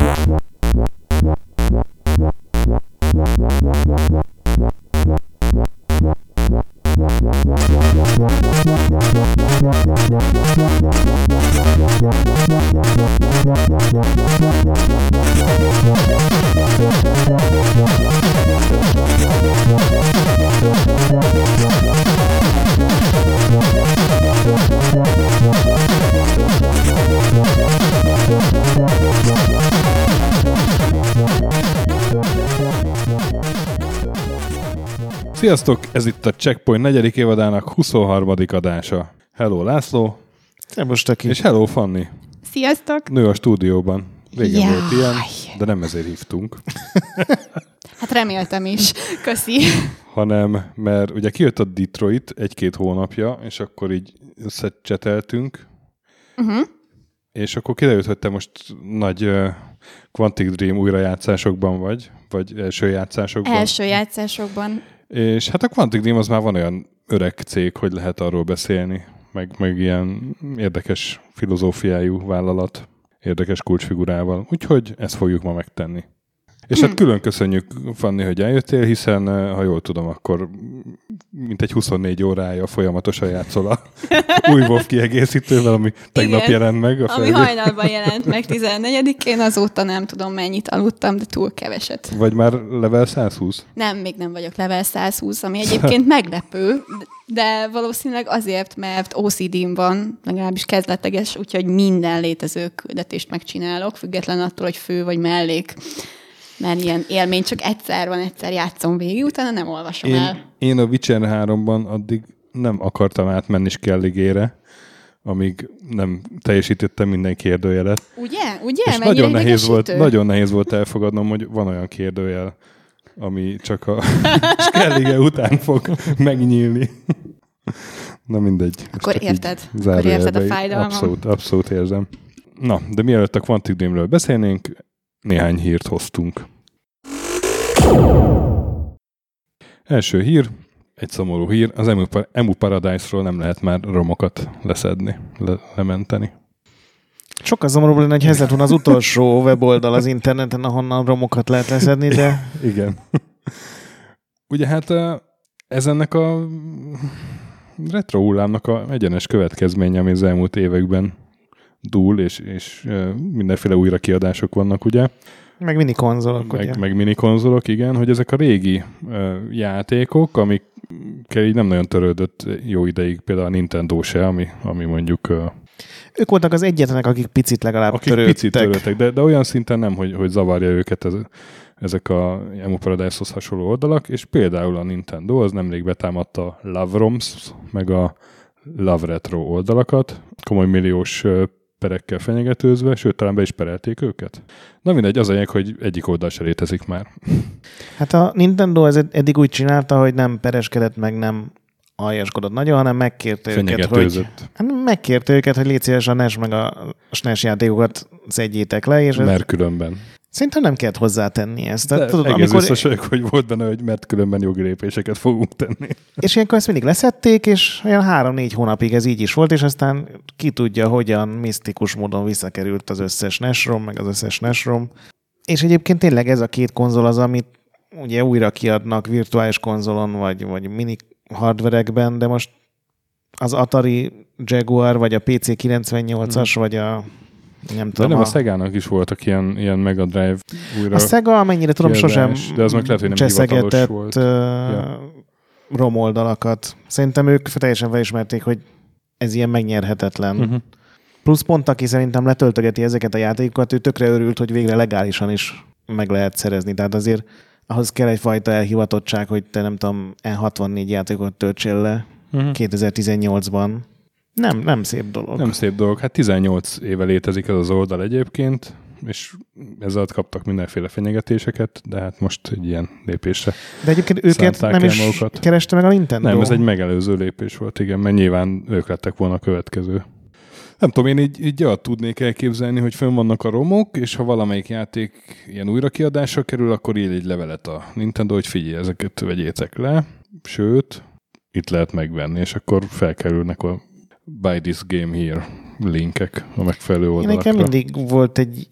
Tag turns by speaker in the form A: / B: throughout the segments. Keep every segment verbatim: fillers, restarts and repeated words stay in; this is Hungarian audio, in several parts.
A: Sziasztok! Ez itt a Checkpoint negyedik évadának huszonharmadik adása. Hello László!
B: Szervusz, Töki!
A: És hello Fanni!
C: Sziasztok!
A: Nő a stúdióban. Régen
C: Jaj.
A: volt ilyen, de nem ezért hívtunk.
C: Hát reméltem is. Köszi.
A: Hanem, mert ugye kijött a Detroit egy-két hónapja, és akkor így összecseteltünk, uh-huh. és akkor kiderült, hogy te most nagy uh, Quantic Dream újrajátszásokban vagy, vagy első játszásokban.
C: Első játszásokban.
A: És hát a Quantic Dream az már van olyan öreg cég, hogy lehet arról beszélni, meg, meg ilyen érdekes filozófiájú vállalat, érdekes kulcsfigurával. Úgyhogy ezt fogjuk ma megtenni. És hát külön köszönjük, Fanni, hogy eljöttél, hiszen, ha jól tudom, akkor mintegy huszonnégy órája folyamatosan játszol a új WoW kiegészítővel, ami tegnap
C: Igen,
A: jelent meg. A
C: ami hajnalban jelent meg tizennegyedikén, azóta nem tudom mennyit aludtam, de túl keveset.
A: Vagy már level száz húsz?
C: Nem, még nem vagyok level száz húsz, ami egyébként meglepő, de valószínűleg azért, mert o cé dém van, legalábbis kezdetleges, úgyhogy minden létező küldetést megcsinálok, független attól, hogy fő vagy mellék. Mert ilyen élmény csak egyszer van, egyszer játszom végig, utána nem olvasom
A: én,
C: el.
A: Én a Witcher háromban addig nem akartam átmenni Skelligére, amíg nem teljesítettem minden kérdőjelet.
C: Ugye? Ugye?
A: És nagyon nehéz, volt, nagyon nehéz volt elfogadnom, hogy van olyan kérdőjel, ami csak a Skellige után fog megnyílni. Na mindegy.
C: Akkor érted. Akkor érted a fájdalmam.
A: Abszolút, abszolút érzem. Na, de mielőtt a Quantic Dreamről beszélnénk, néhány hírt hoztunk. Első hír, egy szomorú hír, az Emu, Emu Paradise-ról nem lehet már romokat leszedni, le, lementeni.
B: Sokkal szomorúbb lenne, hogy ez lett volna az utolsó weboldal az interneten, ahonnan romokat lehet leszedni, de...
A: Igen. Ugye hát ez ennek a retro hullámnak a egyenes következménye, ami az elmúlt években dúl, és, és mindenféle újrakiadások vannak, ugye?
B: Meg minikonzolok,
A: meg,
B: ugye?
A: Meg minikonzolok, igen, hogy ezek a régi uh, játékok, amikkel így nem nagyon törődött jó ideig, például a Nintendo se, ami, ami mondjuk... Uh,
B: ők voltak az egyetlenek, akik picit legalább
A: akik
B: törődtek.
A: picit törődtek, de, de olyan szinten nem, hogy, hogy zavarja őket ez, ezek a Emu Paradise-hoz hasonló oldalak, és például a Nintendo az nemrég betámadta a Love Roms, meg a Love Retro oldalakat, komoly milliós uh, perekkel fenyegetőzve, sőt, talán be is perelték őket. Na mindegy, az a lényeg, hogy egyik oldal se létezik már. Hát
B: a Nintendo ez eddig úgy csinálta, hogy nem pereskedett, meg nem aljaskodott nagyon, hanem megkérte őket, hogy, megkérte őket, hogy légy szíves a en e es meg a es en e es játékokat szedjétek le, és
A: mert különben.
B: Szerintem nem kellett hozzátenni ezt.
A: De tudod, egész amikor... biztos vagyok, hogy volt benne, hogy mert különben jogi lépéseket fogunk tenni.
B: És ilyenkor ezt mindig leszették, és olyan három-négy hónapig ez így is volt, és aztán ki tudja, hogyan misztikus módon visszakerült az összes en e es rom, meg az összes en e es rom. És egyébként tényleg ez a két konzol az, amit ugye újra kiadnak virtuális konzolon, vagy, vagy mini hardverekben, de most az Atari Jaguar, vagy a pé cé kilencvennyolcas, hmm. vagy a nem tudom.
A: De nem,
B: a,
A: a Sega-nak is voltak ilyen, ilyen Mega Drive újra.
B: A Sega, amennyire tudom, sosem
A: de az meg lehet, hogy nem hivatalos volt.
B: Uh, ja. rom oldalakat. Szerintem ők teljesen felismerték, hogy ez ilyen megnyerhetetlen. Uh-huh. Plusz pont, aki szerintem letöltögeti ezeket a játékokat, ő tökre örült, hogy végre legálisan is meg lehet szerezni. Tehát azért ahhoz kell egyfajta elhivatottság, hogy te nem tudom, en hatvannégy játékot töltsél le uh-huh. kétezer-tizennyolcban. Nem, nem szép dolog.
A: Nem szép dolog. Hát tizennyolc éve létezik ez az oldal egyébként, és ezzel kaptak mindenféle fenyegetéseket, de hát most egy ilyen lépésre
B: de egyébként őket nem is magukat. Kereste meg a Nintendo?
A: Nem, ez egy megelőző lépés volt, igen, mert nyilván ők lettek volna a következő. Nem tudom, én így, így azt tudnék elképzelni, hogy fönn vannak a romok, és ha valamelyik játék ilyen újrakiadásra kerül, akkor ír egy levelet a Nintendo, hogy figyelj, ezeket vegyétek le, sőt, itt lehet megvenni, és akkor felkerülnek a Buy this game here linkek a megfelelő oldalakra.
B: Nekem mindig volt egy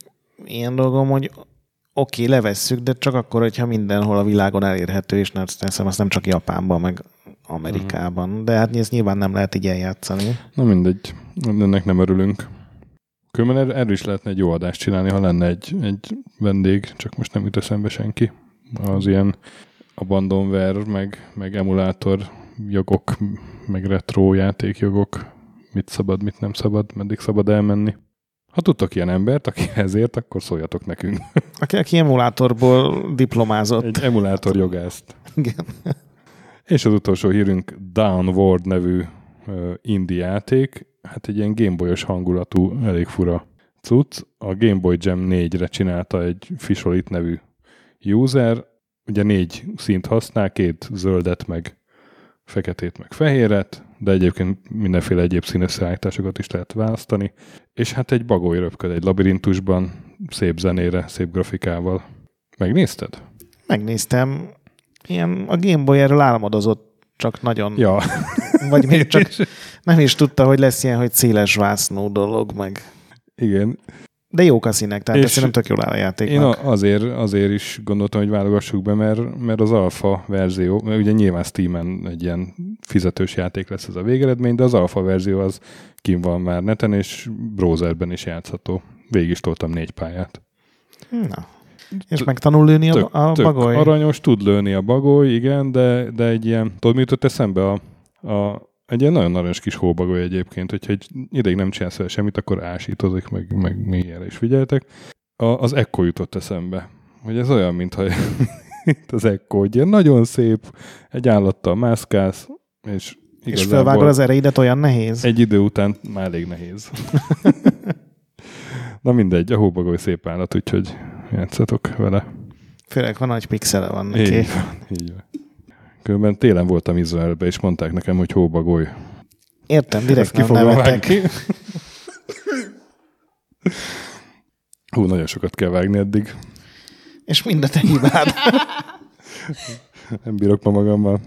B: ilyen dolgom, hogy oké, okay, levesszük, de csak akkor, hogyha mindenhol a világon elérhető, és nem teszem, azt nem csak Japánban, meg Amerikában. Uh-huh. De hát ezt nyilván nem lehet így eljátszani.
A: Na mindegy, ennek nem örülünk. Különben erről is lehetne egy jó adást csinálni, ha lenne egy, egy vendég, csak most nem jut eszembe senki. Az ilyen abandonware, meg, meg emulátor jogok, meg retro játékjogok, mit szabad, mit nem szabad, meddig szabad elmenni. Ha tudtok ilyen embert, aki ezért, akkor szóljatok nekünk.
B: Aki, aki emulátorból diplomázott.
A: Egy emulátor jogászt.
B: Igen.
A: És az utolsó hírünk Downward nevű uh, indie játék. Hát egy ilyen Gameboy-os hangulatú, elég fura cucc. A Game Boy Jam négyre csinálta egy Fisholit nevű user. Ugye négy színt használ, két zöldet, meg feketét, meg fehéret, de egyébként mindenféle egyéb színesszállításokat is lehet választani. És hát egy bagoly röpköd egy labirintusban, szép zenére, szép grafikával. Megnézted?
B: Megnéztem. Ilyen a Game Boy erről álmodozott, csak nagyon...
A: Ja.
B: Vagy még csak nem is tudta, hogy lesz ilyen, hogy széles vásznú dolog, meg...
A: Igen.
B: De jók a színek, tehát ezt nem tök jól áll a játéknak.
A: Én azért, azért is gondoltam, hogy válogassuk be, mert, mert az alfa verzió, mert ugye nyilván Steamen egy ilyen fizetős játék lesz ez a végeredmény, de az alfa verzió az kim van már neten, és browserben is játszható. Végig is toltam négy pályát.
B: Na. És megtanul lőni
A: tök,
B: a, a
A: tök
B: bagoly?
A: Aranyos, tud lőni a bagoly, igen, de, de egy ilyen, tudod, mi jutott eszembe? A, a, egy ilyen nagyon aranyos kis hóbagoly egyébként, hogyha egy ideig nem csinálsz vele semmit, akkor ásítozik, meg, meg még ilyenre is figyeltek. A, az Echo jutott eszembe, hogy ez olyan, mintha itt az Echo, hogy ilyen nagyon szép, egy állattal mászkálsz, és
B: és felvágod az ereidet, olyan nehéz?
A: Egy idő után már elég nehéz. Na mindegy, a hóbagoly szép állat, úgyhogy játszatok vele.
B: Főleg van nagy pixele van neki.
A: Így van, így van. Különben télen voltam Izraelbe, és mondták nekem, hogy hóbagoly.
B: Értem, direkt nem nevetek.
A: Hú, nagyon sokat kell vágni eddig.
B: És mind a te hibád.
A: Nem bírok ma magammal.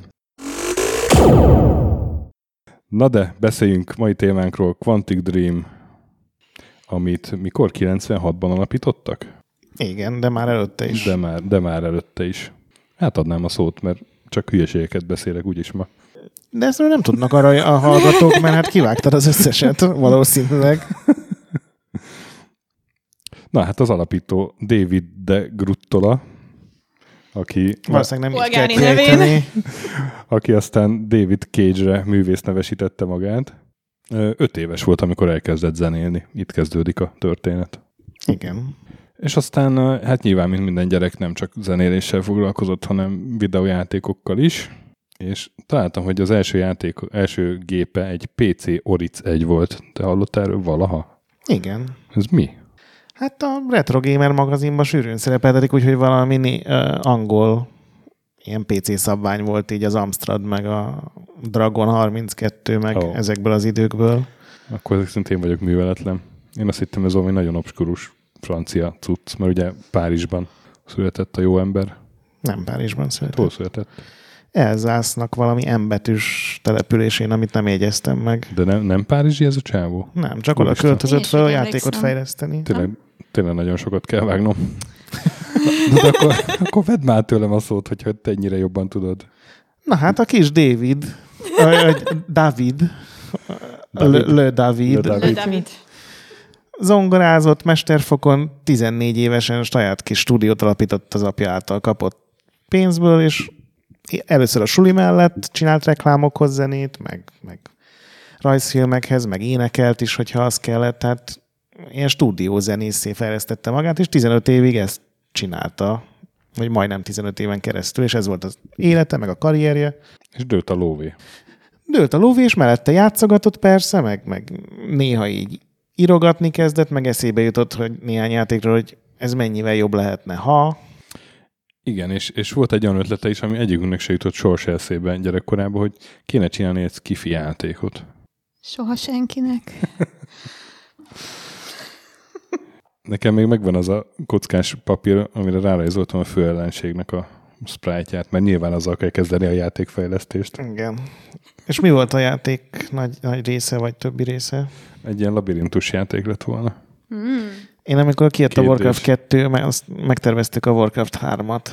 A: Na de, beszéljünk mai témánkról, Quantic Dream, amit mikor kilencvenhatban alapítottak?
B: Igen, de már előtte is.
A: De már, de már előtte is. Hát adnám a szót, mert csak hülyeségeket beszélek úgyis ma.
B: De ezt nem tudnak arra a hallgatók, mert hát kivágtad az összeset valószínűleg.
A: Na hát az alapító David de Gruttola, aki...
B: Valószínűleg nem így kell kiejteni.
A: Aki aztán David Cage-re művész nevesítette magát. Öt éves volt, amikor elkezdett zenélni. Itt kezdődik a történet.
B: Igen.
A: És aztán hát nyilván, mint minden gyerek, nem csak zenéléssel foglalkozott, hanem videójátékokkal is. És találtam, hogy az első játék, első gépe egy pé cé Oric egy volt. Te hallottál erről valaha?
B: Igen.
A: Ez mi?
B: Hát a Retro Gamer magazinban sűrűn szerepeltetik, úgyhogy valami uh, angol ilyen pé cé szabvány volt így az Amstrad, meg a Dragon harminckettő, meg oh. ezekből az időkből.
A: Akkor ezek szerint én vagyok műveletlen. Én azt hittem, ez valami nagyon obskurus francia cucc, mert ugye Párizsban született a jó ember.
B: Nem Párizsban született.
A: Hol született?
B: Elzásznak valami M-betűs településén, amit nem jegyeztem meg.
A: De nem, nem párizsi ez a csávó?
B: Nem, csak oda költözött fel a játékot fejleszteni.
A: Tényleg, tényleg nagyon sokat kell vágnom. Na, de akkor, akkor vedd már tőlem a szót, hogyha te ennyire jobban tudod.
B: Na hát a kis David, David, Le, Le David,
C: Le David.
B: zongorázott mesterfokon, tizennégy évesen saját kis stúdiót alapított az apja által kapott pénzből, és először a suli mellett csinált reklámokhoz zenét, meg, meg rajzfilmekhez, meg énekelt is, hogyha az kellett. Tehát ilyen stúdiózenészé fejlesztette magát, és tizenöt évig ezt csinálta, vagy majdnem tizenöt éven keresztül, és ez volt az élete, meg a karrierje.
A: És dőlt a lóvé.
B: Dőlt a lóvé, és mellette játszogatott persze, meg, meg néha így írogatni kezdett, meg eszébe jutott, hogy néhány játékról, hogy ez mennyivel jobb lehetne, ha...
A: Igen, és, és volt egy olyan ötlete is, ami egyikünknek se jutott sors eszébe gyerekkorában, hogy kéne csinálni egy skifi játékot.
C: Soha senkinek.
A: Nekem még megvan az a kockás papír, amire rárajzoltam a főellenségnek a sprite-ját, mert nyilván azzal kell kezdeni a játékfejlesztést.
B: Igen. És mi volt a játék nagy, nagy része, vagy többi része?
A: Egy ilyen labirintus játék lett volna.
C: Mm.
B: Én amikor kijött
A: Kérdés.
B: a Warcraft kettő, meg, azt megterveztük a Warcraft hármat.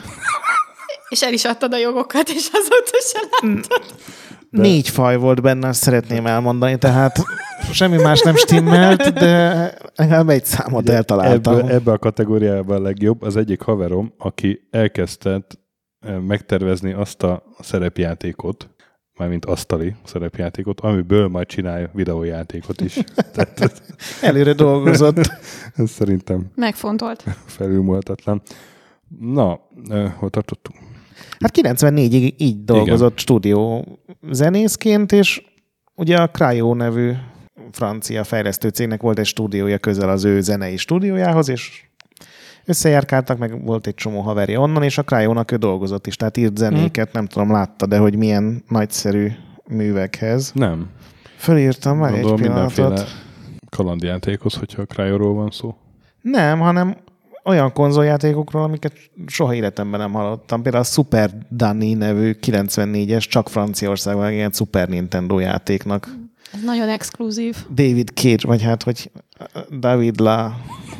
C: És el is adtad a jogokat, és azóta sem láttad.
B: De... Négy faj volt benne, azt szeretném elmondani, tehát semmi más nem stimmelt, de legalább egy számot ugye, eltaláltam.
A: Ebbe, ebbe a kategóriában a legjobb az egyik haverom, aki elkezdett megtervezni azt a szerepjátékot, mármint asztali szerepjátékot, amiből majd csinálja videójátékot is. Tehát,
B: előre dolgozott.
A: Ez szerintem
C: megfontolt.
A: Felülmúlhatatlan. Na, hol tartottunk?
B: Hát kilencvennégyig így dolgozott igen. stúdió zenészként, és ugye a Cryo nevű francia fejlesztő cégnek volt egy stúdiója közel az ő zenei stúdiójához, és összejárkáltak, meg volt egy csomó haverja onnan, és a Cryo-nak ő dolgozott is, tehát írt zenéket, hmm. nem tudom, látta, de hogy milyen nagyszerű művekhez.
A: Nem.
B: Fölírtam már egy pillanatot.
A: Kalandjátékhoz, hogyha a Cryo-ról van szó.
B: Nem, hanem olyan konzoljátékokról, amiket soha életemben nem hallottam. Például a Super Dunny nevű kilencvennégyes, csak Franciaországban ilyen Super Nintendo játéknak.
C: Ez nagyon exkluzív.
B: David Cage, vagy hát, hogy David La...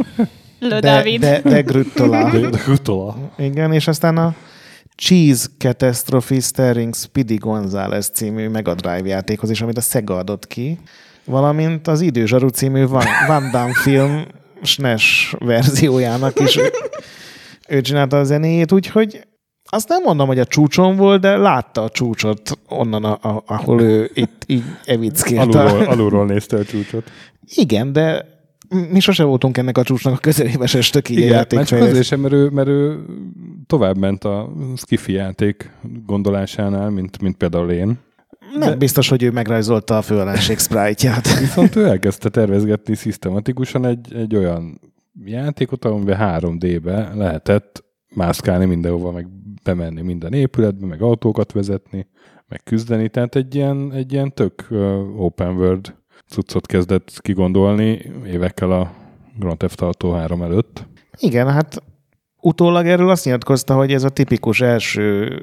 C: Le
B: de,
C: David.
B: De, de Grüttola.
A: De, de Grüttola.
B: Igen, és aztán a Cheese Catastrophe Starring Speedy Gonzales című Mega Drive játékhoz is, amit a Sega adott ki, valamint az Időzsaru című Van, Van Damme film es en e es verziójának is ő, ő csinálta a zenéjét, úgyhogy azt nem mondom, hogy a csúcson volt, de látta a csúcsot onnan, a, a, ahol ő itt így evickélt.
A: Alulról, alulról nézte a csúcsot.
B: Igen, de mi sose voltunk ennek a csúcsnak a közelébe, se stök így játékfejlesztés.
A: Azért sem, mert ő, mert ő tovább ment a skifi játék gondolásánál, mint, mint például én.
B: Nem de... biztos, hogy ő megrajzolta a főellenség sprite-ját.
A: Viszont ő elkezdte tervezgetni szisztematikusan egy, egy olyan játékot, amiben három dé-be lehetett mászkálni mindenhova, meg bemenni minden épületbe, meg autókat vezetni, meg küzdeni. Tehát egy ilyen, egy ilyen tök uh, open world cuccot kezdett kigondolni évekkel a Grand Theft Auto három előtt.
B: Igen, hát utólag erről azt nyilatkozta, hogy ez a tipikus első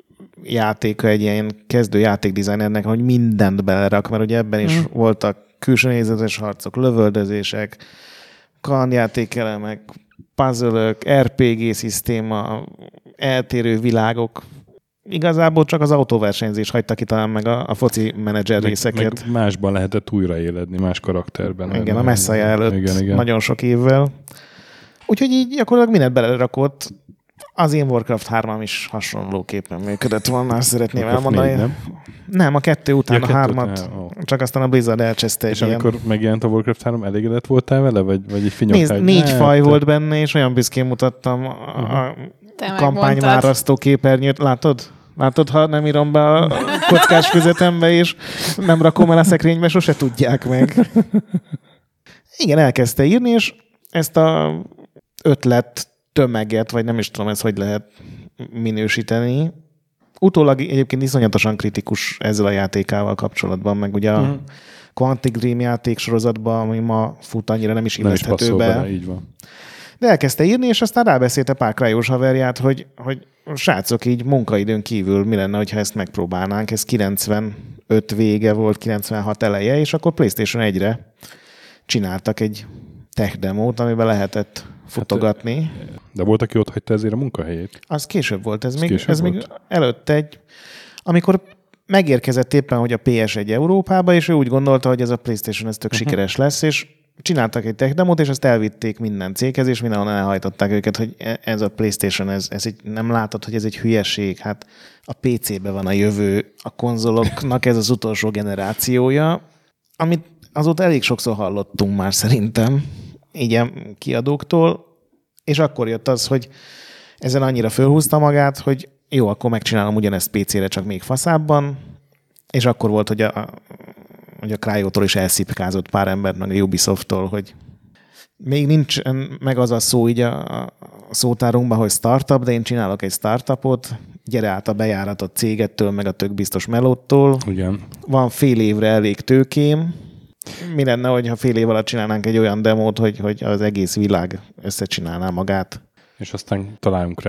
B: játéka egy ilyen kezdő játékdesignernek, hogy mindent belerak, mert ugye ebben is hmm. voltak külső nézetes harcok, lövöldözések, kalandjátékelemek, puzzle-ök, er pé gé szisztéma, eltérő világok. Igazából csak az autóversenyzés hagyta ki talán meg a, a foci menedzser meg, részeket.
A: Meg másban lehetett újraéledni, más karakterben.
B: Igen, a Messiah előtt igen, igen. nagyon sok évvel. Úgyhogy így gyakorlatilag mindent belerakott. Az én Warcraft hármam is hasonlóképpen működött volna, azt szeretném elmondani. Négy, nem? nem, a kettő után ja, a hármat, után, oh. csak aztán a Blizzard elcseszte.
A: És amikor ilyen... megjelent a Warcraft három, elégedett voltál vele, vagy, vagy így
B: finyogtál? Nézd, négy faj te... volt benne, és olyan büszkén mutattam uh-huh. a kampányvárasztó képernyőt. Látod? Látod, ha nem írom be a kockás füzetembe, és nem rakom el a szekrénybe, sose tudják meg. Igen, elkezdte írni, és ezt a ötlet tömeget, vagy nem is tudom, ezt hogy lehet minősíteni. Utólag egyébként iszonyatosan kritikus ezzel a játékával kapcsolatban, meg ugye a mm. Quantic Dream játéksorozatban, ami ma fut, annyira nem is illeszthető be.
A: Bele, így van.
B: De elkezdte írni, és aztán rábeszélte pár Cryós haverját, hogy, hogy srácok, így munkaidőn kívül mi lenne, ha ezt megpróbálnánk. Ez kilencvenöt vége volt, kilencvenhat eleje, és akkor PlayStation egyre csináltak egy tech demót, amiben lehetett futogatni. Hát,
A: de volt, aki ott hagyta ezért a munkahelyét?
B: Az később volt. Ez, még,
A: később
B: ez
A: volt?
B: még előtte egy... Amikor megérkezett éppen, hogy a pé es egy Európába, és ő úgy gondolta, hogy ez a PlayStation ez tök uh-huh. sikeres lesz, és csináltak egy tech demót, és azt elvitték minden céghez, és mindenhonnan elhajtották őket, hogy ez a PlayStation, ez, ez egy, nem látod, hogy ez egy hülyeség. Hát a pé cébe van a jövő, a konzoloknak ez az utolsó generációja, amit azóta elég sokszor hallottunk már szerintem, így kiadóktól, és akkor jött az, hogy ezen annyira fölhúzta magát, hogy jó, akkor megcsinálom ugyanezt pé cére, csak még faszábban, és akkor volt, hogy a, hogy a Cryo-tól is elszipkázott pár ember, meg a Ubisoft-tól, hogy még nincs meg az a szó így a, a szótárunkban, hogy startup, de én csinálok egy startupot, gyere át a bejáratott cégettől, meg a tök biztos melóttól.
A: Ugyan.
B: Van fél évre elég tőkém. Mi lenne, hogyha fél év alatt csinálnánk egy olyan demót, hogy, hogy az egész világ összecsinálná magát?
A: És aztán találjunk rá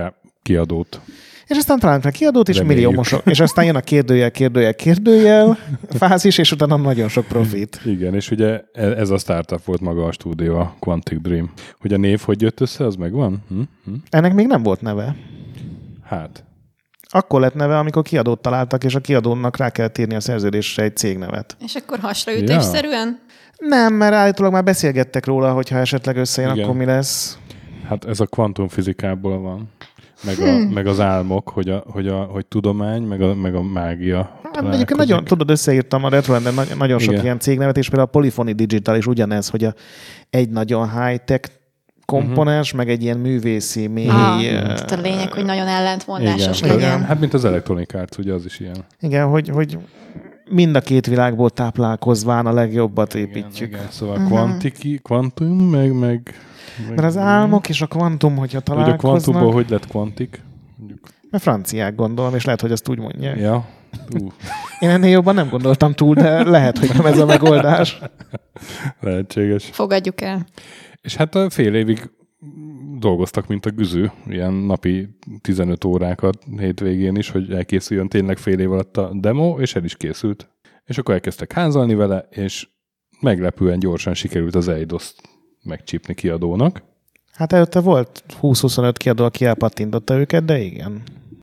A: kiadót.
B: És aztán találunk rá kiadót, és
A: Reméljük.
B: milliómosok. És aztán jön a kérdőjel, kérdőjel, kérdőjel fázis, és utána nagyon sok profit.
A: Igen, és ugye ez a startup volt maga a stúdió, a Quantic Dream. Hogy a név hogy jött össze, az megvan? Hm? Hm?
B: Ennek még nem volt neve.
A: Hát.
B: Akkor lett neve, amikor kiadót találtak, és a kiadónak rá kell írni a szerződésre egy cégnevet.
C: És akkor hasraütésszerűen?
B: Nem, mert állítólag már beszélgettek róla, hogyha esetleg összejön,
A: Igen.
B: akkor mi lesz.
A: Hát ez a kvantumfizikából van. Meg, a, hmm. meg az álmok, hogy, a, hogy, a, hogy tudomány, meg a, meg a mágia.
B: Hát egyébként nagyon, tudod, összeírtam a Retrolanden nagyon, nagyon sok ilyen cégnevet, és például a Polyphony Digital is ugyanez, hogy a, egy nagyon high-tech komponens, uh-huh. meg egy ilyen művészi, mély...
C: Ah, tehát a lényeg, hogy nagyon ellentmondásos
A: igen,
C: legyen.
A: Hát, mint az Electronic Arts, ugye az is ilyen.
B: Igen, hogy, hogy mind a két világból táplálkozván a legjobbat építjük.
A: Igen, igen. Szóval uh-huh. kvantiki, kvantum, meg, meg...
B: Mert az álmok és a kvantum, hogyha találkoznak...
A: Hogy a kvantumból hogy lett kvantik?
B: Mert franciák gondolom, és lehet, hogy azt úgy mondják.
A: Ja. Uh.
B: Én ennél jobban nem gondoltam túl, de lehet, hogy nem ez a megoldás.
A: Lehetséges.
C: Fogadjuk el.
A: És hát a fél évig dolgoztak, mint a güző, ilyen napi tizenöt órákat hétvégén is, hogy elkészüljön tényleg fél év alatt a demo, és el is készült. És akkor elkezdtek házalni vele, és meglepően gyorsan sikerült az eidos-t megcsípni kiadónak.
B: Hát előtte volt húsz-huszonöt kiadó, aki elpattintotta őket, de igen.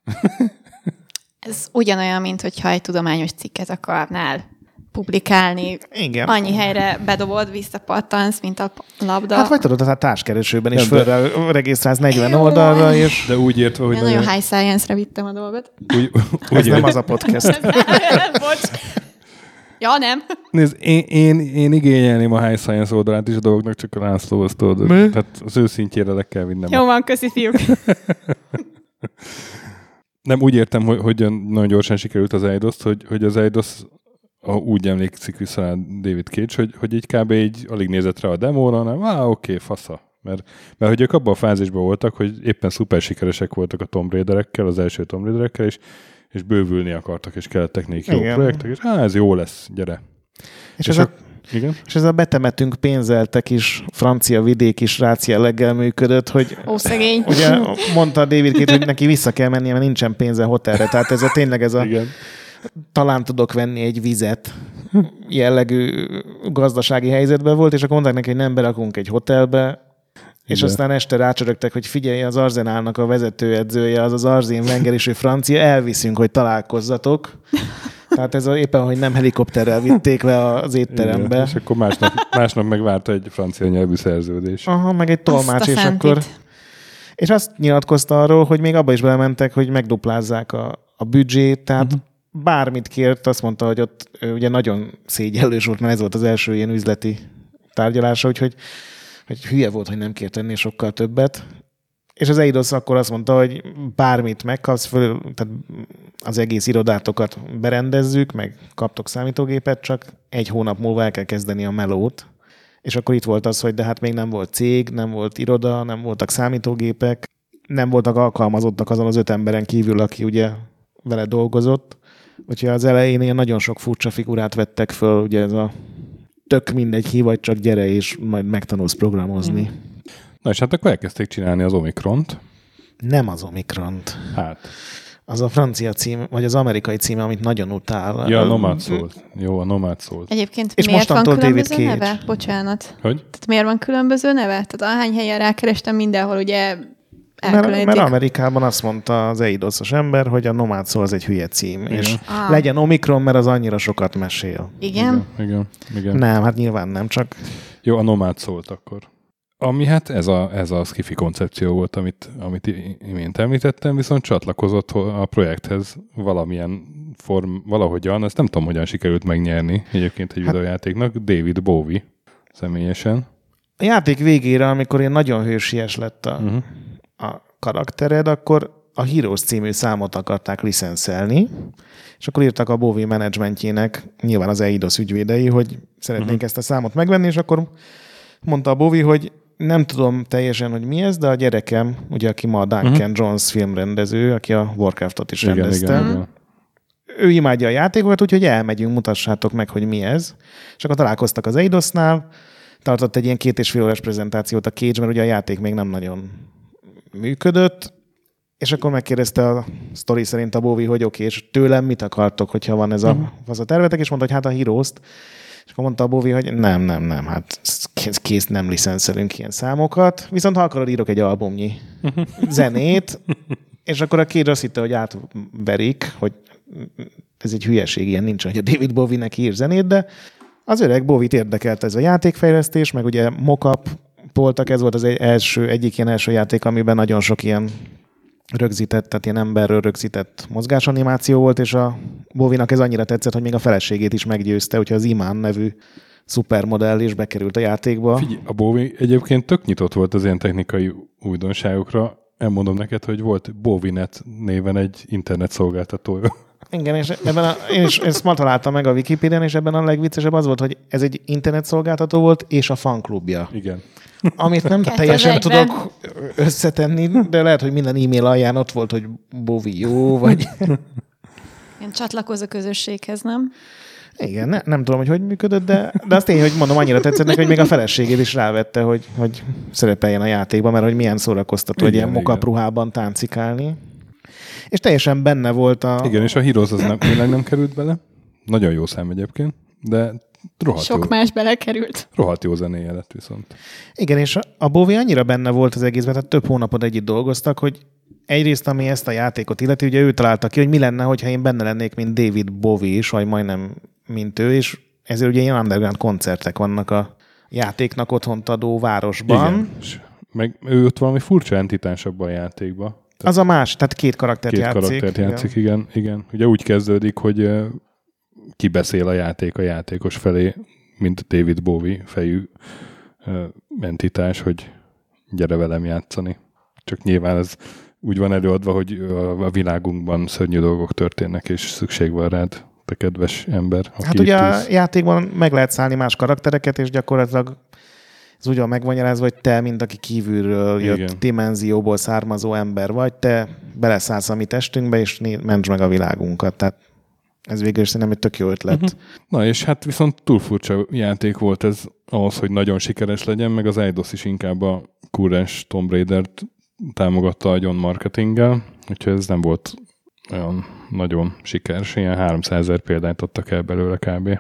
C: Ez ugyanolyan, mint hogyha egy tudományos cikket akarnál publikálni.
B: Igen.
C: Annyi helyre bedobod, visszapattansz, mint a labda.
B: Hát vagy tudod, az a társkeresőben is
A: Nem,
B: fölre regisztrálsz negyven oldalra, és...
A: De úgy értve, hogy...
C: Én nagyon high science-re vittem a dolgot.
A: Úgy, úgy
B: Ez
A: ért...
B: nem az a podcast.
C: Bocs. Ja, nem.
A: Nézd, én, én, én igényelném a high science oldalát is a dolgoknak, csak a László azt tudod.
B: Mi?
A: Tehát az ő szintjére le kell vinnem.
C: Jó van, köszi fiúk.
A: Nem, úgy értem, hogy, hogy nagyon gyorsan sikerült az eidos, hogy, hogy az eidos úgy emlékszik vissza a David Cage, hogy, hogy így kb. Így alig nézett rá a demóra, hanem á, oké, okay, fasza. Mert, mert hogy ők abban a fázisban voltak, hogy éppen szuper sikeresek voltak a Tomb Raiderekkel, az első Tomb Raiderekkel, és, és bővülni akartak, és kellettek nekik jó
B: igen.
A: projektek, és á, ez jó lesz, gyere.
B: És,
A: és,
B: ez
A: a,
B: a,
A: igen?
B: és ez a betemetünk pénzeltek is, francia vidék is rác jelleggel működött, hogy
C: Ó, szegény.
B: ugye mondta David Cage, hogy neki vissza kell mennie, mert nincsen pénze hotelre. Tehát ez a tényleg ez a
A: Igen.
B: talán tudok venni egy vizet jellegű gazdasági helyzetben volt, és akkor mondták neki, hogy nem berakunk egy hotelbe, és
A: igen.
B: aztán este rácsörögtek, hogy figyelj, az Arsenalnak a vezetőedzője, az az Arsène Wenger és ő francia, elviszünk, hogy találkozzatok. Tehát ez a, éppen, hogy nem helikopterrel vitték le az étterembe.
A: Igen. És akkor másnap, másnap megvárta egy francia nyelvű szerződés.
B: Aha, meg egy tolmács, és
C: fentit.
B: akkor... És azt nyilatkozta arról, hogy még abba is belementek, hogy megduplázzák a, a büdzsét, tehát uh-huh. bármit kért, azt mondta, hogy ott ugye nagyon szégyellős volt, mert ez volt az első ilyen üzleti tárgyalása, úgyhogy hogy hülye volt, hogy nem kért ennél sokkal többet. És az eidos akkor azt mondta, hogy bármit megkapsz, föl, tehát az egész irodátokat berendezzük, meg kaptok számítógépet, csak egy hónap múlva el kell kezdeni a melót. És akkor itt volt az, hogy de hát még nem volt cég, nem volt iroda, nem voltak számítógépek, nem voltak alkalmazottak azon az öt emberen kívül, aki ugye vele dolgozott. Úgyhogy az elején ilyen nagyon sok furcsa figurát vettek föl, ugye ez a tök mindegy, hív, csak gyere, és majd megtanulsz programozni. Mm.
A: Na és hát akkor elkezdték csinálni az Omikront.
B: Nem az Omikront.
A: Hát.
B: Az a francia cím, vagy az amerikai címe, amit nagyon utál.
A: Ja, a Nomad szólt. Jó, a Nomad szólt.
C: Egyébként
B: és
C: miért van különböző
B: David
C: neve?
B: Cage.
C: Bocsánat.
A: Hogy?
C: Tehát miért van különböző neve? Tehát ahány helyen rákerestem, mindenhol ugye
B: mert, mert Amerikában azt mondta az eidos-os ember, hogy a Nomad Soul az egy hülye cím. Igen. És ah. legyen Omikron, mert az annyira sokat mesél.
C: Igen?
A: Igen, igen, igen.
B: Nem, hát nyilván nem, csak...
A: Jó, a Nomad szólt akkor. Ami hát ez a, ez a skifi koncepció volt, amit, amit imént említettem, viszont csatlakozott a projekthez valamilyen form, valahogyan, ezt nem tudom, hogyan sikerült megnyerni egyébként egy hát, videójátéknak, David Bowie személyesen.
B: A játék végére, amikor én nagyon hősies lett a, uh-huh. a karaktered, akkor a Heroes című számot akarták licenszelni, és akkor írtak a Bowie menedzsmentjének, nyilván az eidos ügyvédei, hogy szeretnénk uh-huh. ezt a számot megvenni, és akkor mondta a Bowie, hogy nem tudom teljesen, hogy mi ez, de a gyerekem, ugye aki ma a Duncan uh-huh. Jones filmrendező, aki a Warcraftot is igen, rendezte, igen, igen. ő imádja a játékokat, úgyhogy elmegyünk, mutassátok meg, hogy mi ez. És akkor találkoztak az eidos-nál, tartott egy ilyen két és fél órás prezentációt a Cage, mert ugye a játék még nem nagyon működött, És akkor megkérdezte a sztori szerint a Bóvi, hogy oké, és tőlem mit akartok, hogyha van ez a, uh-huh. az a tervetek, és mondta, hogy hát a Heroes-t. És akkor mondta a Bóvi, hogy nem, nem, nem, hát kész, nem licenszelünk ilyen számokat, viszont ha akarod, írok egy albumnyi zenét, és akkor a Cage azt hitte, hogy átverik, hogy ez egy hülyeség, ilyen nincs, hogy a David Bowie-nek ír zenét, de az öreg Bowie-t érdekelt ez a játékfejlesztés, meg ugye mock-up voltak, ez volt az első, egyik ilyen első játék, amiben nagyon sok ilyen rögzített, tehát ilyen emberről rögzített mozgásanimáció volt, és a Bowie-nak ez annyira tetszett, hogy még a feleségét is meggyőzte, hogyha az Iman nevű szupermodell is bekerült a játékba.
A: Figyelj, a Bowie egyébként tök nyitott volt az ilyen technikai újdonságokra. Elmondom neked, hogy volt BowieNet néven egy internet szolgáltatója.
B: Igen, és ebben a, én is ezt ma találtam meg a Wikipédián, és ebben a legviccesebb az volt, hogy ez egy internet szolgáltató volt, és a fanklubja.
A: Igen.
B: Amit nem teljesen tudok összetenni, de lehet, hogy minden e-mail alján ott volt, hogy Bowie jó, vagy...
C: Ilyen csatlakozó közösséghez, nem?
B: Igen, ne, nem tudom, hogy hogy működött, de, de azt én, hogy mondom, annyira tetszett neki, hogy még a feleségét is rávette, hogy, hogy szerepeljen a játékban, mert hogy milyen szórakoztató, hogy ilyen mock-up ruhában táncikálni. És teljesen benne volt a...
A: Igen, és a Heroes az nem, tényleg nem került bele. Nagyon jó szám egyébként, de rohadt
C: Sok
A: jó.
C: más belekerült.
A: Rohadt jó zenéje lett viszont.
B: Igen, és a Bowie annyira benne volt az egészben, tehát több hónapot együtt dolgoztak, hogy egyrészt, ami ezt a játékot illeti, ugye ő találta ki, hogy mi lenne, hogyha én benne lennék, mint David Bowie is, vagy majdnem, mint ő, és ezért ugye ilyen underground koncertek vannak a játéknak otthont adó városban.
A: Igen, meg ő ott valami furcsa entitás abban a játékban.
B: Az a más, tehát két karaktert
A: két
B: játszik.
A: Két karaktert játszik, igen. igen, igen. Ugye úgy kezdődik, hogy uh, ki beszél a játék a játékos felé, mint David Bowie fejű uh, entitás, hogy gyere velem játszani. Csak nyilván ez úgy van előadva, hogy a világunkban szörnyű dolgok történnek, és szükség van rád, te kedves ember.
B: Hát ugye a játékban meg lehet szállni más karaktereket, és gyakorlatilag ez úgy van megmagyarázva, hogy te, mint aki kívülről jött igen. dimenzióból származó ember vagy, te beleszállsz a mi testünkbe, és mentsd meg a világunkat. Tehát ez végül is szerintem egy tök jó ötlet. Uh-huh.
A: Na és hát viszont túl furcsa játék volt ez ahhoz, hogy nagyon sikeres legyen, meg az Eidos is inkább a kurrens Tomb Raider-t támogatta agyon marketinggel, úgyhogy ez nem volt olyan nagyon sikeres, ilyen háromszázezer példányt adtak el belőle kb.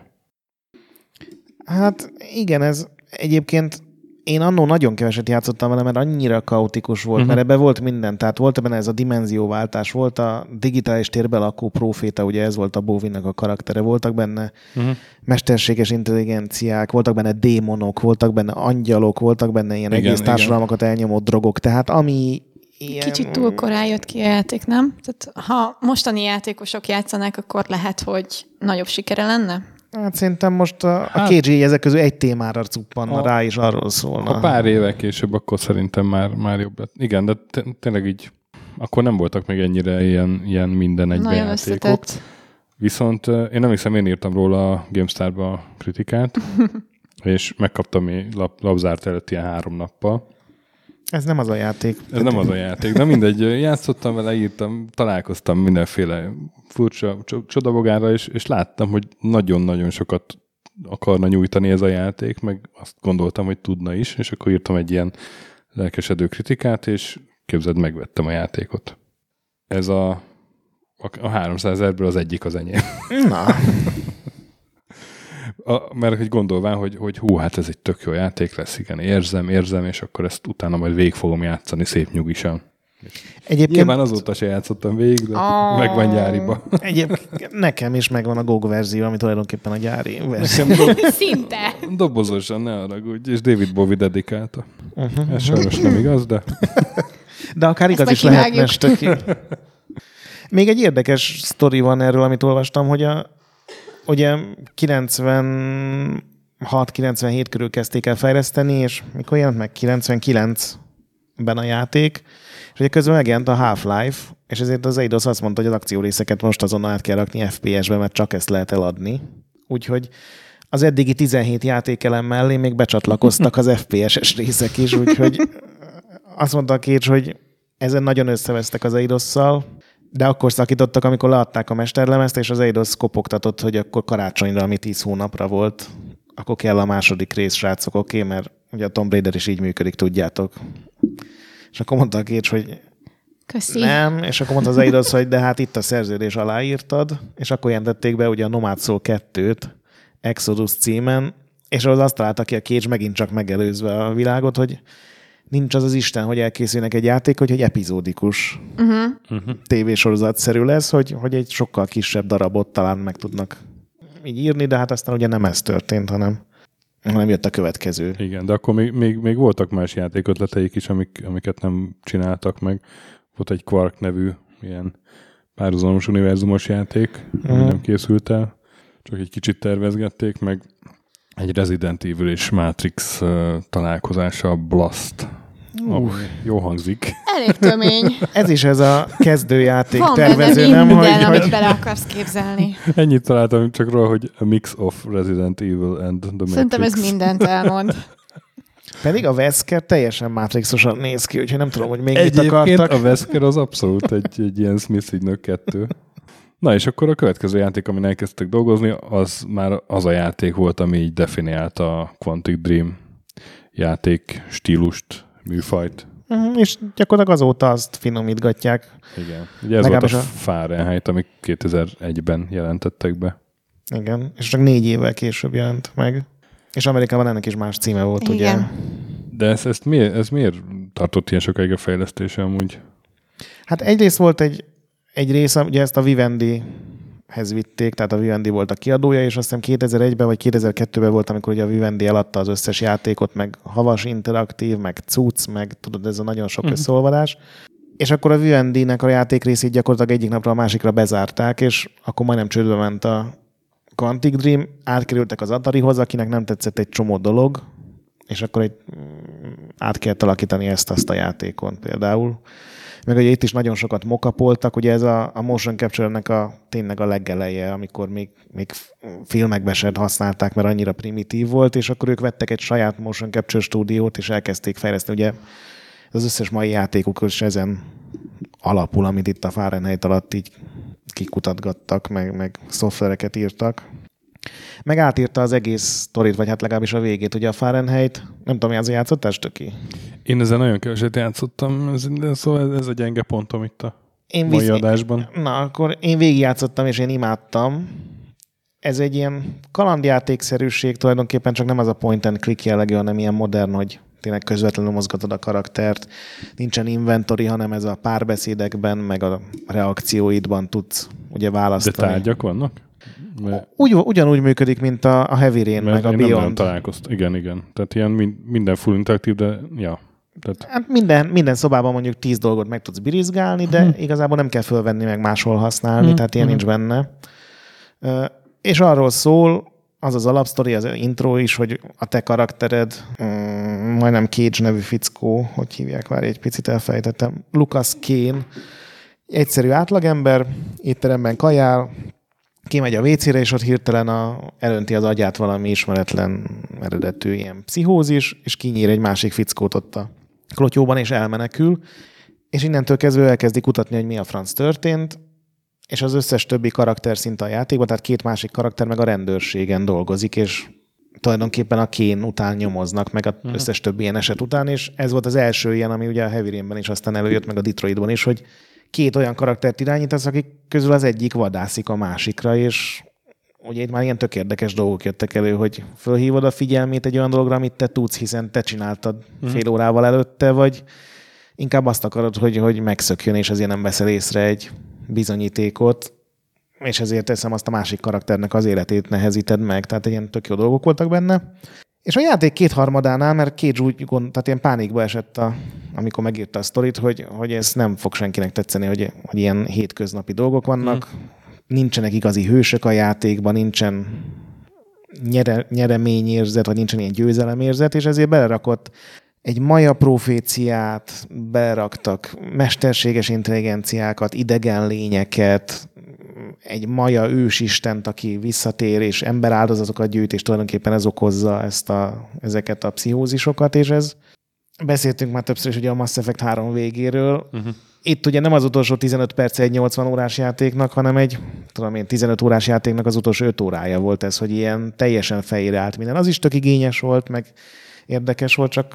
B: Hát igen, ez egyébként én annó nagyon keveset játszottam vele, mert annyira kaotikus volt, uh-huh. mert ebben volt minden. Tehát volt benne ez a dimenzióváltás, volt a digitális térbe lakó próféta, ugye ez volt a Bowie-nak a karaktere, voltak benne uh-huh. mesterséges intelligenciák, voltak benne démonok, voltak benne angyalok, voltak benne ilyen igen, egész társadalmakat igen. elnyomó drogok, tehát ami ilyen...
C: Kicsit túl korán jött ki a játék, nem? Tehát ha mostani játékosok játszanak, akkor lehet, hogy nagyobb sikere lenne?
B: Hát szerintem most a, hát, a ká gé ezek közül egy témára cuppanna a, rá, és arról szólna.
A: Ha pár évek később, akkor szerintem már, már jobb lett. Igen, de tényleg így, akkor nem voltak még ennyire ilyen, ilyen minden egyben játékok. Összetett. Viszont én nem hiszem, én írtam róla a GameStar-ba a kritikát, és megkaptam lap, lapzárt előtt ilyen három nappal.
B: Ez nem az a játék.
A: Ez nem az a játék, de mindegy, játszottam vele, írtam, találkoztam mindenféle furcsa csodabogárra, és, és láttam, hogy nagyon-nagyon sokat akarna nyújtani ez a játék, meg azt gondoltam, hogy tudna is, és akkor írtam egy ilyen lelkesedő kritikát, és képzeld, megvettem a játékot. Ez a, a, a háromszázezerből az egyik az enyém.
B: Na.
A: A, mert hogy gondolván, hogy, hogy hú, hát ez egy tök jó játék lesz, igen, érzem, érzem, és akkor ezt utána majd végig fogom játszani szép nyugisan. Egyébként... Nyilván azóta se játszottam végig, de oh. megvan gyáriba.
B: Egyébként nekem is megvan a gé o gé verzió, ami tulajdonképpen a gyári verzió.
C: Szinte.
A: Dobozosan, ne haragudj, és David Bowie dedikálta. Uh-huh. Ez sajnos nem igaz, de...
B: De akár igaz is lehetne stöki. Még egy érdekes sztori van erről, amit olvastam, hogy a ugye kilencvenhat kilencvenhét körül kezdték el fejleszteni, és mikor jelent meg? kilencvenkilencben a játék, és ugye közben megjelent a Half-Life, és ezért az Eidos azt mondta, hogy az akciórészeket most azonnal át kell rakni ef pé es-be, mert csak ezt lehet eladni. Úgyhogy az eddigi tizenhét játékelem mellé még becsatlakoztak az ef pé es-es részek is, úgyhogy azt mondta a Cage, hogy ezen nagyon összevesztek az Eidosszal, de akkor szakítottak, amikor leadták a mesterlemezt, és az Eidos kopogtatott, hogy akkor karácsonyra, ami tíz hónapra volt, akkor kell a második rész, srácok, oké, okay? Mert ugye a Tomb Raider is így működik, tudjátok. És akkor mondta a Cage, hogy
C: Köszi.
B: Nem, és akkor mondta az Eidos, hogy de hát itt a szerződés aláírtad, és akkor jelentették be ugye a Nomad Soul kettőt Exodus címen, és ahhoz azt találta ki a Cage megint csak megelőzve a világot, hogy nincs az az Isten, hogy elkészülnek egy játék, hogy egy epizódikus uh-huh. Uh-huh. tévésorozatszerű lesz, hogy, hogy egy sokkal kisebb darabot talán meg tudnak így írni, de hát aztán ugye nem ez történt, hanem, hanem jött a következő.
A: Igen, de akkor még, még, még voltak más játékötleteik is, amik, amiket nem csináltak meg. Volt egy Quark nevű ilyen párhuzamos univerzumos játék, ami uh-huh. nem készült el, csak egy kicsit tervezgették, meg egy Resident Evil és Matrix uh, találkozása, a Blast. Uh. Jó hangzik.
C: Elég tömény.
B: Ez is ez a kezdőjáték
C: van
B: tervező,
C: nem?
B: Van
C: minden,
B: hogy,
C: amit
B: hogy...
C: bele akarsz képzelni.
A: Ennyit találtam csak róla, hogy a mix of Resident Evil and the Matrix.
C: Szerintem ez mindent elmond.
B: Pedig a Wesker teljesen Matrixosan néz ki, úgyhogy nem tudom, hogy még
A: Egyébként
B: mit akartak.
A: a Wesker az abszolút egy, egy ilyen Smith ügynök kettő. Na és akkor a következő játék, amin elkezdtek dolgozni, az már az a játék volt, ami így definiálta a Quantic Dream játék stílust, műfajt.
B: Uh-huh, és gyakorlatilag azóta azt finomítgatják.
A: Igen. Ugye ez
B: Legalábbis
A: volt a
B: a...
A: Fahrenheit, ami kétezer-egyben jelentettek be.
B: Igen, és csak négy évvel később jelent meg. És Amerikában ennek is más címe volt,
C: igen.
B: ugye?
A: De ez, ezt miért, ez miért tartott ilyen sokáig a fejlesztése amúgy?
B: Hát egyrészt volt egy, egy rész, ugye ezt a Vivendi-hez vitték, tehát a Vivendi volt a kiadója, és azt hiszem kétezer-egyben vagy kétezer-kettőben volt, amikor ugye a Vivendi eladta az összes játékot, meg Havas Interaktív, meg Cucc, meg tudod, ez a nagyon sok uh-huh. összeolvadás. És akkor a Vivendi-nek a játékrészét gyakorlatilag egyik napra a másikra bezárták, és akkor majdnem csődbe ment a Quantic Dream, átkerültek az Atarihoz, akinek nem tetszett egy csomó dolog, és akkor egy, át kellett alakítani ezt-azt a játékon például. Meg ugye itt is nagyon sokat mockupoltak, ugye ez a, a motion capture-nek a, tényleg a legeleje, amikor még, még filmekbe sem használták, mert annyira primitív volt, és akkor ők vettek egy saját motion capture stúdiót, és elkezdték fejleszteni. Ugye az összes mai játékuk is ezen alapul, amit itt a Fahrenheit alatt így kikutatgattak, meg, meg szoftvereket írtak. Meg átírta az egész sztorit, vagy hát legalábbis a végét. Ugye a Fahrenheit, nem tudom, ez játszottál, Stöki?
A: Én ezzel nagyon keveset játszottam, ez, szóval ez a gyenge pontom itt a
B: én
A: mai
B: visz...
A: adásban.
B: Na, akkor én végigjátszottam, és én imádtam. Ez egy ilyen kalandjátékszerűség, tulajdonképpen csak nem az a point and click jellegű, hanem ilyen modern, hogy tényleg közvetlenül mozgatod a karaktert. Nincsen inventory, hanem ez a párbeszédekben, meg a reakcióidban tudsz ugye választani.
A: De tárgyak vannak?
B: Mert... Ugy, ugyanúgy működik, mint a, a Heavy Rain, meg a
A: én
B: Beyond.
A: Nem találkoztam. Igen, igen. Tehát ilyen minden full interaktív, de ja. Tehát...
B: Hát minden, minden szobában mondjuk tíz dolgot meg tudsz birizgálni, de hmm. igazából nem kell fölvenni, meg máshol használni, hmm. tehát ilyen hmm. nincs benne. Uh, és arról szól, az az alapsztori, az intro is, hogy a te karaktered, um, majdnem Cage nevű fickó, hogy hívják, várj, egy picit elfejtettem, Lucas Kane, egyszerű átlagember, étteremben kajál, kimegy a vécére, és ott hirtelen a, elönti az agyát valami ismeretlen eredetű ilyen pszichózis, és kinyír egy másik fickót ott a klotyóban, és elmenekül, és innentől kezdve elkezdi kutatni, hogy mi a franc történt, és az összes többi karakter szinte a játékban, tehát két másik karakter meg a rendőrségen dolgozik, és tulajdonképpen a Kane után nyomoznak, meg az uh-huh. összes többi ilyen eset után, és ez volt az első ilyen, ami ugye a Heavy Rainben is aztán előjött, meg a Detroitban is, hogy két olyan karaktert irányítasz, akik közül az egyik vadászik a másikra, és ugye itt már ilyen tök érdekes dolgok jöttek elő, hogy fölhívod a figyelmét egy olyan dologra, amit te tudsz, hiszen te csináltad uh-huh. fél órával előtte, vagy inkább azt akarod, hogy, hogy megszökjön, és ezért nem veszel észre egy bizonyítékot, és ezért teszem azt a másik karakternek az életét nehezíted meg. Tehát ilyen tök jó dolgok voltak benne. És a játék kétharmadánál, mert Cage úgy gond, tehát ilyen pánikba esett, a, amikor megírta a sztorit, hogy, hogy ez nem fog senkinek tetszeni, hogy, hogy ilyen hétköznapi dolgok vannak. Hmm. Nincsenek igazi hősök a játékban, nincsen nyere, nyereményérzet, vagy nincsen ilyen győzelemérzet, és ezért belerakott egy maja proféciát, beleraktak mesterséges intelligenciákat, idegen lényeket, egy maja ősistent, aki visszatér, és emberáldozatokat gyűjt, és tulajdonképpen ez okozza ezt a, ezeket a pszichózisokat, és ez beszéltünk már többször is ugye a Mass Effect három végéről. Uh-huh. Itt ugye nem az utolsó tizenöt perc egy nyolcvan órás játéknak, hanem egy, tudom én, tizenöt órás játéknak az utolsó öt órája volt ez, hogy ilyen teljesen fejére állt minden. Az is tök igényes volt, meg érdekes volt, csak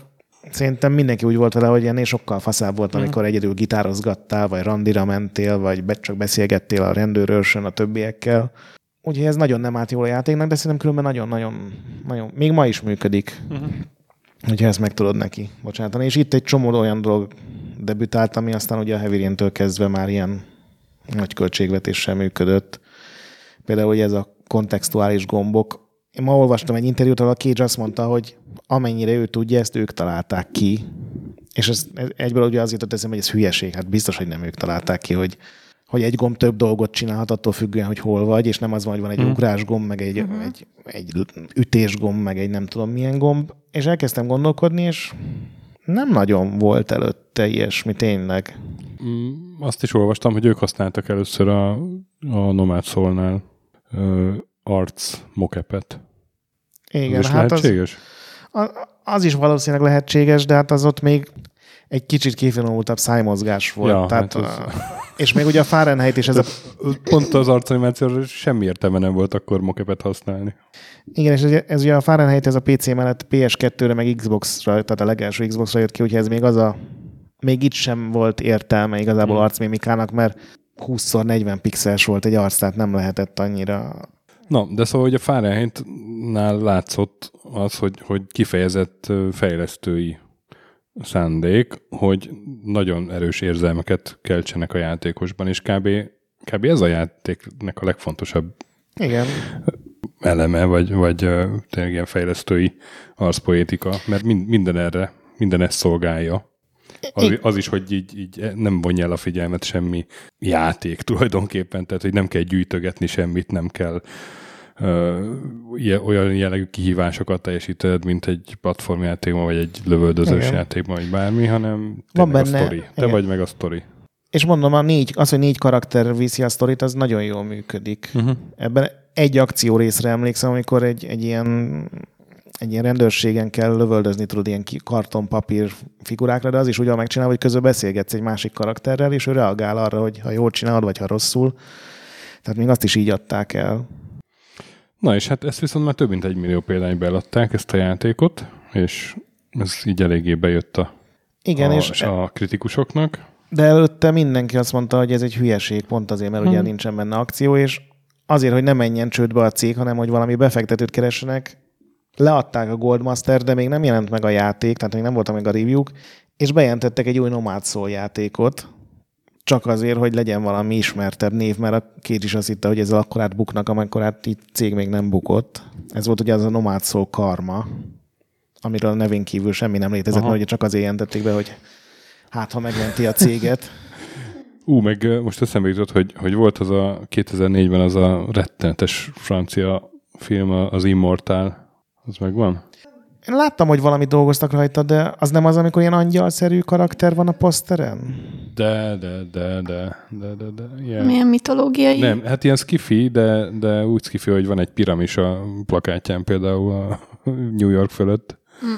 B: szerintem mindenki úgy volt vele, hogy ennél sokkal faszább volt, amikor mm. egyedül gitározgattál, vagy randira mentél, vagy be, csak beszélgettél a rendőrőrsön a többiekkel. Úgyhogy ez nagyon nem állt jól a játéknak, de szerintem különben nagyon-nagyon, nagyon, még ma is működik. Uh-huh. Hogyha ezt meg tudod neki bocsátani. És itt egy csomó olyan dolog debütált, ami aztán ugye a Heavy Rain-től kezdve már ilyen nagy költségvetéssel működött. Például ugye ez a kontextuális gombok. Én ma olvastam egy interjút, ahol a Cage azt mondta, hogy amennyire ő tudja, ezt ők találták ki. És ez, egyből ugye az jutott eszembe, hogy ez hülyeség. Hát biztos, hogy nem ők találták ki, hogy, hogy egy gomb több dolgot csinálhat attól függően, hogy hol vagy, és nem az van, hogy van egy hmm. ugrásgomb, meg egy, uh-huh. egy, egy ütésgomb, meg egy nem tudom milyen gomb. És elkezdtem gondolkodni, és nem nagyon volt előtte ilyesmi tényleg.
A: Mm, azt is olvastam, hogy ők használtak először a, a Nomad Soul-nál uh, arc mocap-et.
B: Igen,
A: az is
B: hát
A: lehetséges?
B: Az, az is valószínűleg lehetséges, de hát az ott még egy kicsit kifinomultabb szájmozgás volt.
A: Ja,
B: tehát,
A: hát az...
B: És még ugye a Fahrenheit is ez a...
A: Pont az arcanimációra semmi értelme nem volt akkor mocap-et használni.
B: Igen, és ez, ez ugye a Fahrenheit ez a pé cé mellett pé es kettőre meg Xbox-ra, tehát a legelső Xbox-ra jött ki, úgyhogy ez még az a... Még itt sem volt értelme igazából hmm. arcmimikának, mert húsz negyven pixeles volt egy arc, tehát nem lehetett annyira...
A: Na, de szóval ugye a Fahrenheit-nál látszott az, hogy, hogy kifejezett fejlesztői szándék, hogy nagyon erős érzelmeket keltsenek a játékosban, és kb. kb. Ez a játéknek a legfontosabb
B: Igen.
A: eleme, vagy, vagy tényleg ilyen fejlesztői arszpoétika, mert minden erre, minden ezt szolgálja. Az, az is, hogy így, így nem vonja el a figyelmet semmi játék tulajdonképpen, tehát hogy nem kell gyűjtögetni semmit, nem kell uh, olyan jellegű kihívásokat teljesíted, mint egy platformjátékban, vagy egy lövöldözős igen. játékban, vagy bármi, hanem
B: van benne,
A: a sztori. Te igen. vagy meg a sztori.
B: És mondom, a négy, az, hogy négy karakter viszi a sztorit, az nagyon jól működik. Uh-huh. Ebben egy akció részre emlékszem, amikor egy, egy ilyen egy ilyen rendőrségen kell lövöldözni, tudod, ilyen kartonpapír figurákra, de az is úgy van megcsinálva, hogy közben beszélgetsz egy másik karakterrel, és ő reagál arra, hogy ha jól csinálod, vagy ha rosszul. Tehát még azt is így adták el.
A: Na és hát ezt viszont már több mint egy millió példányba eladták, ezt a játékot, és ez így eléggé bejött a,
B: igen,
A: a,
B: és
A: a kritikusoknak.
B: De előtte mindenki azt mondta, hogy ez egy hülyeség, pont azért, mert hmm. ugye nincsen benne akció, és azért, hogy ne menjen csődbe a cég, hanem hogy valami befektetőt keressenek, leadták a Goldmaster, de még nem jelent meg a játék, tehát még nem voltak meg a review-k, és bejelentettek egy új Nomad Soul játékot, csak azért, hogy legyen valami ismertebb név, mert a Cage is azt hitte, hogy ezzel akkorát buknak, amekkorát itt cég még nem bukott. Ez volt ugye az a Nomad Soul Karma, amiről a nevén kívül semmi nem létezett, mert ugye csak azért jelentették be, hogy hát, ha megmenti a céget.
A: Ú, meg most eszembe jutott, hogy, hogy volt az a kétezer-négyben az a rettenetes francia film, az Immortal. Az megvan?
B: Én láttam, hogy valamit dolgoztak rajta, de az nem az, amikor ilyen angyalszerű karakter van a poszteren?
A: De, de, de, de, de, de, de. Ilyen...
C: Milyen mitológiai?
A: Nem, hát ilyen skifi, de, de úgy skifi, hogy van egy piramis a plakátján például a New York fölött.
C: Hm.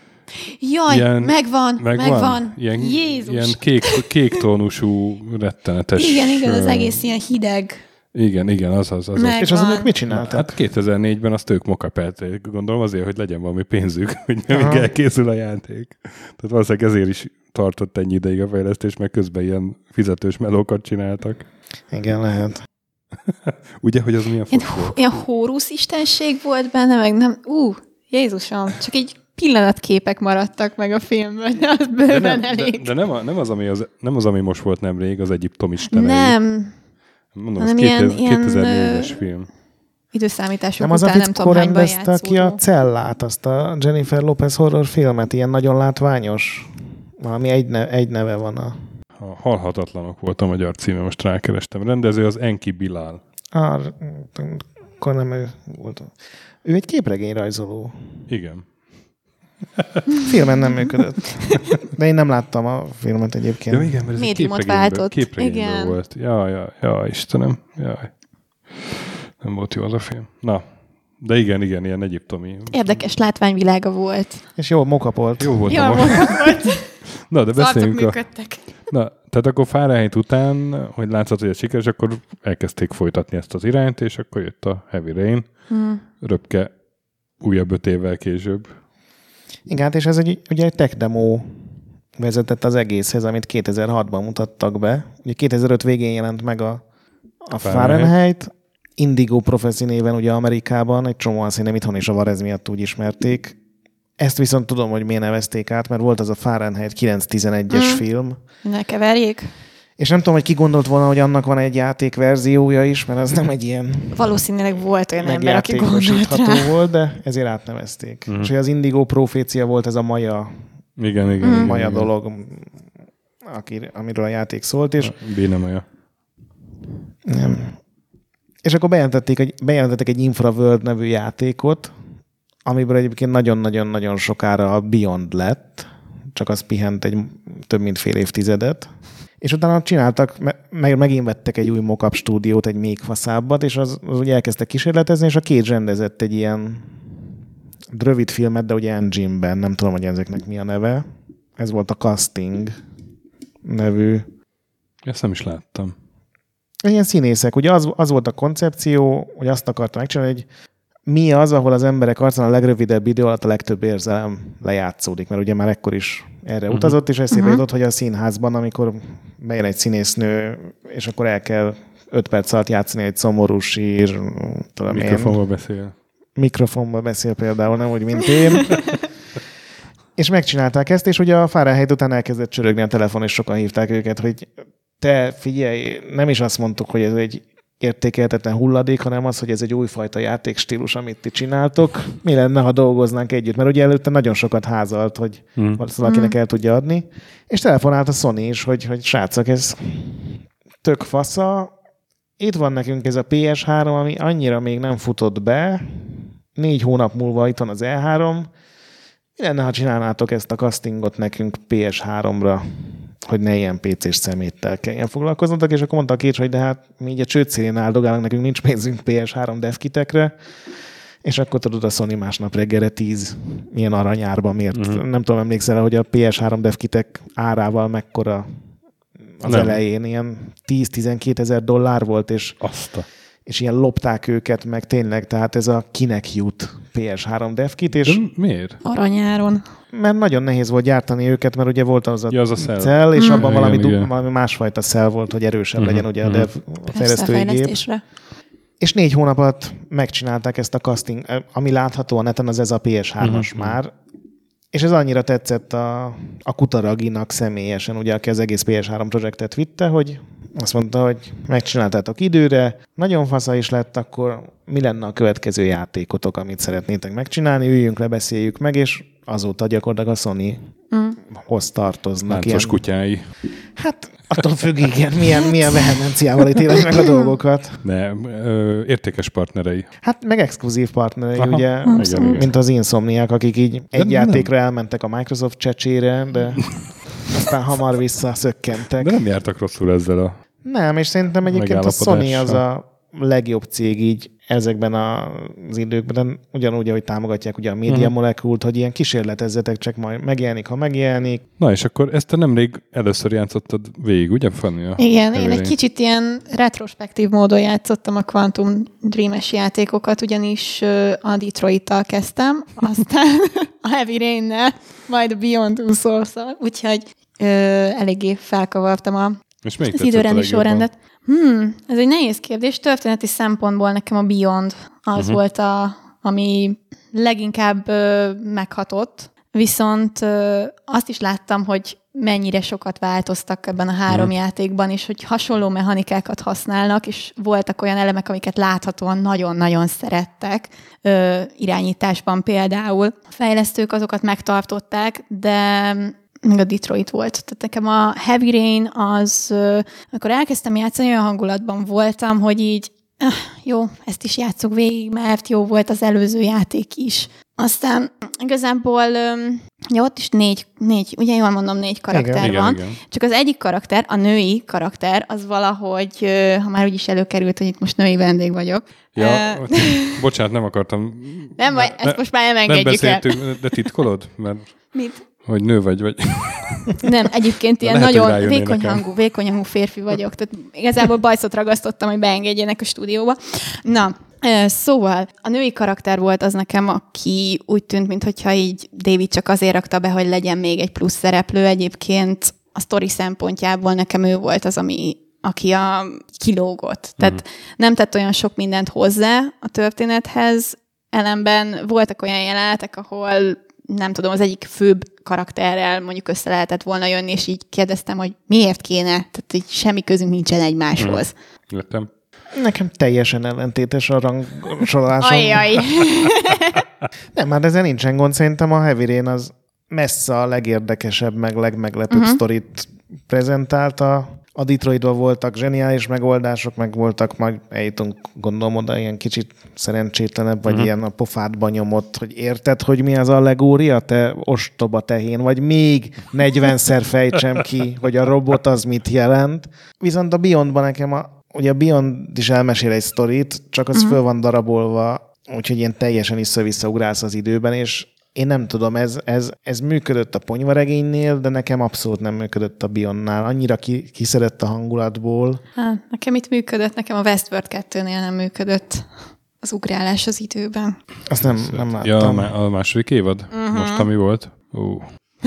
C: Jaj, ilyen, megvan, megvan. megvan.
A: Ilyen,
C: Jézus.
A: Ilyen kék, kék tónusú, rettenetes.
C: Igen, igen, az egész ilyen hideg.
A: Igen, igen, az az. az, az.
B: És azon ők mit csináltak?
A: Hát kétezer-négyben azt ők mokapelték, gondolom azért, hogy legyen valami pénzük, hogy még elkészül a játék. Tehát valószínűleg ezért is tartott ennyi ideig a fejlesztés, meg közben ilyen fizetős melókat csináltak.
B: Igen, lehet.
A: Ugye, hogy az milyen fotó?
C: Ilyen Hórusz istenség volt benne, meg nem... Ú, uh, Jézusom, csak így pillanatképek maradtak meg a filmben, de az bőven de nem, elég.
A: De, de nem, a, nem, az, ami az, nem az, ami most volt nemrég, az Egyiptom istenei.
C: Nem.
A: Mondom, ez kétezer-négyes film.
C: Időszámítások
B: nem
C: után nem tudom, hányban
B: játszódó. Nem az a ki a Cellát, azt a Jennifer Lopez horror filmet, ilyen nagyon látványos. Valami egy, ne, egy neve van a...
A: A Halhatatlanok volt a magyar címe, most rákerestem. Rendező az Enki Bilal.
B: Ah, akkor nem ő volt. Ő egy képregényrajzoló.
A: Igen.
B: Filmen nem működött. De én nem láttam a filmet egyébként.
A: Ja, igen, mert ez
C: médiumot váltott.
A: Képregényből volt. Jaj, jaj, jaj, Istenem. Jaj. Nem volt jó az a film. Na, de igen, igen, ilyen egyiptomi.
C: Érdekes látványvilága volt.
B: És jó mokapolt.
A: Jó volt.
C: Jó mokapolt.
A: Na, de beszéljünk
C: a...
A: Na, tehát akkor Fahrenheit után, hogy látszott, hogy ez sikeres, akkor elkezdték folytatni ezt az irányt, és akkor jött a Heavy Rain. Hmm. Röpke újabb öt évvel később.
B: Igen, hát és ez egy, ugye egy tech demo vezetett az egészhez, amit kétezer-hatban mutattak be. Ugye kétezer-öt végén jelent meg a, a Fahrenheit. Fahrenheit. Indigo Prophecy néven ugye Amerikában, egy csomóan szerintem itthon is a Varez miatt úgy ismerték. Ezt viszont tudom, hogy miért nevezték át, mert volt az a Fahrenheit kilenc tizenegyes mm. film.
C: Ne keverjék.
B: És nem tudom, hogy ki gondolt volna, hogy annak van egy játékverziója is, mert az nem egy ilyen...
C: Valószínűleg volt olyan ember, aki gondolt rá.
B: volt, de ezért átnevezték. Mm. És az Indigo Profécia volt ez a maja,
A: igen, igen,
B: mm.
A: igen,
B: maja
A: igen.
B: dolog, aki, amiről a játék szólt, és...
A: Béna maja.
B: Nem. És akkor bejelentették, hogy bejelentettek egy Infraworld nevű játékot, amiből egyébként nagyon-nagyon-nagyon sokára a Beyond lett, csak az pihent egy több mint fél évtizedet. És utána csináltak, meg, megint vettek egy új mock-up stúdiót, egy még faszábbat, és az, az ugye elkezdtek kísérletezni, és a két rendezett egy ilyen rövid filmet, de ugye engine-ben, nem tudom, hogy ezeknek mi a neve. Ez volt a Casting nevű.
A: Ezt nem is láttam.
B: Ilyen színészek. Ugye az, az volt a koncepció, hogy azt akarta megcsinálni, hogy mi az, ahol az emberek arcán a legrövidebb idő alatt a legtöbb érzelem lejátszódik, mert ugye már ekkor is erre uh-huh. utazott, és eszébe uh-huh. jutott, hogy a színházban, amikor bejön egy színésznő, és akkor el kell öt perc alatt játszani egy szomorú sír, tudom én.
A: Mikrofonba beszél.
B: Mikrofonba beszél például, nem úgy, mint én. És megcsinálták ezt, és ugye a Fahrenheit után elkezdett csörögni a telefon, és sokan hívták őket, hogy te figyelj, nem is azt mondtuk, hogy ez egy értékelhetetlen hulladék, hanem az, hogy ez egy újfajta játékstílus, amit ti csináltok. Mi lenne, ha dolgoznánk együtt? Mert ugye előtte nagyon sokat házalt, hogy hmm. valakinek el tudja adni. És telefonált a Sony is, hogy, hogy srácok, ez tök fasza. Itt van nekünk ez a pé es három, ami annyira még nem futott be. Négy hónap múlva itt van az E három. Mi lenne, ha csinálnátok ezt a castingot nekünk pé es háromra? Hogy ne ilyen pé cés szeméttel kelljen foglalkoznotok, és akkor mondta a Kécs, hogy de hát mi így a csőd szélén áldogálunk, nekünk nincs pénzünk pé es három devkitekre, és akkor tudod a Sony másnap reggelre tíz ilyen aranyárba miért. Uh-huh. Nem tudom, emlékszel, hogy a pé es három devkitek árával mekkora az nem. elején, ilyen tíz-tizenkét ezer dollár volt, és, és ilyen lopták őket, meg tényleg, tehát ez a kinek jut pé es három devkit, és...
A: De miért?
C: Aranyáron.
B: Mert nagyon nehéz volt gyártani őket, mert ugye volt az a,
A: ja, az a cell.
B: cell, és mm. abban
A: igen,
B: valami,
A: igen.
B: valami másfajta cell volt, hogy erősebb mm-hmm. legyen ugye a dev a fejlesztői gép. És négy hónap alatt megcsinálták ezt a casting, ami látható a neten, az ez a pé es hármas mm-hmm. már. És ez annyira tetszett a, a Kutaraginak személyesen, ugye, aki az egész pé es három projektet vitte, hogy azt mondta, hogy megcsináltátok időre, nagyon fasza is lett, akkor mi lenne a következő játékotok, amit szeretnétek megcsinálni, üljünk le, beszéljük meg, és azóta gyakorlatilag a Sony-hoz mm. tartoznak.
A: Láncos ilyen... kutyái.
B: Hát attól függ, igen, milyen, milyen vehemenciával ítélek meg a dolgokat.
A: De ö, értékes partnerei.
B: Hát meg exkluzív partnerei, aha, ugye,
A: igen,
B: mint az Insomniák, akik így egy de játékra nem. elmentek a Microsoft csecsére, de aztán hamar visszaszökkentek.
A: De nem jártak rosszul ezzel a
B: Nem, és szerintem egyébként a Sony az a legjobb cég így ezekben az időkben, de ugyanúgy, ahogy támogatják ugye a Media uh-huh. Molecule-t, hogy ilyen kísérletezzetek, csak majd megjelenik, ha megjelenik.
A: Na és akkor ezt te nemrég először játszottad végig, ugye Fanny?
C: Igen, én egy kicsit ilyen retrospektív módon játszottam a Quantum Dream-es játékokat, ugyanis a Detroit-tal kezdtem, aztán a Heavy Rain-nel, majd a Beyond Two Souls-szal, úgyhogy ö, eléggé felkavartam a
A: és melyik
C: az időrendi sorrendet. Hmm, ez egy nehéz kérdés. Történeti szempontból nekem a Beyond az uh-huh. volt, a, ami leginkább ö, meghatott. Viszont ö, azt is láttam, hogy mennyire sokat változtak ebben a három uh-huh. játékban, és hogy hasonló mechanikákat használnak, és voltak olyan elemek, amiket láthatóan nagyon-nagyon szerettek. Ö, irányításban például. A fejlesztők azokat megtartották, de... meg a Detroit volt. Tehát nekem a Heavy Rain az, amikor elkezdtem játszani, olyan hangulatban voltam, hogy így ah, jó, ezt is játsszuk végig, mert jó volt az előző játék is. Aztán igazából ugye ott is négy, négy, ugye jól mondom, négy karakter igen, van. Igen, igen. Csak az egyik karakter, a női karakter, az valahogy, ha már úgyis előkerült, hogy itt most női vendég vagyok.
A: Ja, uh, bocsánat, nem akartam.
C: Nem baj, ezt most már nem engedjük
A: el. Nem beszéltünk, de titkolod? Mert...
C: Mit?
A: Hogy nő vagy, vagy...
C: Nem, egyébként ilyen lehet, nagyon vékony hangú, vékony hangú férfi vagyok. Tehát igazából bajszot ragasztottam, hogy beengedjenek a stúdióba. Na, Szóval a női karakter volt az nekem, aki úgy tűnt, mintha így David csak azért rakta be, hogy legyen még egy plusz szereplő. Egyébként a sztori szempontjából nekem ő volt az, ami, aki a kilógott. Tehát mm. nem tett olyan sok mindent hozzá a történethez, ellenben voltak olyan jelenetek, ahol nem tudom, az egyik főbb karakterrel mondjuk össze lehetett volna jönni, és így kérdeztem, hogy miért kéne, tehát így semmi közünk nincsen egymáshoz.
A: Mm. Jöttem.
B: Nekem teljesen ellentétes a rangsorolásom.
C: Ajjaj.
B: Nem, már ezzel nincsen gond. Szerintem a Heavy Rain az messze a legérdekesebb, meg legmeglepőbb uh-huh. sztorit prezentálta. A Detroitban voltak zseniális megoldások, meg voltak, majd eljutunk, gondolom oda, ilyen kicsit szerencsétlenebb, vagy uh-huh. ilyen a pofádba nyomott, hogy érted, hogy mi az allegória, te ostoba tehén, vagy még negyvenszer fejtsem ki, hogy a robot az mit jelent. Viszont a Beyondban nekem a ugye a Beyond is elmesél egy sztorit, csak az uh-huh. föl van darabolva, úgyhogy ilyen teljesen vissza-vissza ugrálsz az időben, és én nem tudom, ez, ez, ez működött a ponyvaregénynél, de nekem abszolút nem működött a Beyondnál. Annyira ki, kiszedett a hangulatból.
C: Hát, nekem itt működött, nekem a Westworld kettőnél nem működött az ugrálás az időben.
B: Azt nem, nem láttam.
A: Ja, a második évad? Uh-huh. Most ami volt? Uh.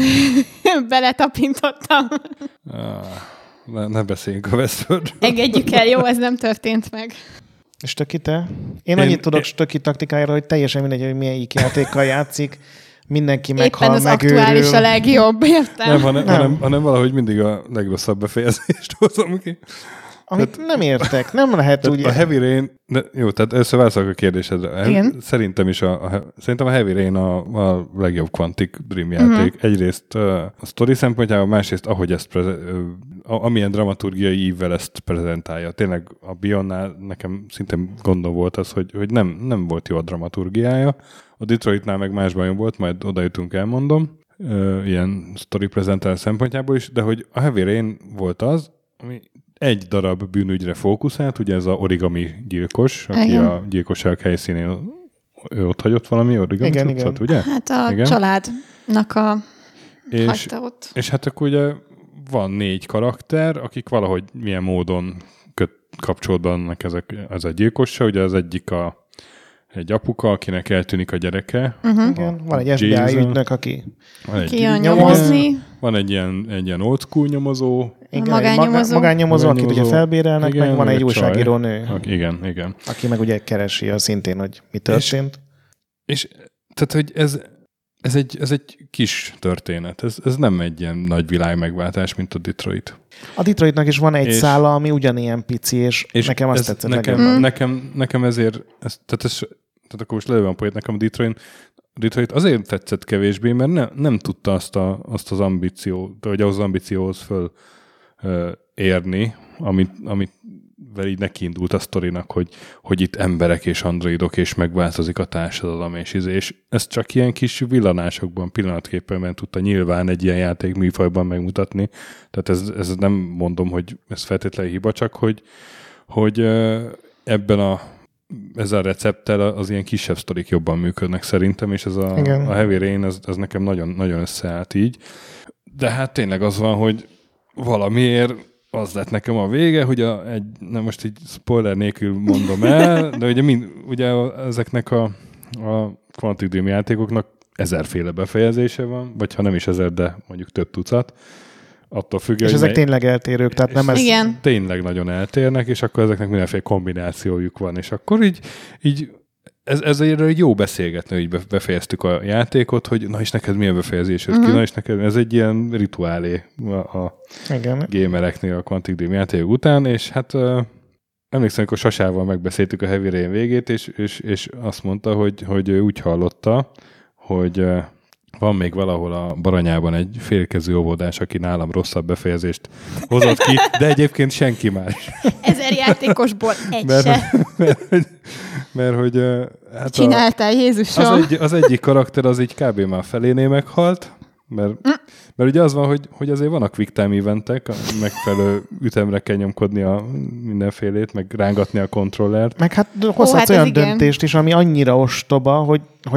C: Beletapintottam.
A: Ah. Ne, ne beszéljünk a Westworld.
C: Engedjük el, jó, ez nem történt meg.
B: És Stöki, te? Én annyit én, tudok én... Stöki taktikájára, hogy teljesen mindegy, hogy melyik játékkal játszik, mindenki meghal,
C: éppen az megőrül. Aktuális a legjobb, értem?
A: Nem, hanem, nem. Hanem, hanem valahogy mindig a legrosszabb befejezést hozom ki.
B: Amit tehát, nem értek, nem lehet úgy...
A: A Heavy Rain, de jó, tehát először válaszolok a kérdésedre.
C: Igen.
A: Szerintem is a, a, szerintem a Heavy Rain a, a legjobb Quantic Dream játék. Uh-huh. Egyrészt a sztori szempontjából, másrészt ahogy ezt, preze, amilyen dramaturgiai ívvel ezt prezentálja. Tényleg a Beyondnál nekem szintén gondom volt az, hogy, hogy nem, nem volt jó a dramaturgiája. A Detroitnál meg más bajom volt, majd oda jutunk, elmondom. Ilyen sztori prezentálás szempontjából is, de hogy a Heavy Rain volt az, ami egy darab bűnügyre fókuszált, ugye ez a origami gyilkos, aki igen. a gyilkosság helyszínén ő ott hagyott valami origami
B: igen,
A: cuccot,
B: igen.
A: ugye?
C: Hát a igen. családnak a és, hagyta ott.
A: És hát akkor ugye van négy karakter, akik valahogy milyen módon köt, kapcsolatban vannak ezek, ez a gyilkossa, ugye az egyik a egy apuka, akinek eltűnik a gyereke.
B: Uh-huh. Igen, van egy F B I ügynök, aki
C: kijön nyomozni.
A: Van egy ilyen, egy ilyen old school nyomozó.
B: Igen, magánnyomozó. Magánnyomozó, akit ugye felbérelnek, igen, meg van egy újságíró nő.
A: Igen, igen.
B: Aki meg ugye keresi a szintén, hogy mi történt.
A: És, és tehát, hogy ez, ez, egy, ez egy kis történet. Ez, ez nem egy ilyen nagy világ megváltás, mint a Detroit.
B: A Detroitnak is van egy és, szála, ami ugyanilyen pici, és, és nekem azt tetszett
A: nekem, nekem, nekem, nekem ezért, ez, tehát, ez, tehát akkor most lelőve a poét, nekem a Detroit, a Detroit azért tetszett kevésbé, mert ne, nem tudta azt, a, azt az ambíciót, vagy ahhoz az ambícióhoz föl uh, érni, amit, amit így nekiindult a sztorinak, hogy, hogy itt emberek és androidok, és megváltozik a társadalom, és, és ez csak ilyen kis villanásokban, pillanatképpen tudta nyilván egy ilyen játék műfajban megmutatni. Tehát ez, ez nem mondom, hogy ez feltétlenül hiba, csak hogy, hogy ebben a ezzel a recepttel az ilyen kisebb sztorik jobban működnek szerintem, és ez a, a Heavy Rain, ez, ez nekem nagyon, nagyon összeállt így. De hát tényleg az van, hogy valamiért az lett nekem a vége, hogy a, egy, nem most így spoiler nélkül mondom el, de ugye, mind, ugye ezeknek a, a Quantic Dream játékoknak ezerféle befejezése van, vagy ha nem is ezer, de mondjuk több tucat. Attól függ,
B: és ezek mely... tényleg eltérők, tehát nem ez...
C: Igen.
A: Tényleg nagyon eltérnek, és akkor ezeknek mindenféle kombinációjuk van, és akkor így, így ez, ezért egy jó beszélgetni, hogy befejeztük a játékot, hogy na és neked milyen befejezés jött uh-huh. ki, na és neked ez egy ilyen rituálé a, a gamereknél a Quantic Dream játékok után, és hát uh, emlékszem, amikor Sasával megbeszéltük a Heavy Rain végét, és, és, és azt mondta, hogy, hogy ő úgy hallotta, hogy uh, van még valahol a Baranyában egy félkezű óvodás, aki nálam rosszabb befejezést hozott ki, de egyébként senki más.
C: Ezer játékosból egy
A: mert,
C: se.
A: Mert, mert, mert hogy... Hát
C: csináltál, Jézusom?
A: Az, egy, az egyik karakter az így kb. Már felénél meghalt, mert, mm. mert ugye az van, hogy, hogy azért vannak quick time eventek, megfelelő ütemre kell nyomkodni a mindenfélét, meg rángatni a kontrollert.
B: Meg hát hozhatsz
C: hát
B: olyan
C: igen.
B: döntést is, ami annyira ostoba, hogy, hogy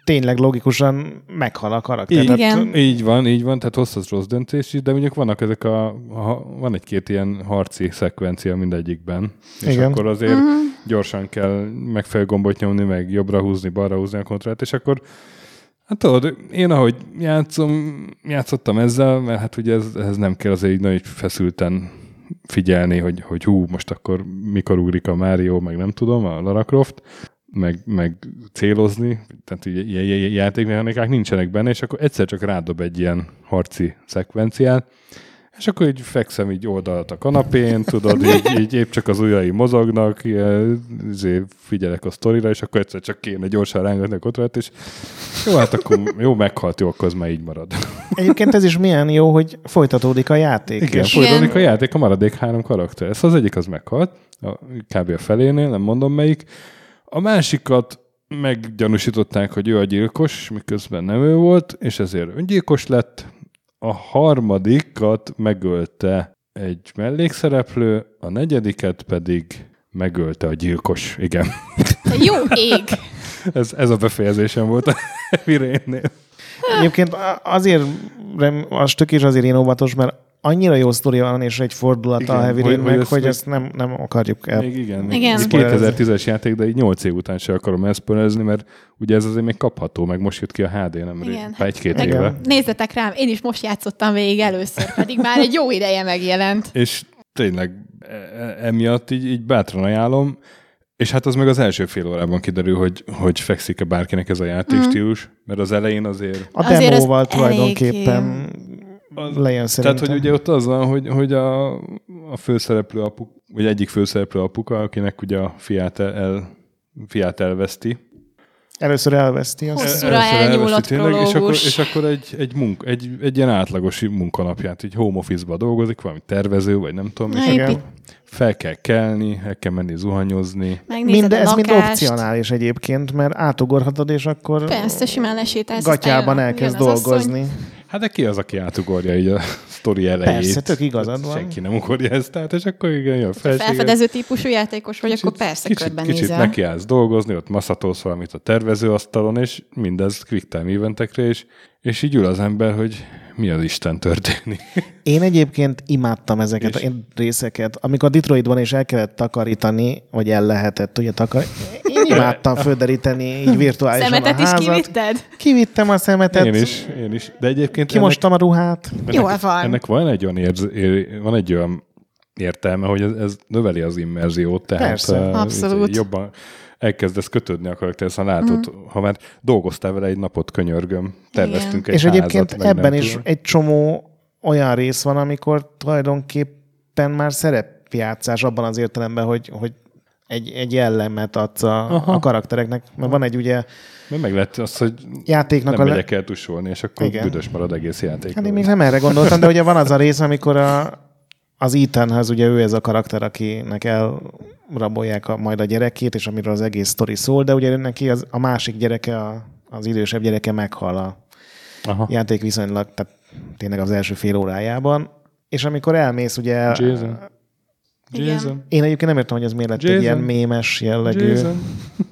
B: tényleg logikusan meghal a karakter.
A: Így,
C: Igen.
A: így van, így van, tehát hozhatsz rossz döntés is, de mondjuk vannak ezek a, a van egy-két ilyen harci szekvencia mindegyikben, és
B: Igen.
A: akkor azért uh-huh. gyorsan kell megfelelő gombot nyomni, meg jobbra húzni, balra húzni a kontrollt, és akkor hát tudod, én ahogy játszom, játszottam ezzel, mert hát ugye ez, ez nem kell azért így nagyon feszülten figyelni, hogy, hogy hú, most akkor mikor ugrik a Mario, meg nem tudom, a Lara Croft, meg, meg célozni, tehát ilyen játékmechanikák nincsenek benne, és akkor egyszer csak rádob egy ilyen harci szekvenciát, és akkor így fekszem így oldalt a kanapén, tudod, így, így épp csak az ujjai mozognak, ilyen, figyelek a sztorira, és akkor egyszer csak kéne gyorsan rángatni a kontrollt, és jó, hát akkor jó, meghalt, jó, akkor az már így marad.
B: Egyébként ez is milyen jó, hogy folytatódik a játék.
A: Igen,
B: és
A: folytatódik a játék, a maradék három karakter. Ez az egyik az meghalt, a, kb. A felénél, nem mondom melyik. A másikat meggyanúsították, hogy ő a gyilkos, miközben nem ő volt, és ezért öngyilkos lett. A harmadikat megölte egy mellékszereplő, a negyediket pedig megölte a gyilkos. Igen.
C: Jó ég!
A: ez, ez a befejezésem volt a Heavy-Rainnél.
B: Egyébként azért, az tök is azért én óvatos, mert annyira jó sztoria van, és egy fordulat
A: Igen,
B: a Heavy
A: hogy-
B: Rainnek,
A: hogy
B: hogy,
A: ezt
B: hogy ezt nem, nem akarjuk el.
A: Még igen, még
C: Igen.
A: ez kétezer-tízes játék, de így nyolc év után sem akarom elszpoilerezni, mert ugye ez azért még kapható, meg most jött ki a há dé, nem rég,
C: Igen.
A: pár egy-két
C: Meg-
A: éve.
C: Nézzetek rám, én is most játszottam végig először, pedig már egy jó ideje megjelent.
A: És tényleg e- e- emiatt így, így bátran ajánlom, és hát az meg az első fél órában kiderül, hogy, hogy fekszik-e bárkinek ez a játékstílus, mm. mert az elején azért...
B: A
C: Azért az
B: demóval
C: eléggé-
B: tulajdonképpen lejön szerintem.
A: Tehát, hogy ugye ott az van, hogy, hogy a, a főszereplő apuk, vagy egyik főszereplő apuka, akinek ugye a fiát, el, fiát elveszti.
B: Először elveszti. Az...
C: Hosszúra
A: Először
C: elnyúlott
A: elveszti tényleg, és akkor,
C: prológus.
A: és akkor egy, egy, munk, egy, egy ilyen átlagos munkanapját, így home office-ba dolgozik, valami tervező, vagy nem tudom, és
C: Na,
A: akkor
C: épít-
A: fel kell kelni, el kell menni zuhanyozni.
C: Megnézed
B: Mind,
C: a
B: ez mind
C: lakást.
B: opcionális egyébként, mert átugorhatod, és akkor
C: Persze, simán lesétálsz.
B: gatyában
C: aztán
B: elkezd
C: jön az
B: dolgozni.
C: asszony.
A: Hát de ki az, aki átugorja így a sztori elejét?
B: Persze, tök igazad van.
A: Senki nem ugorja ezt, tehát és akkor igen, jön a felséged.
C: Felfedező típusú játékos vagy, akkor persze
A: kicsit,
C: körbenézel.
A: kicsit nekiállsz dolgozni, ott maszatolsz valamit a tervezőasztalon, és mindez quick time eventekre, és, és így ül az ember, hogy mi az Isten történik.
B: Én egyébként imádtam ezeket
A: És?
B: a részeket. Amikor Detroitban is el kellett takarítani, vagy el lehetett ugye takarítani. Én imádtam földeríteni így virtuálisan
C: Szemetet
B: a
C: is
B: házat.
C: kivitted?
B: Kivittem a szemetet.
A: Én is, én is. De egyébként
B: Kimostam a ruhát.
A: ennek,
C: Jól
A: ennek,
C: van.
A: ennek van egy olyan, érz, ér, van egy olyan értelme, hogy ez, ez növeli az immerziót, tehát
B: Persze,
A: uh,
C: abszolút.
A: jobban elkezdesz kötődni a karakter, szóval látod, mm. ha már dolgoztál vele egy napot, könyörgöm, terveztünk egy
B: És
A: házat,
B: egyébként
A: meg nem
B: ebben is
A: tudom.
B: egy csomó olyan rész van, amikor tulajdonképpen már szerepjátszás abban az értelemben, hogy, hogy egy, egy jellemet adsz a, a karaktereknek. Mert van egy ugye
A: Mert meg lehet az, hogy
B: játéknak
A: nem
B: a... Le...
A: megyek el tusolni, és akkor
B: Igen.
A: büdös marad egész játék.
B: Hát én még nem erre gondoltam, de ugye van az a rész, amikor a, az Ethanhez, ugye ő ez a karakter, akinek elrabolják a, majd a gyerekét, és amiről az egész sztori szól, de ugye neki az, a másik gyereke, a, az idősebb gyereke meghal a
A: Aha.
B: játék viszonylag, tehát tényleg az első fél órájában, és amikor elmész, ugye...
A: Jason.
C: Igen.
A: Jason.
B: Én egyébként nem értem, hogy ez miért lett
A: Jason.
B: egy ilyen mémes jellegű
A: Jason.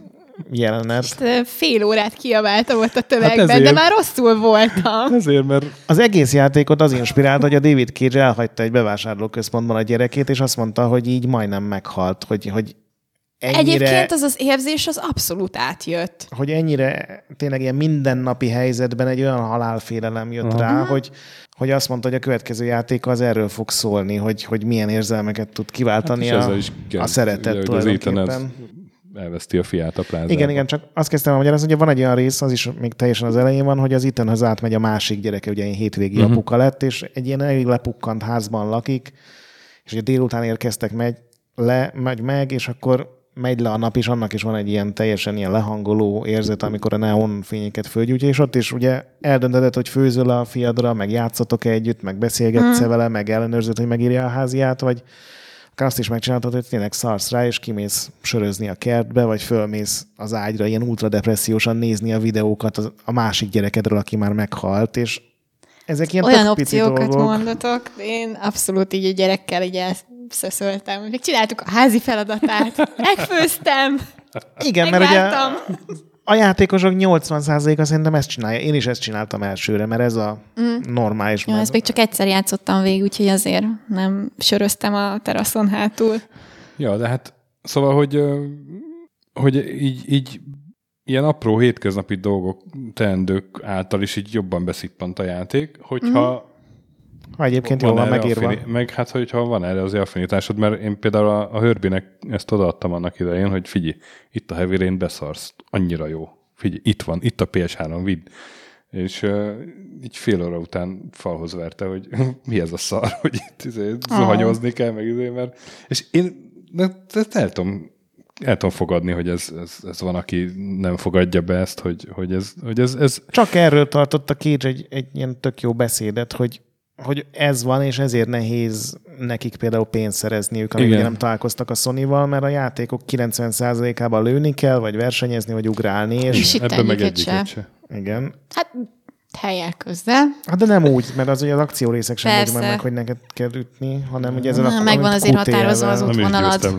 B: jelenet.
C: Fél órát kiabáltam ott a tömegben,
A: Hát ezért.
C: de már rosszul voltam.
A: Ezért, mert
B: Az egész játékot az inspirált, hogy a David Cage elhagyta egy bevásárlóközpontban a gyerekét, és azt mondta, hogy így majdnem meghalt, hogy, hogy ennyire,
C: Egyébként az az érzés az abszolút átjött.
B: hogy ennyire tényleg ilyen mindennapi helyzetben egy olyan halálfélelem jött
A: Aha.
B: rá, hogy, hogy azt mondta, hogy a következő játék az erről fog szólni, hogy, hogy milyen érzelmeket tud kiváltani
A: hát és
B: a,
A: ezzel is
B: a
A: kezd,
B: szeretet
A: ugye, hogy az Ethan
B: tulajdonképpen.
A: az elveszti a fiát a plázában.
B: Igen, igen, csak azt kezdtem el magyarázni, hogy van egy olyan rész, az is még teljesen az elején van, hogy az Ethanhez átmegy a másik gyereke, ugye ilyen hétvégi
A: Mhm.
B: uh-huh. apuka lett, és egy ilyen elég lepukkant házban lakik, és ugye délután érkeztek, megy, le, megy meg, és akkor megy le a nap, és annak is van egy ilyen teljesen ilyen lehangoló érzet, amikor a neonfényeket fölgyújtja, és ott is ugye eldöntöd, hogy főzöl a fiadra, meg játszotok együtt, meg beszélgetsz
C: Mhm.
B: vele, meg ellenőrzöd, hogy megírja a háziát, vagy akár azt is megcsináltad, hogy tényleg szarsz rá, és kimész sörözni a kertbe, vagy fölmész az ágyra ilyen ultradepressziósan nézni a videókat az, a másik gyerekedről, aki már meghalt, és ezek ilyen
C: Olyan
B: tök pici
C: opciókat
B: dolgok.
C: mondatok, én abszolút így a gyerekkel így elszöszöltem. Még csináltuk a házi feladatát, megfőztem,
B: Igen, mert ugye
C: megvártam.
B: A játékosok nyolcvan százaléka szerintem ezt csinálja. Én is ezt csináltam elsőre, mert ez a mm. normális.
C: Ja, ezt még csak egyszer játszottam végig, úgyhogy azért nem söröztem a teraszon hátul.
A: Ja, de hát szóval, hogy, hogy így, így ilyen apró hétköznapi dolgok, teendők által is így jobban beszippant a játék, hogyha mm.
B: Ha egyébként jól van megírva.
A: Affini- meg hát, hogyha van erre azért affinitásod, mert én például a, a Herbie-nek ezt odaadtam annak idején, hogy figyelj, itt a Heavy Rain beszarsz, annyira jó. Figyelj, itt van, itt a pé es három, vidd. És uh, így fél óra után falhoz verte, hogy mi ez a szar, hogy itt izé, zuhanyozni kell, meg izé, mert... És én ezt el tudom, el tudom fogadni, hogy ez, ez, ez van, aki nem fogadja be ezt, hogy, hogy, ez, hogy ez, ez...
B: Csak erről tartott a Cage egy, egy ilyen tök jó beszédet, hogy hogy ez van, és ezért nehéz nekik például pénzt szerezniük, amíg nem találkoztak a Sony-val, mert a játékok kilencven százalékában lőni kell, vagy versenyezni, vagy ugrálni. És,
C: és
A: ebben meg egyiket se.
B: Igen.
C: Hát helyek közzel.
B: Hát de nem úgy, mert az ugye az akciórészek sem úgy meg, hogy neked kell ütni, hanem ugye ezen
C: a megvan azért határozva az útvonalad.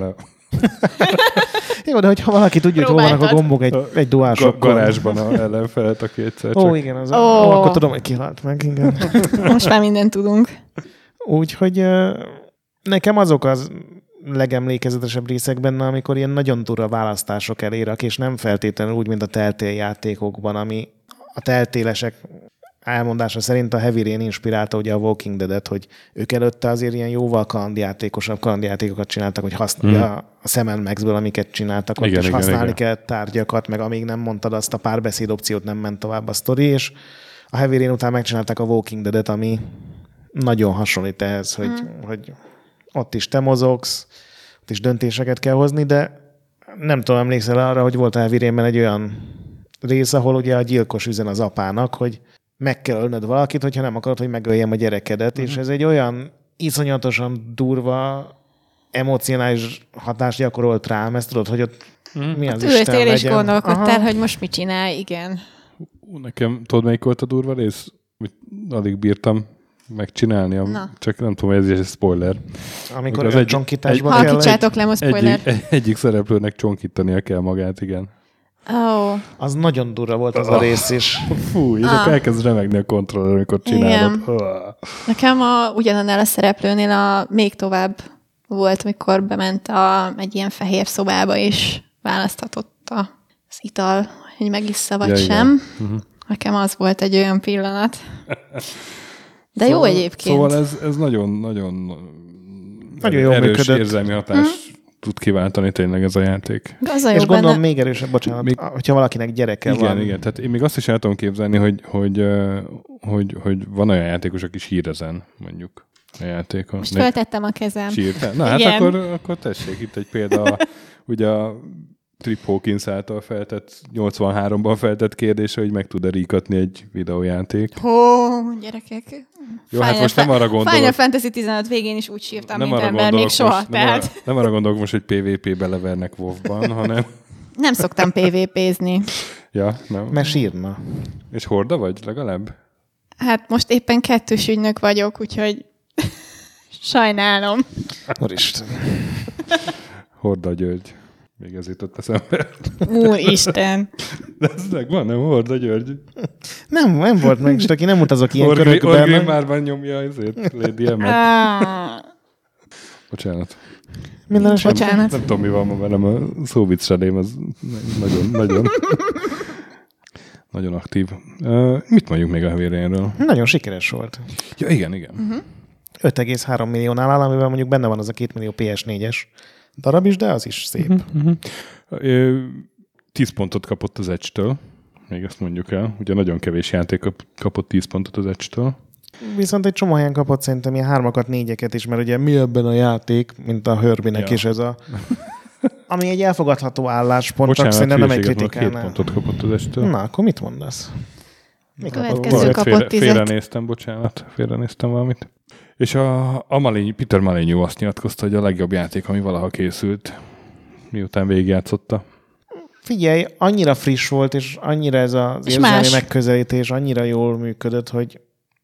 B: Jó, de hogyha valaki tudja, hogy hol vannak a gombok egy, egy duálsokkal.
A: Garázsban a ellenfelet a kétszer
B: csak. Ó, igen, az oh. a, akkor tudom, hogy kihalt meg, igen.
C: Most már mindent tudunk.
B: Úgyhogy nekem azok az legemlékezetesebb részek benne, amikor ilyen nagyon durva választások elérek, és nem feltétlenül úgy, mint a Telltale játékokban, ami a Telltale-esek elmondása szerint a Heavy Rain inspirálta ugye a Walking Dead-et, hogy ők előtte azért ilyen jóval kalandjátékosabb kalandjátékokat csináltak, hogy használja mm. a Sam and Max-ből, amiket csináltak, igen, ott is igen, használni igen. kell tárgyakat, meg amíg nem mondtad azt a párbeszéd opciót, nem ment tovább a sztori, és a Heavy Rain után megcsinálták a Walking Dead-et, ami nagyon hasonlít ehhez, hogy, mm. hogy ott is te mozogsz, ott is döntéseket kell hozni, de nem tudom, emlékszel arra, hogy volt a Heavy Rainben egy olyan rész, ahol ugye a gyilkos üzen az apának, hogy meg kell ölnöd valakit, hogyha nem akarod, hogy megöljem a gyerekedet, uh-huh. és ez egy olyan iszonyatosan durva, emocionális hatást gyakorolt rám, ezt tudod, hogy ott uh-huh. mi az Isten legyen.
C: És gondolkodtál, hogy most mit csinál, igen.
A: Nekem tudod, melyik volt a durva rész? Alig bírtam megcsinálni, Na. csak nem tudom, hogy ez egy spoiler.
B: Amikor az egy csonkításban
C: kell... Halkítsátok le, most spoiler.
A: Egyik, egyik szereplőnek csonkítania kell magát, igen.
C: Oh.
B: Az nagyon durva volt az oh. a rész is.
A: Fú, és ah. akkor elkezd remegni a kontroller, amikor csinálod. Oh.
C: Nekem a, ugyanannál a szereplőnél a még tovább volt, mikor bement a, egy ilyen fehér szobába, és választhatott az ital, hogy megissza vagy ja, sem. Uh-huh. Nekem az volt egy olyan pillanat. De
A: szóval,
C: jó egyébként.
A: Szóval ez, ez nagyon, nagyon,
B: nagyon jó
A: erős
B: működött.
A: Érzelmi hatás uh-huh. tud kiváltani tényleg ez a játék.
C: Az a
B: és gondolom
C: benne...
B: még erősebb, bocsánat, még... hogyha valakinek gyereke
A: igen,
B: van.
A: Igen, igen. Tehát én még azt is el tudom képzelni, hogy, hogy, hogy, hogy van olyan játékos, aki sír ezen, mondjuk a játékon.
C: Most feltettem a kezem.
A: Sírtál? Na hát akkor, akkor tessék, itt egy példa, ugye a Trip Hawkins által feltett, nyolcvanháromban feltett kérdése, hogy meg tud-e ríkatni egy videójáték.
C: Hó, gyerekek.
A: Jó, Final hát most nem arra gondolok.
C: Final Fantasy tizenöt végén is úgy sírtam, mint ember, még soha.
A: Most, nem, arra, nem arra gondolok most, hogy pé vé pé-be levernek WoW-ban, hanem...
C: Nem szoktam pé vé pézni.
A: Ja, nem.
B: Mert sírna.
A: És horda vagy legalább?
C: Hát most éppen kettős ügynök vagyok, úgyhogy sajnálom.
B: Úristen.
A: Horda György. Még ez jutott eszembe.
C: Úristen.
A: De ez megvan, nem Horda György?
B: Nem, nem volt meg, és aki nem utazok ilyen
A: Orgri,
B: körökben.
A: Orgrim márban nyomja ezért, Lady Emmet. Bocsánat.
B: Minden esetben.
C: Bocsánat.
A: Nem tudom, mi van ma velem, a szóvicselém, az nagyon, nagyon, nagyon aktív. Uh, mit mondjuk még a Heavy Rainről?
B: Nagyon sikeres volt.
A: Ja, igen, igen.
C: Uh-huh.
B: öt egész három milliónál áll, amiben mondjuk benne van az a két millió pé es négyes darab is, de az is szép.
A: Uh-huh. Uh, tíz pontot kapott az Edge-től, még ezt mondjuk el. Ugye nagyon kevés játék kapott tíz pontot az Edge-től.
B: Viszont egy csomó helyen kapott szerintem ilyen hármakat, négyeket is, mert ugye mi ebben a játék, mint a Herbie-nek ja. is ez a... Ami egy elfogadható álláspont,
A: bocsánat,
B: csak szerintem nem egy kritikánál.
A: Két pontot kapott az Edge-től.
B: Na, akkor mit mondasz?
C: Mi következő kapott tízet.
A: Félrenéztem, bocsánat, félrenéztem valamit. És a, a Malény, Peter Molyneux azt nyilatkozta, hogy a legjobb játék, ami valaha készült, miután végigjátszotta.
B: Figyelj, annyira friss volt, és annyira ez az és érzelmi más. megközelítés annyira jól működött, hogy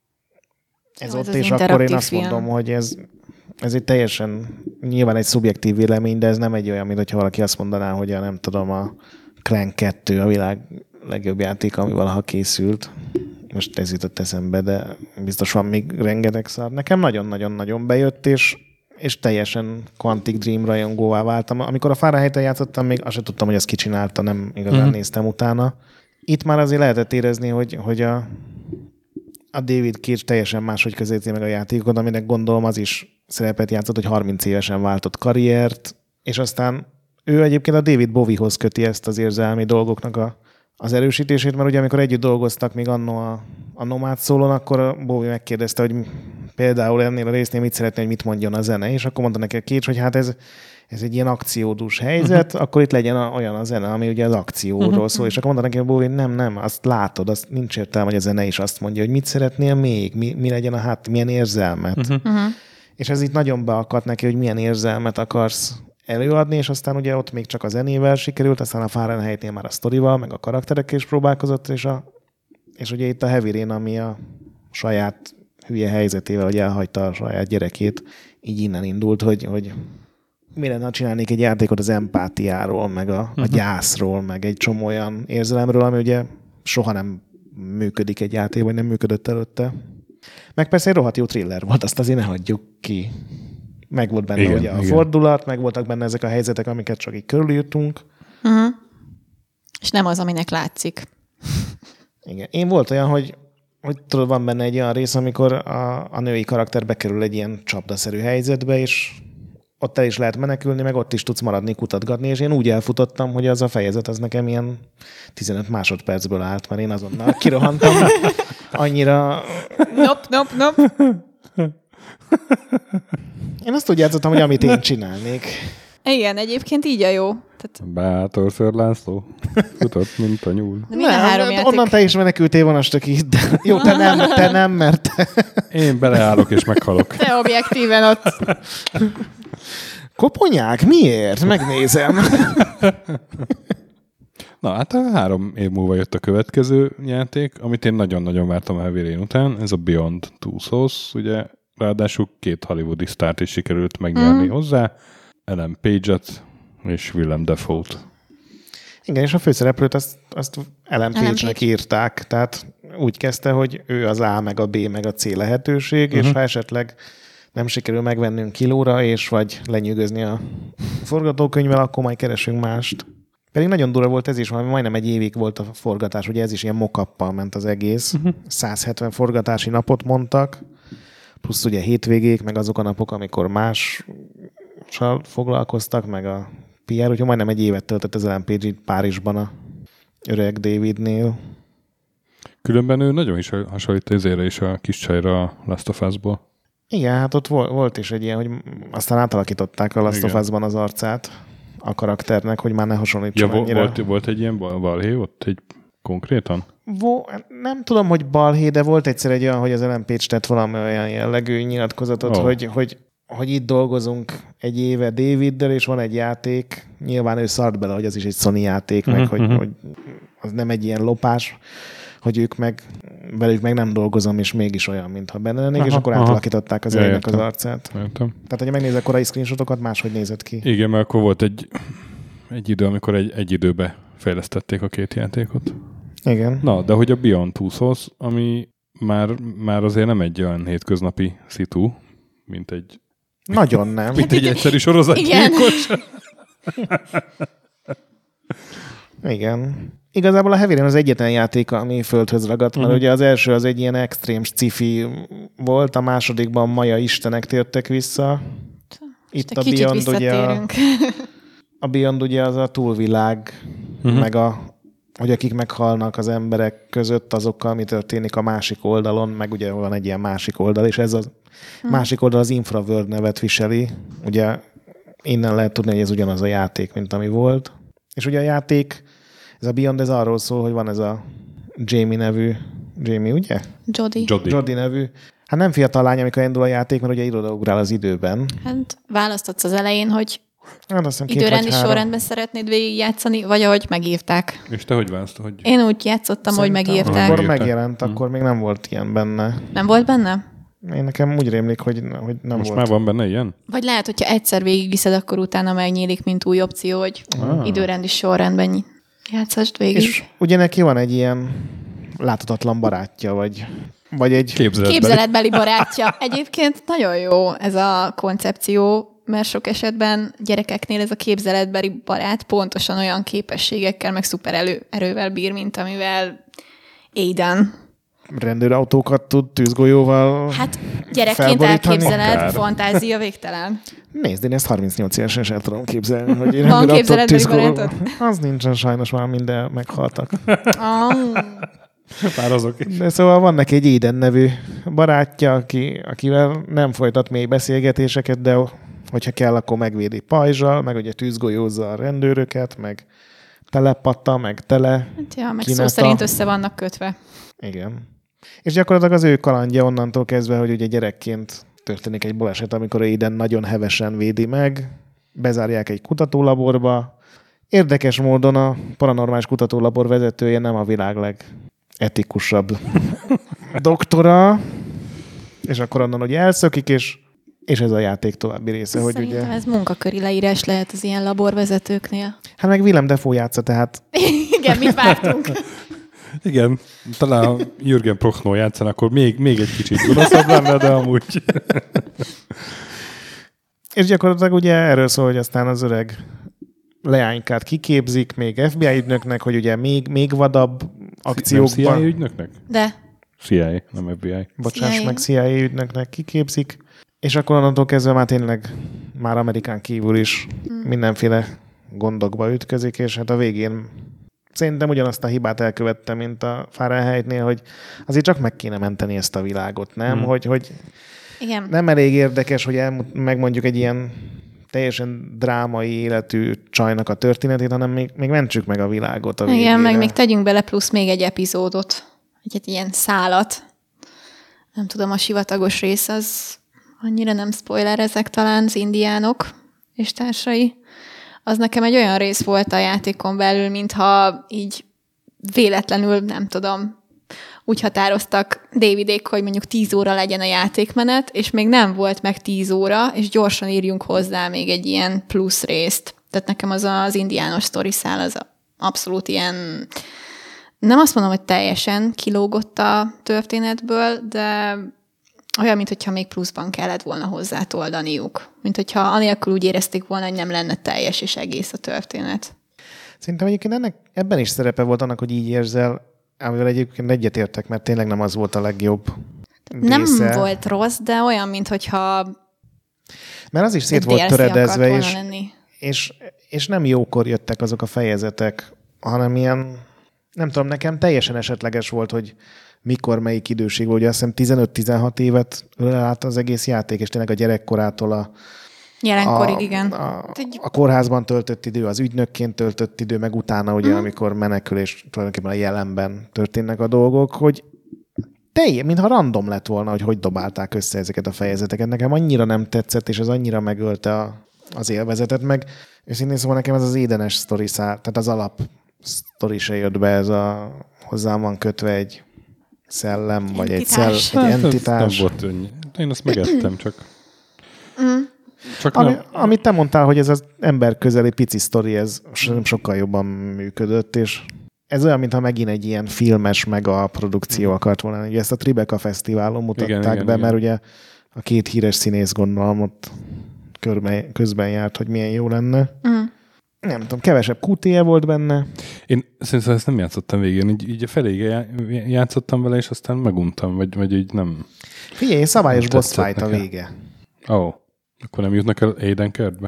B: ez jó, ott, és akkor én azt film. mondom, hogy ez, ez egy teljesen, nyilván egy szubjektív vélemény, de ez nem egy olyan, mint hogyha valaki azt mondaná, hogy a, nem tudom, a Clank kettő a világ legjobb játék, ami valaha készült. Most ez jutott eszembe, de biztos van még rengeteg szar. Nekem nagyon-nagyon-nagyon bejött, és, és teljesen Quantic Dream rajongóvá váltam. Amikor a Fahrenheit-en játszottam, még azt sem tudtam, hogy ezt kicsinálta, nem igazán mm-hmm. néztem utána. Itt már azért lehetett érezni, hogy, hogy a, a David Cage teljesen máshogy közelíti meg a játékot, aminek gondolom az is szerepet játszott, hogy harminc évesen váltott karriert, és aztán ő egyébként a David Bowiehoz köti ezt az érzelmi dolgoknak a, az erősítését, mert ugye amikor együtt dolgoztak még annó a, a Nomád szólón, akkor a Bowie megkérdezte, hogy például ennél a résznél mit szeretné, hogy mit mondjon a zene, és akkor mondta neki a Cage, hogy hát ez, ez egy ilyen akciódús helyzet, uh-huh. akkor itt legyen a, olyan a zene, ami ugye az akcióról uh-huh. szól, és akkor mondta neki a Bowie, nem, nem, azt látod, azt nincs értelme, hogy a zene is azt mondja, hogy mit szeretnél még, mi, mi legyen a hát, milyen érzelmet. Uh-huh. Uh-huh. És ez itt nagyon beakadt neki, hogy milyen érzelmet akarsz előadni, és aztán ugye ott még csak a zenével sikerült, aztán a Fahrenheit-nél már a sztorival, meg a karakterekkel is próbálkozott, és, a, és ugye itt a Heavy Rain, ami a saját hülye helyzetével, hogy elhagyta a saját gyerekét, így innen indult, hogy, hogy mi lenne, ha csinálnék egy játékot az empátiáról, meg a, uh-huh. a gyászról, meg egy csomó olyan érzelemről, ami ugye soha nem működik egy játék, vagy nem működött előtte. Meg persze egy rohadt jó thriller volt, azt azért ne hagyjuk ki. Meg volt benne igen, ugye a igen. fordulat, meg voltak benne ezek a helyzetek, amiket csak így körülírtunk.
C: Uh-huh. És nem az, aminek látszik.
B: Igen. Én volt olyan, hogy, hogy tudod, van benne egy olyan rész, amikor a, a női karakter bekerül egy ilyen csapdaszerű helyzetbe, és ott el is lehet menekülni, meg ott is tudsz maradni, kutatgatni, és én úgy elfutottam, hogy az a fejezet az nekem ilyen tizenöt másodpercből állt, mert én azonnal kirohantam. Annyira...
C: Nop, nop, nop.
B: Én azt úgy játszottam, hogy amit én csinálnék.
C: Igen, egyébként így a jó.
A: Tehát... Bátor Ször László. Futott, mint a nyúl.
C: De nem, három játék.
B: Onnan te is menekültél vonastok itt. De... Jó, te nem, te nem, mert...
A: Én beleállok és meghalok.
C: Te objektíven ott.
B: Koponyák? Miért? Megnézem.
A: Na, hát a három év múlva jött a következő játék, amit én nagyon-nagyon vártam a Heavy Rain után. Ez a Beyond Two Souls, ugye ráadásul két hollywoodi sztárt is sikerült megnyerni mm. hozzá. Ellen Page-et és Willem Dafoe-t.
B: Igen, és a főszereplőt azt, azt Ellen Page-nek írták, tehát úgy kezdte, hogy ő az A, meg a B, meg a C lehetőség, uh-huh. és ha esetleg nem sikerül megvennünk kilóra, és vagy lenyűgözni a forgatókönyvvel, akkor majd keresünk mást. Pedig nagyon durva volt ez is, valami majdnem egy évig volt a forgatás, ugye ez is ilyen mock-uppal ment az egész. Uh-huh. száz hetven forgatási napot mondtak, plusz ugye hétvégék, meg azok a napok, amikor mással foglalkoztak, meg a pé er, úgyhogy majdnem egy évet töltött az Ellen Page Párizsban a öreg Davidnél.
A: Különben ő nagyon is hasonlít ezére is a kis csajra a Last of Us-ból.
B: Igen, hát ott volt is egy ilyen, hogy aztán átalakították a Last of Us-ban az arcát a karakternek, hogy már ne hasonlítson
A: ja,
B: annyira.
A: Volt, volt egy ilyen balhé ott egy konkrétan?
B: Vo, nem tudom, hogy balhé, de volt egyszer egy olyan, hogy az Ellen Page tett valami olyan jellegű nyilatkozatot, oh. hogy, hogy, hogy itt dolgozunk egy éve Daviddel, és van egy játék, nyilván ő szart bele, hogy az is egy Sony játék, meg uh-huh. hogy, hogy az nem egy ilyen lopás, hogy ők meg, velük meg nem dolgozom, és mégis olyan, mintha benne lennék, aha, és akkor aha. átalakították az elejének az arcát.
A: Értem.
B: Tehát, hogyha megnézek korai screenshotokat, máshogy nézett ki.
A: Igen, mert akkor volt egy, egy idő, amikor egy, egy időbe fejlesztették a két játékot.
B: Igen.
A: Na, de hogy a Beyond Two Souls, ami már, már azért nem egy olyan hétköznapi szitu, mint egy...
B: Nagyon nem.
A: Mint egy egyszerű sorozatgyilkos.
B: Igen. Igazából a Heavy Rain az egyetlen játék, ami földhöz ragadt, mert uh-huh. ugye az első az egy ilyen extrém sci-fi volt, a másodikban maja istenek tértek vissza. Itt a Beyond ugye a, a Beyond ugye az a túlvilág, uh-huh. meg a, hogy akik meghalnak az emberek között, azokkal mi történik a másik oldalon, meg ugye van egy ilyen másik oldal, és ez a uh-huh. másik oldal az Infraworld nevet viseli. Ugye innen lehet tudni, hogy ez ugyanaz a játék, mint ami volt. És ugye a játék, ez a Beyond, ez arról szól, hogy van ez a Jamie nevű, Jamie, ugye?
C: Jodie.
A: Jodie.
B: Jodie nevű. Hát nem fiatal lány, amikor indul a játék, mert ugye irodaugrál az időben.
C: Hát választhatsz az elején, hogy
B: hát
C: időrendi sorrendben szeretnéd végigjátszani, vagy ahogy megírták.
A: És te hogy választad? Hogy...
C: Én úgy játszottam, Szerintem, hogy megírták.
B: Akkor megjelent, hmm. akkor még nem volt ilyen benne.
C: Nem volt benne?
B: Én nekem úgy rémlik, hogy, hogy nem
A: Most
B: volt.
A: már van benne ilyen?
C: Vagy lehet, hogyha egyszer végigviszed, akkor utána megnyílik, mint új opció, hogy ah. időrendi sorrendben Játszast végig.
B: És ugye neki van egy ilyen láthatatlan barátja, vagy, vagy egy...
A: Képzeletbeli.
C: Képzeletbeli barátja. Egyébként nagyon jó ez a koncepció, mert sok esetben gyerekeknél ez a képzeletbeli barát pontosan olyan képességekkel, meg szuper elő, erővel bír, mint amivel Aiden.
B: Rendőrautókat tud tűzgolyóval
C: Hát gyerekként
B: felborítani.
C: elképzeled,
A: Akár.
C: fantázia végtelen.
B: Nézd, én ezt harmincnyolc évesen is el tudom képzelni, hogy én
C: Van
B: rendőrautó
C: képzeletbeli
B: tűzgolyó-
C: barátod?
B: Az nincsen sajnos, már minden meghaltak.
C: Oh.
A: Már azok is.
B: De szóval van neki egy Aiden nevű barátja, aki, akivel nem folytat mély beszélgetéseket, de hogyha kell, akkor megvédi pajzsal, meg ugye tűzgolyózza a rendőröket, meg telepatta, meg tele.
C: Hát ja, meg szó
B: Kínálta.
C: szerint össze vannak kötve.
B: Igen. És gyakorlatilag az ő kalandja onnantól kezdve, hogy ugye gyerekként történik egy baleset, amikor Aiden nagyon hevesen védi meg, bezárják egy kutatólaborba. Érdekes módon a paranormális kutatólabor vezetője nem a világ legetikusabb doktora, és akkor onnan ugye elszökik, és, és ez a játék további része, hogy
C: Szerintem
B: ugye...
C: ez munkaköri leírás lehet az ilyen laborvezetőknél.
B: Hát meg Willem Dafoe játsza, tehát
C: Igen, mit vártunk?
A: Igen, talán Jürgen Prochnow játszan, akkor még, még egy kicsit gonoszabb lenne, de amúgy...
B: és gyakorlatilag ugye erről szól, hogy aztán az öreg leánykát kiképzik, még ef bé i ügynöknek, hogy ugye még, még vadabb
A: Nem C I A
B: akciókban...
A: ügynöknek?
C: De
A: C I A, nem F B I.
B: Bocsáss
C: C I A.
B: meg, C I A ügynöknek kiképzik, és akkor onnantól kezdve már tényleg már Amerikán kívül is hmm. mindenféle gondokba ütközik, és hát a végén szerintem ugyanazt a hibát elkövette, mint a Fahrenheitnél, hogy azért csak meg kéne menteni ezt a világot, nem? Hmm. Hogy, hogy
C: igen.
B: nem elég érdekes, hogy elmut, megmondjuk egy ilyen teljesen drámai életű csajnak a történetét, hanem még, még mentsük meg a világot a végére.
C: Igen, meg még tegyünk bele plusz még egy epizódot, egy, egy ilyen szálat. Nem tudom, a sivatagos rész az annyira nem spoiler, ezek talán az indiánok és társai. Az nekem egy olyan rész volt a játékon belül, mintha így véletlenül, nem tudom, úgy határoztak Davidék, hogy mondjuk tíz óra legyen a játékmenet, és még nem volt meg tíz óra, és gyorsan írjunk hozzá még egy ilyen plusz részt. Tehát nekem az az indiános sztori szál az abszolút ilyen, nem azt mondom, hogy teljesen kilógott a történetből, de olyan, mintha még pluszban kellett volna hozzátoldaniuk. Mint hogyha anélkül úgy érezték volna, hogy nem lenne teljes és egész a történet.
B: Szerintem egyébként ennek, ebben is szerepe volt annak, hogy így érzel, amivel egyébként egyetértek, mert tényleg nem az volt a legjobb
C: Nem
B: része.
C: volt rossz, de olyan, mintha
B: Mert az is szét volt
C: D L C
B: töredezve,
C: akart
B: és,
C: volna lenni.
B: és, és nem jókor jöttek azok a fejezetek, hanem ilyen, nem tudom, nekem teljesen esetleges volt, hogy mikor, melyik időség volt. Ugye azt hiszem tizenöt-tizenhat évet ölel át az egész játék, és tényleg a gyerekkorától a
C: Jelenkorig,
B: a,
C: igen.
B: A, a kórházban töltött idő, az ügynökként töltött idő, meg utána, ugye, mm. amikor menekül, és tulajdonképpen a jelenben történnek a dolgok, hogy teljes, mintha random lett volna, hogy hogy dobálták össze ezeket a fejezeteket. Nekem annyira nem tetszett, és ez annyira megölte a, az élvezetet, meg őszintén szóval nekem ez az édenes sztori szár, tehát az alap sztori se jött be, ez a hozzám van kötve egy szellem, vagy egy, szell,
C: Entitás.
B: egy
A: Hát,
B: entitás.
A: ez nem volt önny. Én azt megettem, csak...
C: Mm.
A: Csak
B: Ami,
A: nem.
B: amit te mondtál, hogy ez az ember közeli pici sztori, ez sokkal jobban működött, és ez olyan, mintha megint egy ilyen filmes mega produkció akart volna. Ugye ezt a Tribeca Fesztiválon mutatták
A: Igen,
B: be,
A: igen,
B: mert
A: igen.
B: ugye a két híres színész gondolom ott körbe, közben járt, hogy milyen jó lenne.
C: Mm.
B: Nem tudom, kevesebb kú té é volt benne.
A: Én szerintem ezt nem játszottam végén. Így, így a feléig já- játszottam vele, és aztán meguntam, vagy, vagy így nem...
B: Figyelj, szabályos
A: Nem
B: boss
A: tetszett
B: fight a
A: nekem.
B: vége.
A: Ó, oh. Akkor nem jutnak el Aiden kertbe?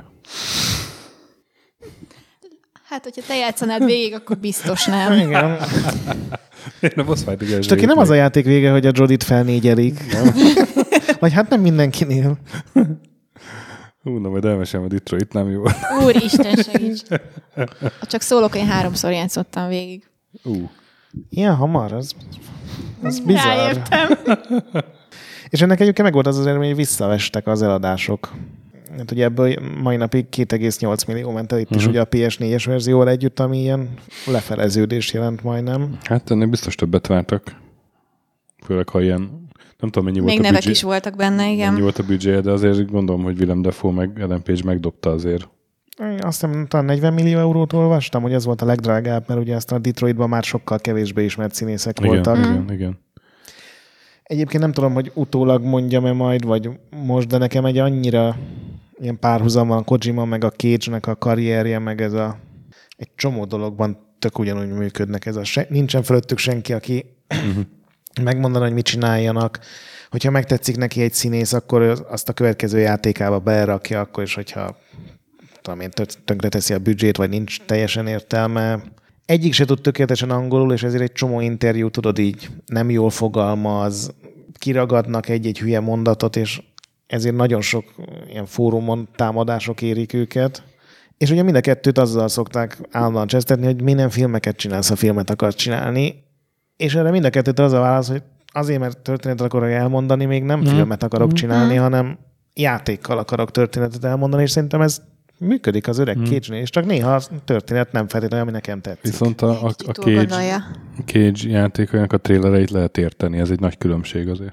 C: Hát, hogyha te játszanád végig, akkor biztos nem.
B: Igen.
A: Én a boss fight
B: És aki nem az a játék vége, hogy a Jodit felnégyelik. Vagy hát nem mindenkinél.
A: Hú, na majd elmesem a Detroit, nem jó.
C: Úristen, segíts. Csak szólok, hogy én háromszor játszottam végig.
A: Ú.
B: Ilyen hamar, az, az bizarr.
C: Ráértem.
B: És ennek egyébként meg volt az az eredmény, hogy visszavestek az eladások. Hát ugye ebből mai napig két egész nyolc millió ment el itt uh-huh. is ugye a pé es négyes verzióval együtt, ami ilyen lefeleződés jelent majdnem.
A: Hát ennél biztos többet vártak. Főleg, ha ilyen... Nem tudom, mennyi
C: Még
A: volt a
C: nevek
A: büdzsé.
C: is voltak benne, igen.
A: Mennyi volt a büdzséje, de azért gondolom, hogy Willem Dafoe meg Ellen Page megdobta azért.
B: Azt hiszem, talán negyven millió eurót olvastam, hogy ez volt a legdrágább, mert ugye aztán a Detroitban már sokkal kevésbé ismert színészek
A: igen,
B: voltak.
A: Igen, igen.
B: Egyébként nem tudom, hogy utólag mondjam-e majd, vagy most, de nekem egy annyira ilyen párhuzam van a Kojima, meg a Cage-nek a karrierje, meg ez a egy csomó dologban tök ugyanúgy működnek. Ez a se, nincsen fölöttük senki, aki uh-huh. megmondaná, hogy mit csináljanak. Hogyha megtetszik neki egy színész, akkor azt a következő játékába berakja, akkor is, hogyha tudom én, tönkre teszi a büdzsét, vagy nincs teljesen értelme. Egyik se tud tökéletesen angolul, és ezért egy csomó interjú, tudod így, nem jól fogalmaz, kiragadnak egy-egy hülye mondatot, és ezért nagyon sok ilyen fórumon támadások érik őket. És ugye mind a kettőt azzal szokták állandóan csesztetni, hogy minden filmeket csinálsz, ha filmet akarsz csinálni. És erre mind a kettőt az a válasz, hogy azért, mert történetet akarok elmondani, még nem mm. filmet akarok csinálni, mm. hanem játékkal akarok történetet elmondani, és szerintem ez működik az öreg mm. Cage-nél, és csak néha a történet nem feltétlenül, ami nekem tetszik.
A: Viszont a, a, a Cage, Cage játékainak a trélereit lehet érteni, ez egy nagy különbség azért.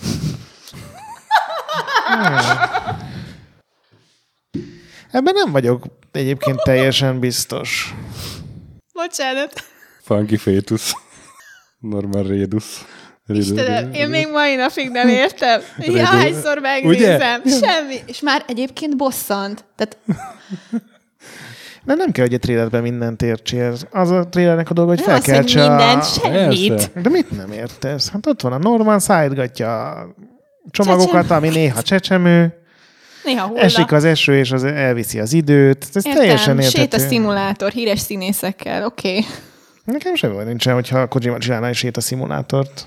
B: Ebben nem vagyok egyébként teljesen biztos.
C: Bocsánat.
A: Funky Fetus. Norman Reedus.
C: Istenem, én még mai napig nem értem. Hányszor megnézem. Semmi. És már egyébként bosszant. Tehát...
B: De nem kell, hogy a trélerben mindent értsél. Az a trélernek a dolga, hogy felkeltse
C: a... mindent,
B: a...
C: semmit.
B: De mit nem értesz? Hát ott van a Norman, szállítgatja a csomagokat, Csecsem. Ami néha csecsemő.
C: Néha hulla.
B: Esik az eső, és az elviszi az időt. Ez
C: Értem,
B: teljesen érthető.
C: sétaszimulátor, híres színészekkel, oké. Okay.
B: Nekem semmi baj nincsen, hogyha Kojima csinálná egy sétaszimulátort.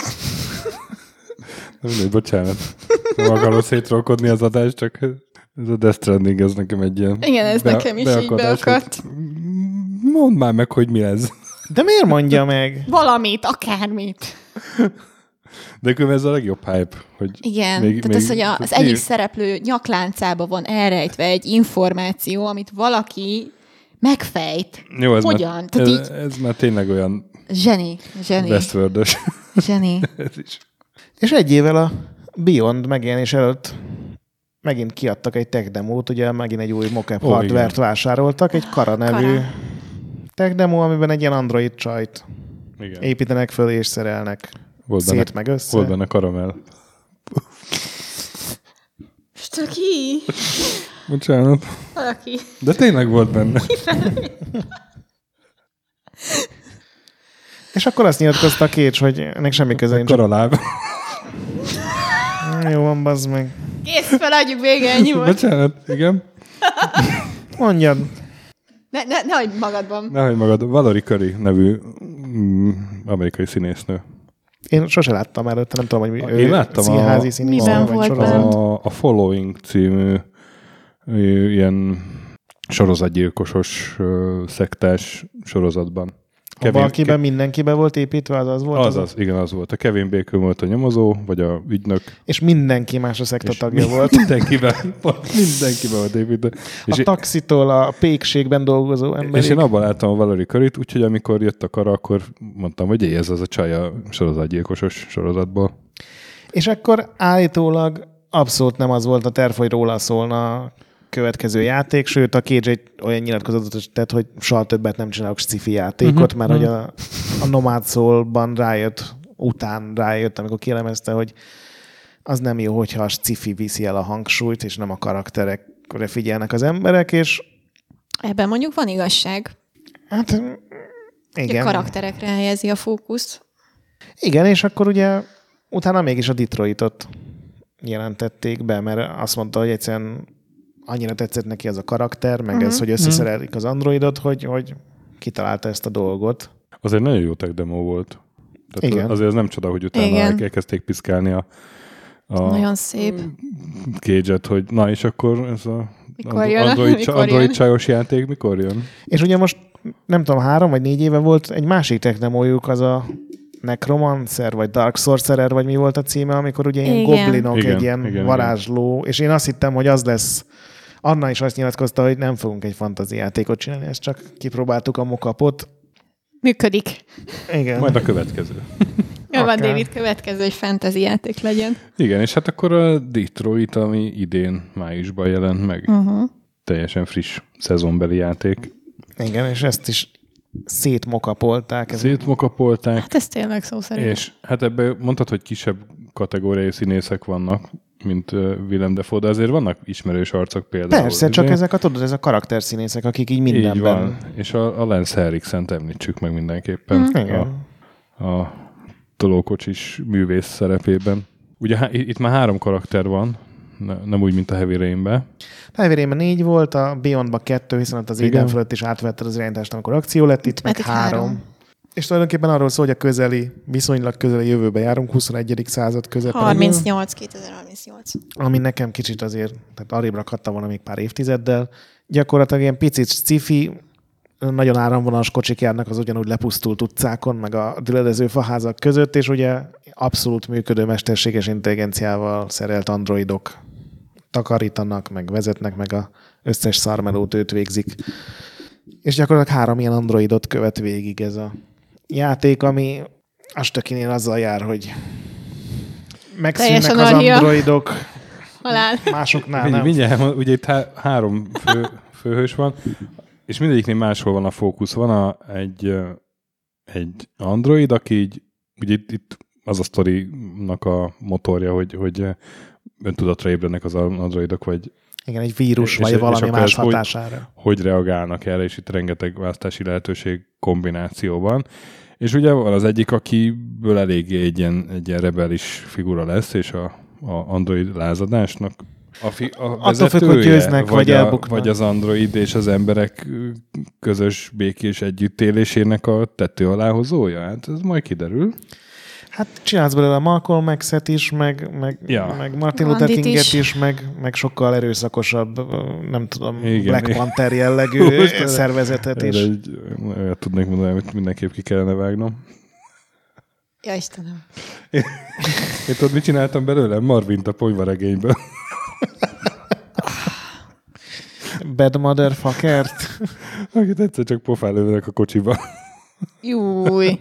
A: Mindegy, bocsánat. Nem akarom szétrolkodni az adást, csak ez a Death Stranding, ez nekem egy ilyen...
C: Igen, ez be, nekem is így beakadt.
A: Mondd már meg, hogy mi ez.
B: De miért mondja meg?
C: Valamit, akármit.
A: De különben ez a legjobb hype. Hogy
C: igen,
A: még,
C: tehát
A: még,
C: az, hogy a, az egyik szereplő nyakláncába van elrejtve egy információ, amit valaki megfejt.
A: Jó, ez
C: hogyan?
A: Már,
C: tehát
A: ez,
C: így...
A: ez már tényleg olyan...
C: Zseni, zseni.
A: Westworld-ös.
C: Zseni.
A: Ez is.
B: És egy évvel a Beyond megjelenés előtt megint kiadtak egy tech demót, ugye megint egy új mocap oh, hardware-t vásároltak, egy Kara nevű Kara. tech demo, amiben egy ilyen Android csajt igen. építenek föl és szerelnek volt szét benne, meg össze.
A: Volt benne karamell.
C: Most ki?
A: Bocsánat.
C: Valaki.
A: De tényleg volt benne.
B: És akkor azt nyilatkozta a Cage, hogy ennek semmi köze nincs.
A: Karaláb.
B: Jó van, bazd meg.
C: Kész, feladjuk, vége, ennyi volt.
A: Bocsánat, igen.
B: Mondjad.
C: Ne, ne, ne hagyd magadban.
A: Ne hagyd magad. Valerie Curry nevű mm, amerikai színésznő.
B: Én sose láttam előtte, nem tudom, hogy
A: Én láttam
B: színházi színésznő.
C: Miben volt
A: a, a Following című ilyen sorozatgyilkosos szektás sorozatban.
B: Kevin, valakiben Ke- mindenkiben volt építve, az az volt?
A: Az az, az, igen, az volt. A Kevin Bacon volt a nyomozó, vagy a ügynök.
B: És mindenki más a szekta tagja volt.
A: Mindenkiben, mindenkiben volt építve.
B: A
A: és
B: taxitól a pékségben dolgozó emberek.
A: És én abban láttam a Valerie Curryt, úgyhogy amikor jött a Kara, akkor mondtam, hogy ez az a csaj a sorozatgyilkosos sorozatból.
B: És akkor állítólag abszolút nem az volt a terv, hogy róla szólna következő játék, sőt a Cage egy olyan nyilatkozatot tett, hogy soha többet nem csinálok sci-fi játékot, uh-huh, mert uh-huh. hogy a, a Nomad Soul-ban rájött, után rájött, amikor kielemezte, hogy az nem jó, hogyha a sci-fi viszi el a hangsúlyt, és nem a karakterekre figyelnek az emberek, és...
C: Ebben mondjuk van igazság.
B: Hát, igen.
C: A karakterekre helyezi a fókuszt.
B: Igen, és akkor ugye utána mégis a Detroitot jelentették be, mert azt mondta, hogy egyszerűen annyira tetszett neki az a karakter, meg uh-huh. ez, hogy összeszerelik az androidot, hogy, hogy kitalálta ezt a dolgot.
A: Az egy nagyon jó tech demo volt. Tehát igen. Azért ez nem csoda, hogy utána igen. elkezdték piszkálni a, a
C: nagyon szép
A: Cage-et, hogy na és akkor ez a
C: mikor jön?
A: Android,
C: mikor
A: Android
C: jön?
A: csajos játék mikor jön?
B: És ugye most nem tudom, három vagy négy éve volt egy másik tech demójuk, az a Necromancer, vagy Dark Sorcerer, vagy mi volt a címe, amikor ugye ilyen igen. goblinok, igen, egy ilyen igen, varázsló, igen. és én azt hittem, hogy az lesz. Anna is azt nyilatkozta, hogy nem fogunk egy fantasy játékot csinálni, ezt csak kipróbáltuk a mokapot.
C: Működik.
B: Igen.
A: Majd a következő.
C: Jó van, David, következő, hogy fantasy játék legyen.
A: Igen, és hát akkor a Detroit, ami idén májusban jelent meg. Uh-huh. teljesen friss szezonbeli játék.
B: Igen, és ezt is szétmokapolták.
A: Szétmokapolták.
C: Hát ez tényleg szó szerint.
A: És hát ebben mondtad, hogy kisebb kategóriai színészek vannak, mint Willem Dafoe, de azért vannak ismerős arcok például.
B: Persze, csak ezek a, tudod, ez a karakterszínészek, akik így mindenben. Így van.
A: És a, a Lance Henriksen-t említsük meg mindenképpen.
B: Mm.
A: A, a tolókocsis művész szerepében. Ugye há, itt már három karakter van, ne, nem úgy, mint a Heavy Rain-ben.
B: A Heavy Rain-ben négy volt, a Beyond-ban kettő, hiszen az éden fölött is átvetted az irányítást, amikor akció lett, itt meg három. három. És tulajdonképpen arról szól, hogy a közeli, viszonylag közeli jövőbe járunk, huszonegyedik század közepén.
C: harmincnyolc, kétezer-harmincnyolc.
B: Ami nekem kicsit azért, tehát arrébb rakadta volna még pár évtizeddel. Gyakorlatilag ilyen picit sci-fi, nagyon áramvonalas kocsik járnak az ugyanúgy lepusztult utcákon, meg a düledező faházak között, és ugye abszolút működő mesterséges intelligenciával szerelt androidok takarítanak, meg vezetnek, meg a összes szarmelót őt végzik. És gyakorlatilag három ilyen androidot követ végig ez a játék, ami a stökinél azzal jár, hogy megszűnnek az androidok,
C: halál.
B: Másoknál nem.
A: Mindjárt, ugye itt há- három fő, főhős van, és mindegyiknél máshol van a fókusz. Van a, egy, egy android, aki így, ugye itt, itt az a sztorinak a motorja, hogy, hogy öntudatra ébrednek az androidok, vagy
B: igen, egy vírus, és, vagy és, valami és más hatására.
A: Hogy, hogy reagálnak erre, és itt rengeteg választási lehetőség kombinációban. És ugye van az egyik, akiből eléggé egy ilyen, egy ilyen rebelis figura lesz, és a, a android lázadásnak a, fi, a vezetője,
B: függ, hogy győznek, vagy, vagy
A: elbuknak. Vagy az android és az emberek közös békés együttélésének a tető aláhozója. Hát ez majd kiderül.
B: Hát csinálsz belőle a Malcolm X-et is, meg, meg,
A: ja.
B: meg Martin Luther Kinget is, is meg, meg sokkal erőszakosabb, nem tudom, igen, Black igen. Panther jellegű szervezetet is.
A: Egy, olyat tudnék mondani, amit mindenképp ki kellene vágnom.
C: Ja, Istenem.
A: Én, én tudod, mit csináltam belőle? Marvint a ponyvaregényből.
B: Bad motherfuckert.
A: Akit egyszer csak pofán lövnek a kocsiba.
C: Júj.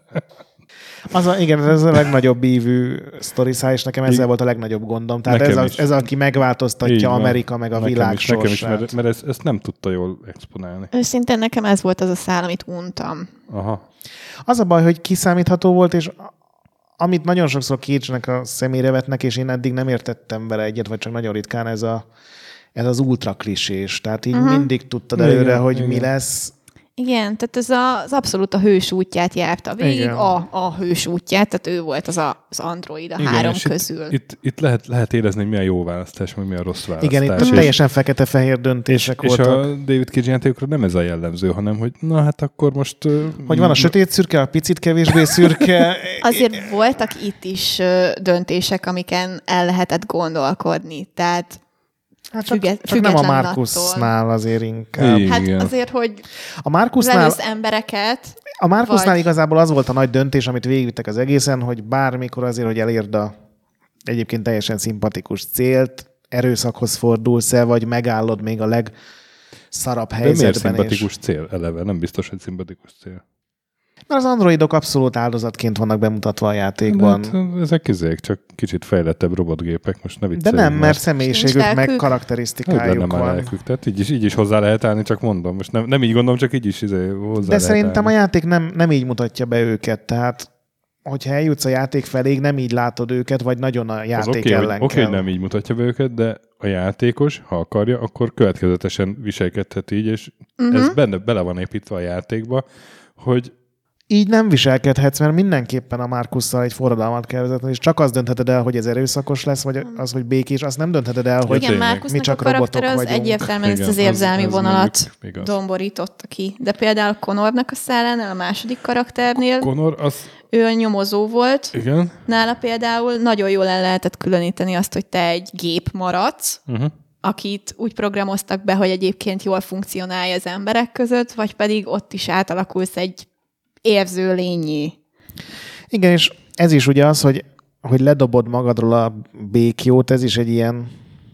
B: Az a, igen, ez a legnagyobb ívű sztori száj, és nekem ezzel volt a legnagyobb gondom. Tehát ez, a, ez, aki megváltoztatja Amerika meg a nekem világ
A: is,
B: sorsát.
A: Nekem is, mert, mert ezt, ezt nem tudta jól exponálni.
C: Őszintén nekem ez volt az a szál, amit untam.
A: Aha.
B: Az a baj, hogy kiszámítható volt, és amit nagyon sokszor Cage-nek a szemére vetnek, és én eddig nem értettem vele egyet, vagy csak nagyon ritkán, ez, a, ez az ultra klisés. Tehát így uh-huh. mindig tudtad előre, igen, hogy igen. mi lesz.
C: Igen, tehát ez a, az abszolút a hős útját járta végig, a, a hős útját, tehát ő volt az a, az android a igen, három közül.
A: Itt, itt, itt lehet, lehet érezni, hogy mi a jó választás, vagy mi a rossz választás.
B: Igen, itt
A: és,
B: teljesen fekete-fehér döntések
A: és,
B: voltak.
A: És a David Cage játékokra nem ez a jellemző, hanem hogy na hát akkor most...
B: Hogy van a sötét szürke, a picit kevésbé szürke.
C: Azért voltak itt is döntések, amiken el lehetett gondolkodni, tehát
B: Hát csak, Függet, csak nem a Markusnál azért inkább.
C: Igen. Hát azért, hogy
B: a Markusnál
C: lelősz embereket.
B: A Markusnál vagy... igazából az volt a nagy döntés, amit végigvittek az egészen, hogy bármikor azért, hogy elérd a egyébként teljesen szimpatikus célt, erőszakhoz fordulsz-e, vagy megállod még a legszarabb helyzetben. De miért
A: szimpatikus
B: és...
A: cél eleve? Nem biztos, hogy szimpatikus cél.
B: Mert az androidok abszolút áldozatként vannak bemutatva a játékban.
A: Hát, ezek izék, csak kicsit fejlettebb robotgépek, most ne vicceljünk.
B: De nem, mert személyiségük meg karakterisztikájuk van.
A: Nem lelkük, tehát így is, így is hozzá lehet állni, csak mondom. Most nem, nem így gondolom, csak így is izé, hozzá
B: De
A: lehet
B: szerintem
A: állni.
B: A játék nem, nem így mutatja be őket, tehát hogyha eljutsz a játék felé, nem így látod őket, vagy nagyon a játék
A: okay,
B: ellen
A: Oké,
B: kell.
A: hogy nem így mutatja be őket, de a játékos, ha akarja, akkor következetesen viselkedhet így, és uh-huh. ez benne, bele van építve a játékba, hogy
B: így nem viselkedhetsz, mert mindenképpen a Markusszal egy forradalmat kell vezetni, és csak azt döntheted el, hogy ez erőszakos lesz, vagy az, hogy békés, azt nem döntheted el, hogy
C: igen, mi csak a robotok vagyunk. Az egyértelműen ezt az érzelmi az, az vonalat mondjuk, domborította ki. De például Connornak a szállánál, a második karakternél,
A: Connor az...
C: ő a nyomozó volt.
A: Igen.
C: Nála például nagyon jól el lehetett különíteni azt, hogy te egy gép maradsz, uh-huh. akit úgy programoztak be, hogy egyébként jól funkcionálja az emberek között, vagy pedig ott is átalakulsz egy érző lényé.
B: Igen, és ez is ugye az, hogy, hogy ledobod magadról a békjót, ez is egy ilyen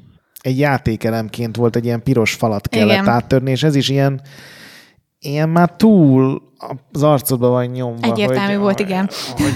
B: egy játékelemként volt, egy ilyen piros falat kellett Igen. áttörni, és ez is ilyen, ilyen már túl az arcodban van nyomva.
C: Egyértelmű
B: hogy,
C: volt, igen.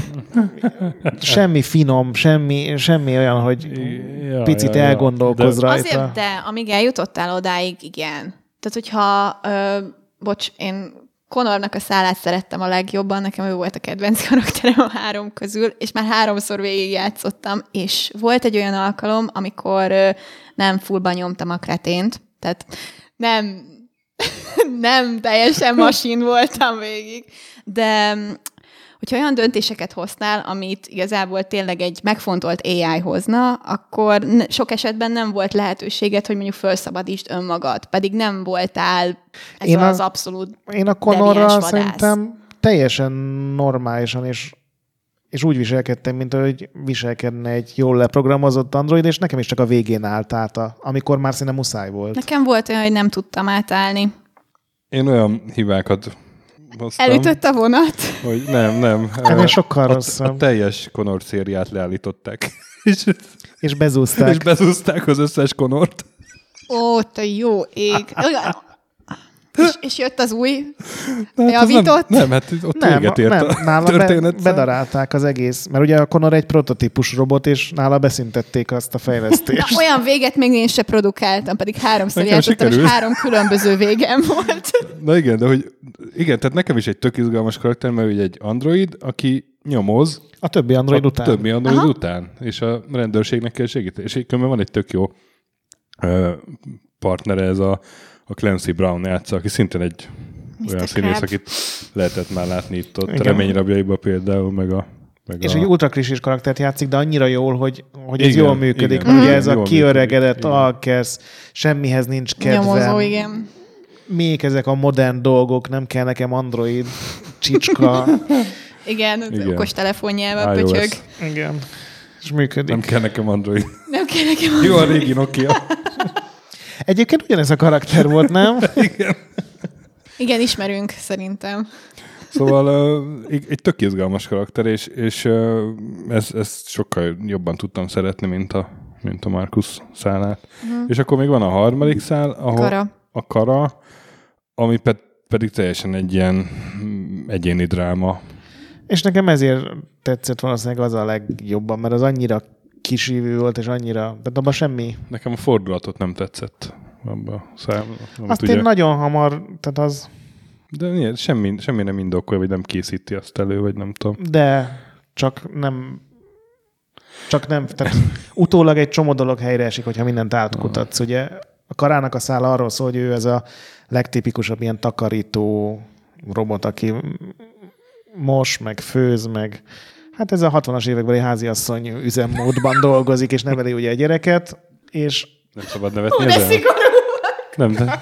B: Hogy semmi finom, semmi, semmi olyan, hogy
A: ja,
B: picit
A: ja, ja.
B: elgondolkoz
A: De...
B: rajta.
C: Azért, de amíg eljutottál odáig, igen. Tehát, hogyha, ö, bocs, én Connornak a szálát szerettem a legjobban, nekem ő volt a kedvenc karakterem a három közül, és már háromszor végigjátszottam, és volt egy olyan alkalom, amikor ö, nem fullba nyomtam a kretént, tehát nem, nem teljesen masin voltam végig, de hogyha olyan döntéseket hoznál, amit igazából tényleg egy megfontolt á i hozna, akkor ne, sok esetben nem volt lehetőséged, hogy mondjuk felszabadítsd önmagad, pedig nem voltál ez
B: én
C: az
B: a,
C: abszolút
B: Én a Connorral szerintem teljesen normálisan és, és úgy viselkedtem, mint hogy viselkedne egy jól leprogramozott Android, és nekem is csak a végén állt át, a, amikor már szinte muszáj volt.
C: Nekem volt olyan, hogy nem tudtam átállni.
A: Én olyan hibákat hoztam.
C: Elütött a vonat?
A: Hogy nem, nem.
B: Ennél sokkal
A: a,
B: rosszabb.
A: A teljes Connor szériát leállították. és,
B: és bezúzták.
A: És bezúzták az összes Connort.
C: Ó, te jó ég. És, és jött az új,
A: hát
C: javított?
A: Nem, nem, hát ott
B: nem,
A: véget ért
B: nem,
A: a
B: nála
A: történet.
B: Be, bedarálták az egész, mert ugye a Connor egy prototípus robot, és nála beszüntették azt a fejlesztést.
C: Na, olyan véget még én se produkáltam, pedig háromszor
A: Nekem
C: játszottam, és
A: sikerült.
C: három különböző végem volt.
A: Na igen, de hogy igen, tehát nekem is egy tök izgalmas karakter, mert ugye egy android, aki nyomoz
B: A többi Android
A: a
B: után.
A: többi android
C: Aha.
A: után, és a rendőrségnek kell segíteni. És különben van egy tök jó uh, partnere, ez a, a Clancy Brown játsza, aki szintén egy
C: miszter
A: olyan színész,
C: Crab.
A: akit lehetett már látni itt ott
B: Igen.
A: Reményrabjaiba például, meg a meg
B: És
A: a...
B: egy ultraklisés karaktert játszik, de annyira jól, hogy, hogy ez
A: Igen,
B: jól működik.
A: igen.
B: Mert ugye
A: Mm.
B: ez a
A: Jól
B: kiöregedett
A: működik,
B: alkesz, semmihez nincs kedvem.
C: Nyomozó, igen.
B: Még ezek a modern dolgok, nem kell nekem Android, csicska.
C: Igen,
A: Igen.
C: okos telefonjával
A: iOS.
C: pötyög.
B: Igen. És működik.
A: Nem kell nekem android.
C: Nem kell nekem.
A: Jó a régi Nokia.
B: Egyébként ugyanez a karakter volt, nem?
A: Igen.
C: Igen, ismerünk, szerintem.
A: Szóval uh, egy, egy tök izgalmas karakter, és, és uh, ezt, ezt sokkal jobban tudtam szeretni, mint a, mint a Marcus szálát. Uh-huh. És akkor még van a harmadik szál, ahol
C: Kara.
A: a Kara, ami ped, pedig teljesen egy ilyen egyéni dráma.
B: És nekem ezért tetszett valószínűleg az a legjobban, mert az annyira kisívű volt, és annyira, tehát abban semmi.
A: Nekem a fordulatot nem tetszett abba a szám.
B: Azt én nagyon hamar, tehát az...
A: De ilyen, semmi, semmi nem indokolja, vagy nem készíti azt elő, vagy nem tudom.
B: De csak nem... Csak nem, tehát utólag egy csomó dolog helyre esik, hogyha mindent átkutatsz. Ugye a Karának a szála arról szól, hogy ő ez a legtipikusabb ilyen takarító robot, aki mos, meg főz, meg hát ez a hatvanas évekbeli háziasszony üzemmódban dolgozik, és neveli ugye a gyereket, és...
A: Nem szabad nevetni
C: Hú, de
A: ezen?
C: szigorú!
A: Nem, de...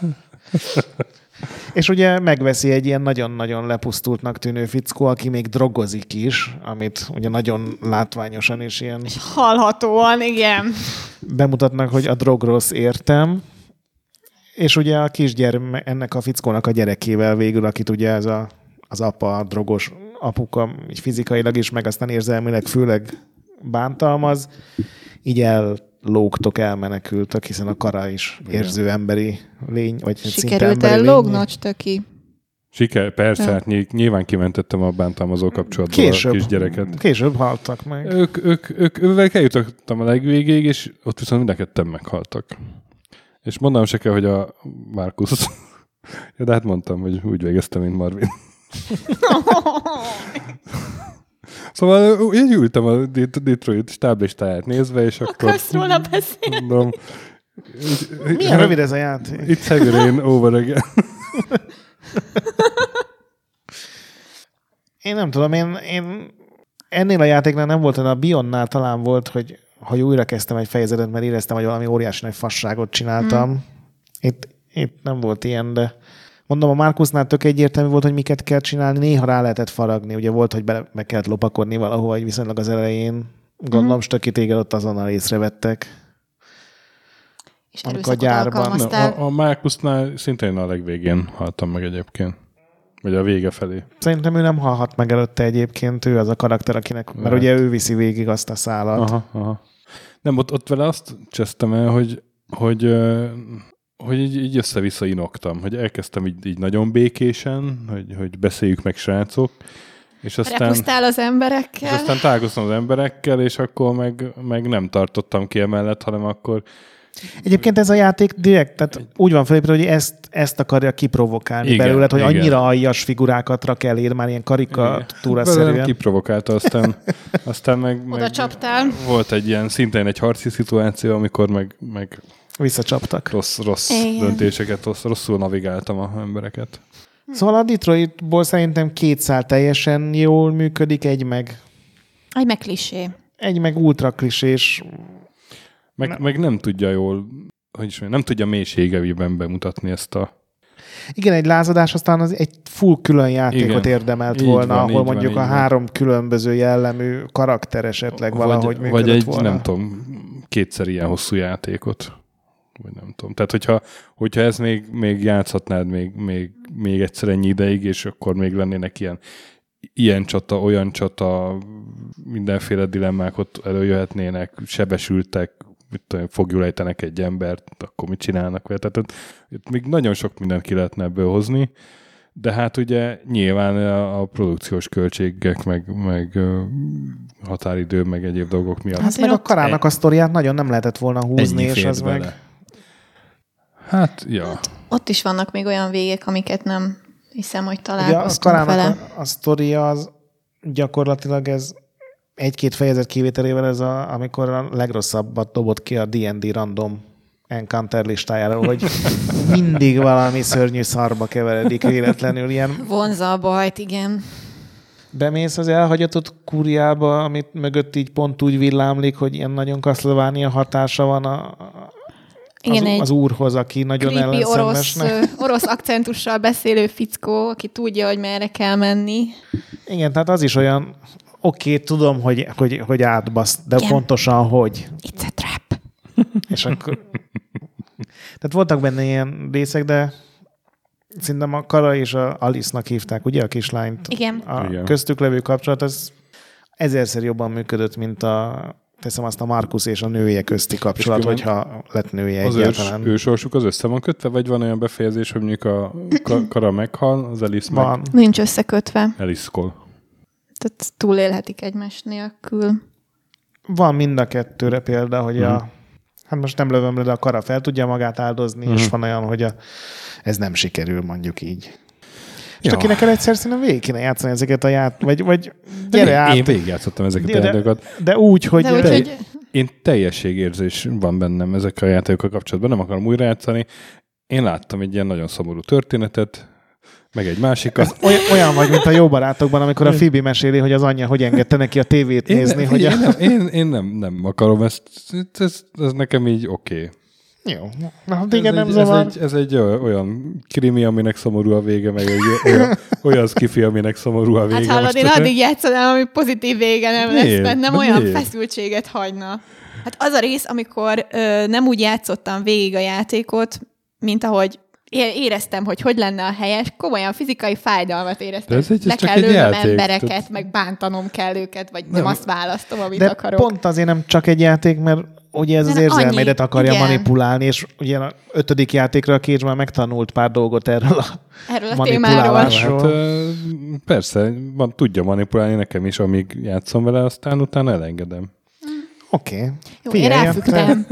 B: És ugye megveszi egy ilyen nagyon-nagyon lepusztultnak tűnő fickó, aki még drogozik is, amit ugye nagyon látványosan és ilyen
C: Hallhatóan, igen.
B: bemutatnak, hogy a drog rossz, értem. És ugye a kisgyermek, ennek a fickónak a gyerekével végül, akit ugye ez a, az apa, a drogos apuka, így fizikailag is, meg aztán érzelmileg főleg bántalmaz, így ellógtok, elmenekültök, hiszen a Kara is érző emberi lény, vagy szinte
C: Sikerült
B: emberi
C: el
B: lény.
C: lógnod, töki.
A: Siker, persze,
C: Ja.
A: hát ny- nyilván kimentettem a bántalmazó kapcsolatból
B: Később,
A: a kisgyereket.
B: később haltak meg.
A: Ők, ők, ők, ővel eljutottam a legvégéig, és ott viszont mind a ketten meghaltak. És mondanom se kell, hogy a Marcus... ja, de hát mondtam, hogy úgy végeztem, mint Marvin. Szóval én ültem a Det- Detroit stáblistáját nézve, és akkor...
C: Akarsz róla beszélni?
A: Mondom,
B: Milyen rövid ez a játék?
A: It's heavy rain over again.
B: Én nem tudom, én, én ennél a játéknál nem volt, a Bionnál talán volt, hogy, hogy újra kezdtem egy fejezetet, mert éreztem, hogy valami óriási nagy fasságot csináltam. Mm. Itt, itt nem volt ilyen, de mondom, a Marcusnál tök egyértelmű volt, hogy miket kell csinálni, néha rá lehetett faragni. Ugye volt, hogy bele, meg kellett lopakodni valahova, egy viszonylag az elején. Gondolom, mm. stöki téged ott azonnal észrevettek.
C: És
B: Amikor
C: erőszakot
B: gyárban-
C: alkalmaztál.
A: A, a Marcusnál szintén a legvégén haltam meg egyébként. Vagy a vége felé.
B: Szerintem ő nem halhat meg előtte egyébként, ő az a karakter, akinek, mert
A: Lehet.
B: ugye ő viszi végig azt a szálat.
A: Aha, aha. Nem, ott, ott vele azt csesztem el, hogy, hogy, ö, hogy így, így össze-vissza inoktam, hogy elkezdtem így, így nagyon békésen, hogy, hogy beszéljük meg, srácok, és aztán...
C: Repusztál az emberekkel.
A: És aztán találkoztam az emberekkel, és akkor meg, meg nem tartottam ki emellett, hanem akkor...
B: Egyébként ez a játék direkt, tehát úgy van felépítve, hogy ezt, ezt akarja kiprovokálni igen, belőled, hogy igen. annyira aljas figurákat rak eléd, már ilyen karikatúra-szerűen.
A: Kiprovokálta, aztán, aztán meg,
C: Oda
A: meg
C: csaptál.
A: Volt egy ilyen szintén egy harci szituáció, amikor meg, meg
B: visszacsaptak.
A: Rossz, rossz döntéseket, rossz, rosszul navigáltam a embereket.
B: Szóval a Detroitból szerintem két szál teljesen jól működik, egy meg...
C: Egy meg klisé.
B: Egy meg ultra klisés.
A: Meg nem. meg nem tudja jól, hogy is mondjam, nem tudja mélységeiben bemutatni ezt a...
B: Igen, egy lázadás aztán az egy full külön játékot Igen. érdemelt így volna, van, ahol mondjuk van, a három van. különböző jellemű karakter esetleg vagy, valahogy működött
A: Vagy egy,
B: volna.
A: nem tudom, kétszer ilyen hosszú játékot. Vagy nem tudom. Tehát, hogyha, hogyha ez még, még játszhatnád még, még, még egyszer ennyi ideig, és akkor még lennének ilyen, ilyen csata, olyan csata, mindenféle dilemmák ott előjöhetnének, sebesültek, mit tudom, fogjul ejtenek egy embert, akkor mit csinálnak vele. Tehát itt még nagyon sok mindent ki lehetne ebből hozni, de hát ugye nyilván a, a produkciós költségek, meg, meg határidő, meg egyéb dolgok miatt.
B: Hát meg a Karának a sztoriát nagyon nem lehetett volna húzni, és az bele. meg...
A: Hát, ja. Hát,
C: ott is vannak még olyan végek, amiket nem hiszem, hogy találkoztunk
B: vele.
C: vele.
B: A, a sztoria az gyakorlatilag ez egy-két fejezet kivételével ez a, amikor a legrosszabbat dobott ki a dé and dé random encounter listájára, hogy mindig valami szörnyű szarba keveredik véletlenül. Ilyen...
C: Vonza a bajt, igen.
B: Bemész az elhagyatott kúriába, amit mögött így pont úgy villámlik, hogy ilyen nagyon Castlevania hatása van a,
C: igen,
B: az, az úrhoz, aki nagyon ellenszenvesnek.
C: Orosz, orosz akcentussal beszélő fickó, aki tudja, hogy merre kell menni.
B: Igen, tehát az is olyan, oké, okay, tudom, hogy, hogy, hogy átbasz, de igen. pontosan hogy.
C: It's a trap.
B: És akkor... Tehát voltak benne ilyen részek, de szerintem a Kara és a Alice-nak hívták, ugye, a kislányt?
C: Igen.
B: A
A: Igen.
B: köztük levő kapcsolat, ez ezerszer jobban működött, mint a, teszem azt a Markus és a nője közti kapcsolat, hogyha lett nője
A: az
B: egyáltalán.
A: Az ő sorsuk az össze van kötve, vagy van olyan befejezés, hogy mondjuk a Kara meghal, az Alice
B: van.
A: meg...
C: Nincs összekötve.
A: Alice-kol.
C: Tehát túlélhetik egymás nélkül.
B: Van mind a kettőre példa, hogy hmm. a hát most nem lövöm le, de a Kara fel tudja magát áldozni, hmm. és van olyan, hogy a, ez nem sikerül, mondjuk így. És ja. aki neked egyszer szerintem végig kéne játszani ezeket a ját... Vagy, vagy gyere
A: én,
B: át.
A: Én végigjátszottam ezeket de, a játékokat.
B: De, de úgy, hogy...
C: De úgy,
B: de,
C: hogy...
A: Én teljességérzés van bennem ezekkel a játékokkal kapcsolatban, nem akarom újra játszani. Én láttam egy ilyen nagyon szomorú történetet, meg egy másikat.
B: Olyan, olyan vagy, mint a Jó barátokban, amikor a Phoebe meséli, hogy az anyja hogy engedte neki a tévét
A: én
B: nézni.
A: Ne,
B: hogy
A: én,
B: a...
A: nem, én, én nem, nem akarom ezt. Ez, ez nekem így oké. Okay.
B: Jó. Na, igen, nem
A: egy,
B: zavar.
A: Ez egy, ez egy olyan krimi, aminek szomorú a vége, meg egy olyan, olyan skifi, aminek szomorú a vége.
C: Hát hallod, én addig játszanám, ami pozitív vége nem lesz, mert nem olyan miért? Feszültséget hagyna. Hát az a rész, amikor ö, nem úgy játszottam végig a játékot, mint ahogy éreztem, hogy hogy lenne a helyes, komolyan fizikai fájdalmat éreztem.
A: Ez egy,
C: Le
A: ez
C: kell lőnöm
A: játék,
C: embereket,
A: tehát...
C: meg bántanom kell őket, vagy nem,
A: nem
C: azt választom, amit
B: de
C: akarok.
B: Pont azért nem csak egy játék, mert ugye ez de az érzelmeidet akarja igen. manipulálni, és ugye a ötödik játékra a Cage már megtanult pár dolgot erről a,
C: erről a
B: manipulálásról.
A: Hát, persze, van, tudja manipulálni nekem is, amíg játszom vele, aztán utána elengedem.
B: Oké. Okay.
C: Jó, én ráfügtem.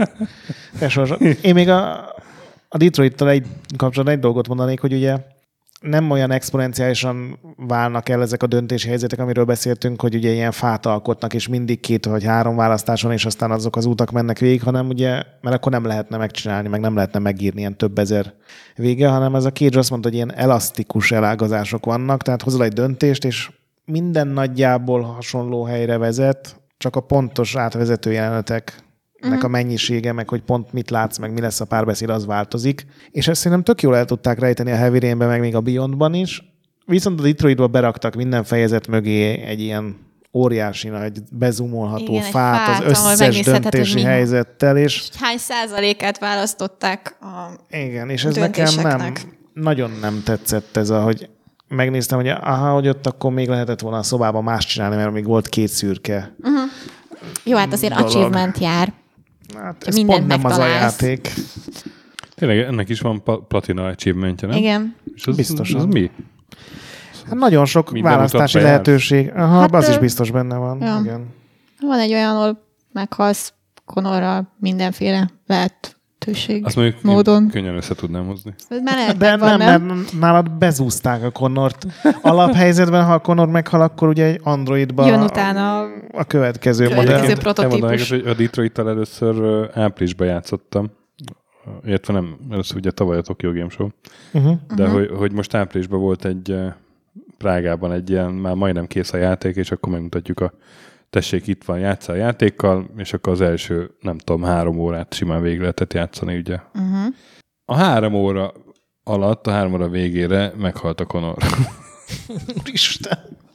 B: Én még a, a Detroit-tal egy kapcsolatban egy dolgot mondanék, hogy ugye nem olyan exponenciálisan válnak el ezek a döntési helyzetek, amiről beszéltünk, hogy ugye ilyen fát alkotnak, és mindig két vagy három választáson, és aztán azok az útak mennek végig, hanem ugye, mert akkor nem lehetne megcsinálni, meg nem lehetne megírni ilyen több ezer vége, hanem ez a Cage azt mondta, hogy ilyen elasztikus elágazások vannak, tehát hozol egy döntést, és minden nagyjából hasonló helyre vezet, csak a pontos átvezető jelenetek nek a mennyisége, meg hogy pont mit látsz, meg mi lesz a párbeszéd, az változik. És ezt szerintem tök jól el tudták rejteni a Heavy Rainben, meg még a Beyondban is. Viszont a Detroitba beraktak minden fejezet mögé egy ilyen óriási nagy, bezumolható
C: igen,
B: fát,
C: fát
B: az összes döntési helyzettel. És...
C: és hány százalékát választották a
B: igen, és ez nekem nem, nagyon nem tetszett ez, a, hogy megnéztem, hogy aha, hogy ott akkor még lehetett volna a szobában más csinálni, mert még volt két szürke. Uh-huh.
C: Jó, hát azért dolog. Achievement jár.
B: Hát ez pont nem az a játék.
A: Tényleg ennek is van pa- platina achievement-je, nem?
C: Igen.
A: És az,
B: Biztosan.
A: az mi?
B: Hát nagyon sok
A: Minden
B: választási
A: utat bejársz.
B: lehetőség. Aha,
C: Hát,
B: az is
C: ö,
B: biztos benne van.
C: ja.
B: Igen.
C: Van egy olyan, ahol meghalsz Connorral mindenféle lehetőség
A: Azt mondjuk
C: módon.
A: én könnyen össze tudnám hozni.
C: Ez már lehet,
B: De
C: van,
B: nem, mert nálad bezúzták a Connort. Alaphelyzetben, ha a Connor meghal, akkor ugye egy Androidba
C: Jön utána
B: a következő
C: Következő
B: modell.
C: pro- prototípus.
A: Nem mondanám, hogy a Detroit-tal először ö, áprilisban játszottam. Értve nem, először ugye tavaly a Tokyo Game Show.
B: Uh-huh.
A: De
C: Mhm.
A: hogy, hogy most áprilisban volt egy uh, Prágában egy ilyen, már majdnem kész a játék, és akkor megmutatjuk a tessék, itt van, játsszál a játékkal, és akkor az első, nem tudom, három órát simán végig lehetett játszani, ugye.
C: Uh-huh.
A: A három óra alatt, a három óra végére meghalt a Connor.
B: Isten.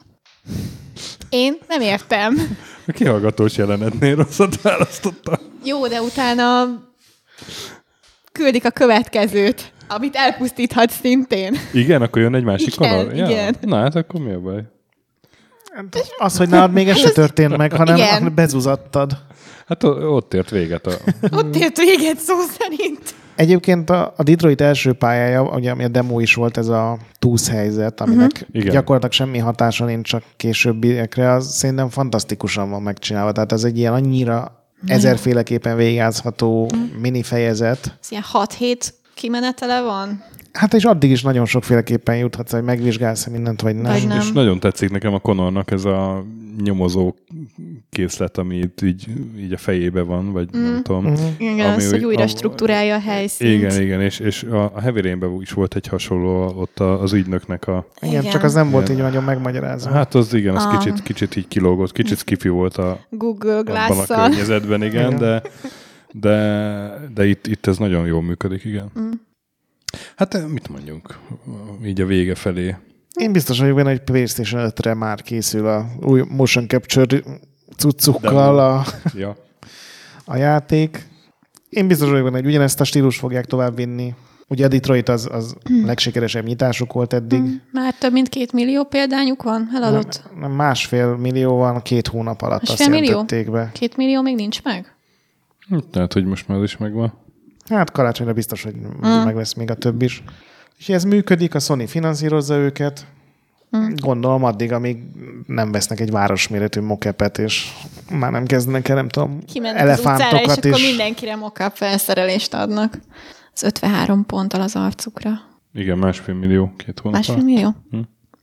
C: Én nem értem.
A: A kihallgatós jelenetnél rosszat választottam.
C: Jó, de utána küldik a következőt, amit elpusztíthat szintén.
A: Igen, akkor jön egy másik
C: Igen,
A: Connor? Ja.
C: igen.
A: Na hát akkor mi a baj?
B: Az, hogy nálad még ez se történt meg, hanem
C: Igen.
B: bezúzattad.
A: Hát o- ott ért véget a...
C: Ott ért véget szó szerint.
B: Egyébként a, a Detroit első pályája, ugye, ami a demo is volt, ez a túszhelyzet, aminek uh-huh.
A: Igen.
B: gyakorlatilag semmi hatása nincs csak későbbiekre, az szerintem fantasztikusan van megcsinálva. Tehát ez egy ilyen annyira ezerféleképpen végigjátszható uh-huh. mini fejezet.
C: Ez ilyen hat-hét kimenetele van?
B: Hát és addig is nagyon sokféleképpen juthatsz, hogy megvizsgálsz mindent, vagy nem.
C: Vagy nem.
A: És nagyon tetszik nekem a Connornak ez a nyomozó készlet, ami itt így, így a fejébe van, vagy mm. nem tudom.
B: Uh-huh.
C: Igen,
A: Ami
C: az, hogy
A: úgy-
C: újra
A: a-
C: struktúrálja a helyszínt.
A: Igen, igen, és, és a, a Heavy Rainben is volt egy hasonló, ott a, az ügynöknek a...
B: Igen,
C: Igen.
B: csak az nem volt
A: Igen.
B: így nagyon megmagyarázva.
A: Hát az igen, az
C: Ah.
A: kicsit, kicsit így kilógott, kicsit skifi volt a,
C: Google
A: abban a
C: Glass-szal.
A: környezetben, igen,
B: Igen.
A: de, de, de itt, itt ez nagyon jól működik, igen.
C: Mm.
A: Hát mit mondjunk, így a vége felé.
B: Én biztos vagyok benne, hogy PlayStation ötre már készül a új motion capture cuccukkal a,
A: Ja.
B: a játék. Én biztos vagyok benne, hogy ugyanezt a stílus fogják tovább vinni. Ugye a Detroit az, az legsikeresebb nyitásuk volt eddig.
C: Már több mint két millió példányuk van eladott.
B: Nem, másfél millió van két hónap alatt, azt
C: Másfél millió?
B: jelentették be.
C: Két millió még nincs meg?
A: Tehát, hogy most már az is megvan.
B: Hát karácsonyra biztos, hogy mm. meg lesz még a több is. És ez működik, a Sony finanszírozza őket. Mm. Gondolom addig, amíg nem vesznek egy városméretű mokepet, és már nem kezdenek el, nem tudom,
C: Kimennek az utcára, és
B: elefántokat
C: akkor
B: is.
C: mindenkire mock-up felszerelést adnak. Az ötvenhárom ponttal az arcukra.
A: Igen, másfél millió, két hónap.
C: Másfél millió?
A: Hm.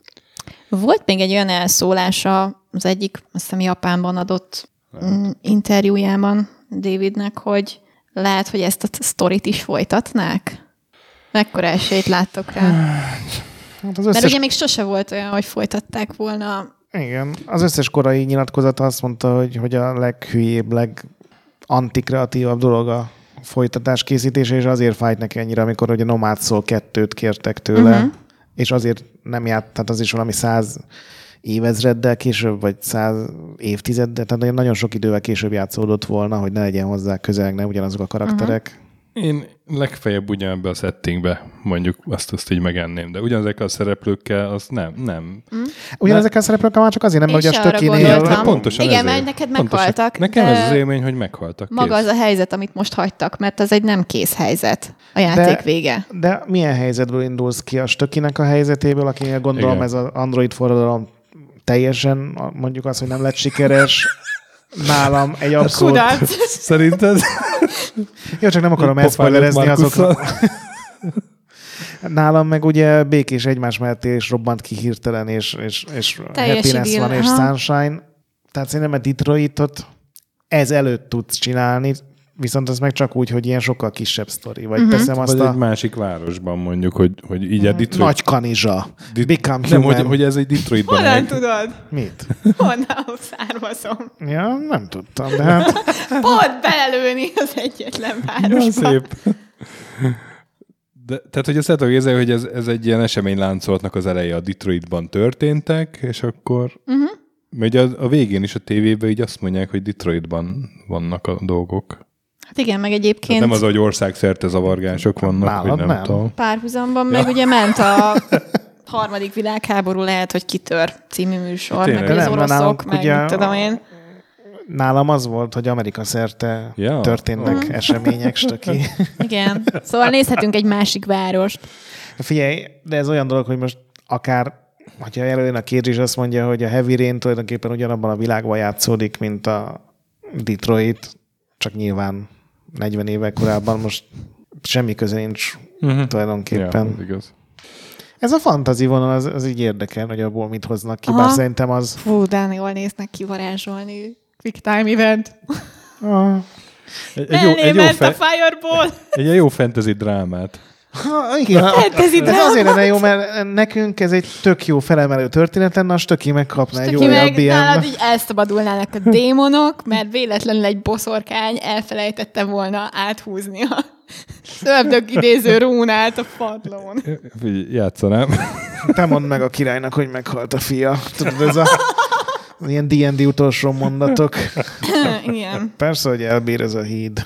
C: Volt még egy olyan elszólása az egyik, azt hiszem Japánban adott mm, interjújában Davidnek, hogy lehet, hogy ezt a sztorit is folytatnák? Mekkora esélyt láttok rá?
B: Hát az
C: Mert
B: összes,
C: ugye még sose volt olyan, hogy folytatták volna.
B: igen, az összes korai nyilatkozata azt mondta, hogy, hogy a leghülyébb, legantikreatívabb dolog a folytatás készítése, és azért fájt neki ennyire, amikor ugye Nomad Soul kettőt kértek tőle, uh-huh. és azért nem járt, tehát az is valami száz évezreddel később, vagy száz évtizeddel, tehát nagyon sok idővel később játszódott volna, hogy ne legyen hozzá közel, ne ugyanazok a karakterek. Uh-huh.
A: Én legfeljebb ugyanebbe a settingbe mondjuk azt, azt így megenném, de ugyanezekkel a szereplőkkel az nem, nem.
C: Mm.
B: Ugyanezekkel a szereplőkkel már csak azért nem,
C: Én
B: hogy a
C: se arra
B: stökinél...
C: gondoltam.
A: Hát pontosan
C: Igen,
A: ezért.
C: mert neked
A: Pontosan.
C: meghaltak,
A: Nekem
C: de-
A: ez az élmény, hogy meghaltak.
C: Maga
A: Kész.
C: az a helyzet, amit most hagytak, mert az egy nem kész helyzet. A játék
B: De-
C: vége.
B: De milyen helyzetből indulsz ki? A stökinek a helyzetéből, akinél gondolom
A: Igen.
B: ez az Android forradalom teljesen, mondjuk azt, hogy nem lett sikeres. Nálam egy abszolút...
C: Kudarc.
A: Szerinted?
B: Jó, csak nem akarom
A: Pofágyott
B: elszpoilerezni
A: Markusszal.
B: azokra. Nálam meg ugye békés egymás mellett és robbant ki hirtelen, és, és, és
C: Teljes
B: happiness
C: idyll,
B: van, és
C: aha.
B: sunshine. Tehát szerintem a Detroitot ez előtt tudsz csinálni, viszont az meg csak úgy, hogy ilyen sokkal kisebb sztori. Vagy uh-huh. teszem azt
A: Vagy
B: a
A: egy másik városban mondjuk, hogy, hogy így a Detroit...
B: nagy kanizsa.
A: Dit-
B: Become
A: nem,
B: human.
A: hogy, hogy ez egy Detroitban.
C: Honnan
A: meg-
C: tudod?
B: Mit?
C: Honnan származom?
B: Ja, nem tudtam, de hát...
C: Pont belelőni az egyetlen
A: Ja,
C: városba.
A: szép. De, tehát, hogy azt lehet érzeni, hogy ez, ez egy ilyen eseményláncolatnak az eleje a Detroitban történtek, és akkor... Uh-huh. Mert ugye a, a végén is a tévében így azt mondják, hogy Detroitban vannak a dolgok.
C: Hát igen, meg
A: Tehát
C: egyébként
A: nem az, hogy országszerte zavargások vannak,
B: Nálad
A: hogy nem,
B: nem.
A: tudom.
C: párhuzamban meg ugye ment a harmadik világháború, lehet, hogy kitör című műsor,
A: Tényleg.
C: meg hogy az
B: Nem, mert
C: oroszok,
B: nálunk
C: meg
B: ugye
C: mit tudom én.
B: Nálam az volt, hogy Amerika szerte
A: ja.
B: történnek
A: Oh.
B: események, stöki.
C: Igen. Szóval nézhetünk egy másik várost.
B: Figyelj, de ez olyan dolog, hogy most akár, hogyha előjön a Cage is azt mondja, hogy a Heavy Rain tulajdonképpen ugyanabban a világban játszódik, mint a Detroit, csak nyilván negyven évvel korábban most semmi köze nincs uh-huh. tulajdonképpen.
A: Ja, igaz.
B: Ez a fantasy vonal, az, az így érdekel, hogy abból mit hoznak ki,
C: Aha.
B: bár szerintem az...
C: Fú, de jól néznek ki varázsolni. Quick time event.
B: Ah.
A: Egy, egy, jó, egy, jó
C: ment
A: fe,
C: a fireball.
A: egy jó fantasy drámát.
B: Ha, igen,
C: Ez
B: ez azért lenne jó, mert nekünk ez egy tök jó felemelő történet lenne, a Stöki megkapna egy
C: Aki
B: újabb
C: meg
B: ilyen...
C: nálad így elszabadulnának a démonok, mert véletlenül egy boszorkány elfelejtette volna áthúzni a szördög idéző rúnát a padlón.
A: Figyelj, játszanám.
B: Te mondd meg a királynak, hogy meghalt a fia. Tudod, ez a ilyen dé end dé utolsó mondatok.
C: Igen.
B: Persze, hogy elbír ez a híd.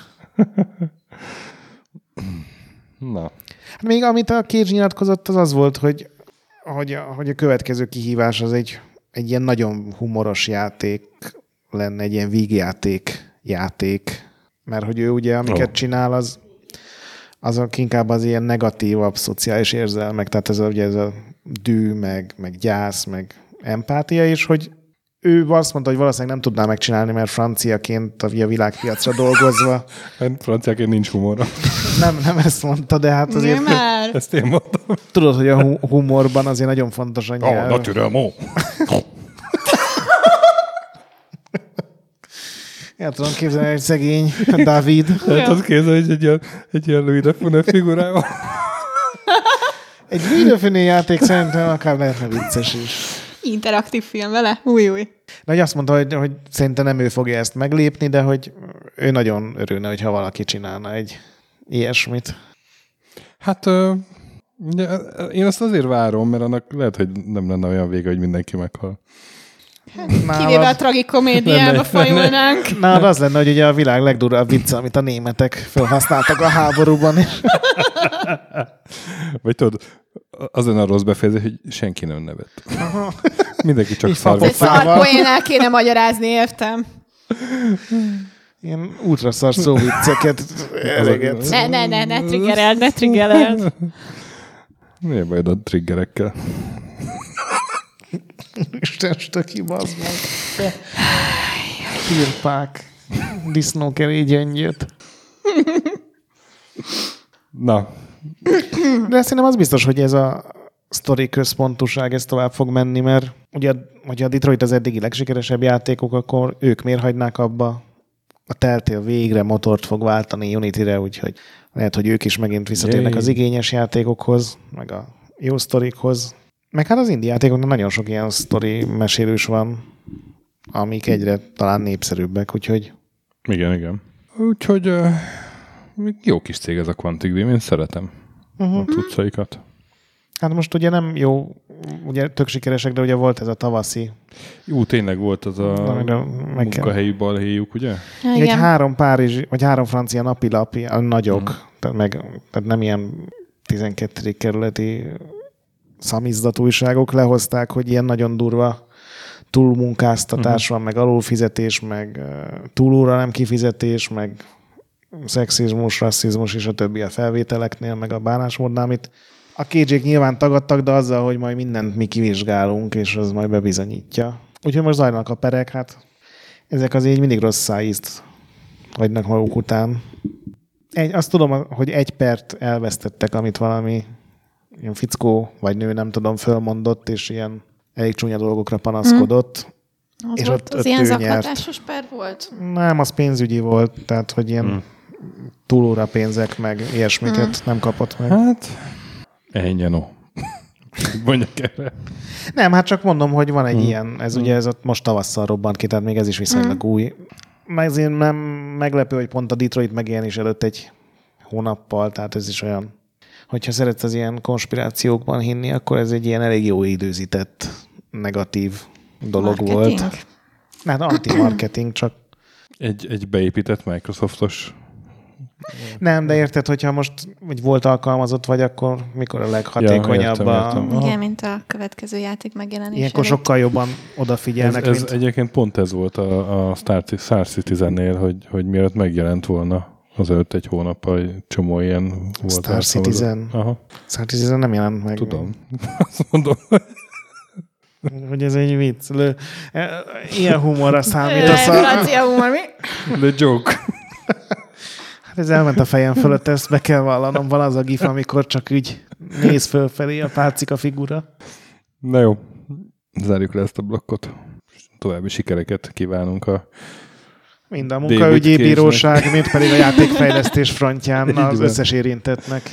A: Na.
B: Hát még amit a Cage nyilatkozott, az az volt, hogy, hogy, a, hogy a következő kihívás az egy, egy ilyen nagyon humoros játék lenne, egy ilyen vígjáték játék. Mert hogy ő ugye, amiket
A: oh.
B: csinál, az azok inkább az ilyen negatívabb szociális érzelmek, tehát ez a, ugye ez a dű, meg, meg gyász, meg empátia is, hogy ő azt mondta, hogy valószínűleg nem tudná megcsinálni, mert franciaként a világpiacra dolgozva.
A: Franciaként nincs humor.
B: Nem, nem ezt mondta, de hát azért...
C: Már.
A: Ezt én mondtam.
B: Tudod, hogy a humorban azért nagyon fontos a nyelv.
A: Oh, naturellement.
B: El tudom képzelni, hogy szegény David.
A: Hát azt képzelni, hogy egy ilyen, egy ilyen Louis de Funès figurával.
B: Egy Louis de Funès játék szerintem akár lehetne vicces is.
C: Interaktív film vele? Új, új.
B: De hogy azt mondta, hogy, hogy szerintem nem ő fogja ezt meglépni, de hogy ő nagyon örülne, hogyha valaki csinálna egy ilyesmit.
A: Hát ugye, én azt azért várom, mert annak lehet, hogy nem lenne olyan vége, hogy mindenki meghal.
C: Kivéve a tragikomédiába fajulnánk.
B: Nálad az lenne, hogy ugye a világ legdurvább vicce, amit a németek felhasználtak a háborúban is.
A: Vagy tudod, az lenne a rossz befejezés, hogy senki nem nevet. Aha. Mindenki csak
B: szarva.
C: Ez szarpoénál kéne magyarázni, értem.
B: Ilyen ultraszar szóvicceket eregetsz.
C: Ne, ne, ne, ne triggereld, ne triggereld.
A: Mi a bajod a triggerekkel?
B: Isten stöki, bazd meg. Pirpák. Disznókeré gyöngyöt.
A: Na.
B: De szerintem az biztos, hogy ez a sztori központúság ez tovább fog menni, mert ugye, hogyha a Detroit az eddigi legsikeresebb játékok, akkor ők miért hagynák abba? A Telltale végre motort fog váltani Unity-re, úgyhogy lehet, hogy ők is megint visszatérnek
A: Jé.
B: az igényes játékokhoz, meg a jó sztorikhoz. Meg hát az indie játékoknak nagyon sok ilyen sztori mesélős van, amik egyre talán népszerűbbek, úgyhogy...
A: Igen, igen. Úgyhogy uh, jó kis cég ez a Quantic Dream, én szeretem uh-huh. a cuccaikat.
B: Hát most ugye nem jó, ugye tök sikeresek, de ugye volt ez a tavaszi.
A: Jó, tényleg volt az a munkahelyi balhéjuk, ugye?
C: Ja,
B: egy három párizsi, vagy három francia napilap, a nagyok, uh-huh. tehát, meg, tehát nem ilyen tizenkettedik kerületi szamizdat újságok lehozták, hogy ilyen nagyon durva túlmunkáztatás uh-huh. van, meg alulfizetés, meg túlóra nem kifizetés, meg szexizmus, rasszizmus és a többi a felvételeknél, meg a bánásmódnál, amit a Cage-ék nyilván tagadtak, de azzal, hogy majd mindent mi kivizsgálunk, és az majd bebizonyítja. Úgyhogy most zajlanak a perek, hát ezek az így mindig rossz szájízt hagynak maguk után. Egy, azt tudom, hogy egy pert elvesztettek, amit valami ilyen fickó vagy nő, nem tudom, fölmondott, és ilyen elég csúnya dolgokra panaszkodott.
C: Hmm. Az
B: és
C: volt,
B: ott,
C: az
B: ott
C: ilyen
B: ő
C: zaklatásos per volt?
B: Nem, az pénzügyi volt, tehát hogy ilyen hmm. túlóra pénzek, meg ilyesmiket hmm. nem kapott meg.
A: Hát, ennyi no. Mondjak erre.
B: Nem, hát csak mondom, hogy van egy hmm. ilyen, ez hmm. ugye ez ott most tavasszal robbant ki, tehát még ez is viszonylag hmm. új. Ezért nem meglepő, hogy pont a Detroit megjelenés előtt egy hónappal, tehát ez is olyan, hogyha szeretsz az ilyen konspirációkban hinni, akkor ez egy ilyen elég jó időzített, negatív dolog
C: marketing.
B: Volt. Hát anti-marketing, csak
A: Egy, egy beépített Microsoftos
B: Nem, de érted, hogyha most vagy volt alkalmazott vagy, akkor mikor a leghatékonyabb
A: ja, értem, értem.
B: a...
C: Igen, mint a következő játék megjelenésére.
B: Ilyenkor sokkal jobban odafigyelnek,
A: ez, ez
B: mint...
A: egyébként pont ez volt a, a Star, Star Citizen-nél, hogy, hogy mielőtt megjelent volna az előtt egy hónappal, egy csomó ilyen volt.
B: Star Citizen.
A: Aha.
B: Star Citizen nem jelent meg.
A: Tudom. Azt mondom.
B: Hogy ez egy vicc. Lő. Ilyen humorra számít.
C: A francia humor, mi?
A: The joke.
B: Hát ez elment a fejem fölött, ezt be kell vallanom. Van az a gif, amikor csak úgy néz fölfelé a pálcika figura.
A: Na jó, zárjuk le ezt a blokkot. További sikereket kívánunk a
B: mind a munkaügyi bíróság, mint pedig a játékfejlesztés frontján az összes érintettnek.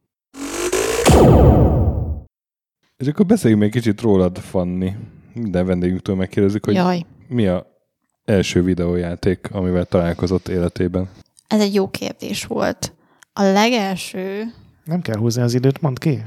A: És akkor beszéljünk még kicsit rólad, Fanni. Minden vendégünktől megkérdezzük, hogy
C: Jaj.
A: mi a első videójáték, amivel találkozott életében.
C: Ez egy jó kérdés volt. A legelső...
B: Nem kell húzni az időt, mondd ki.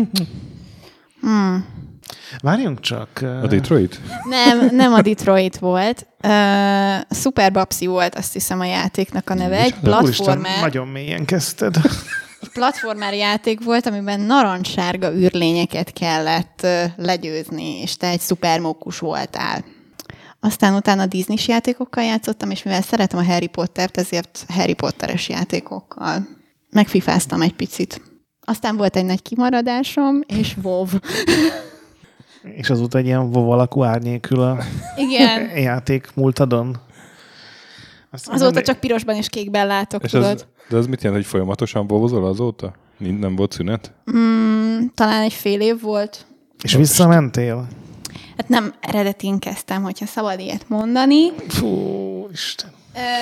C: Hmm.
B: Várjunk csak.
A: A Detroit?
C: Nem, nem a Detroit volt. Uh, Super Babsi volt, azt hiszem, a játéknak a neve. Egy platformer.
B: Úristen, nagyon mélyen kezdted.
C: Platformer játék volt, amiben narancssárga űrlényeket kellett uh, legyőzni, és te egy szupermókus voltál. Aztán utána Disney-s játékokkal játszottam, és mivel szeretem a Harry Pottert, ezért Harry Potteres játékokkal megfifáztam egy picit. Aztán volt egy nagy kimaradásom, és WoW.
B: És azóta egy ilyen WoW alakú árnyékül a
C: Igen.
B: játék múltadon.
C: Aztán azóta nem... csak pirosban és kékben látok,
A: és
C: tudod.
A: Az, de az mit jelent, hogy folyamatosan bovozol azóta? Nem volt szünet?
C: Mm, talán egy fél év volt.
B: És visszamentél?
C: Hát nem eredetén kezdtem, hogyha szabad ilyet mondani.
B: Fú, Isten.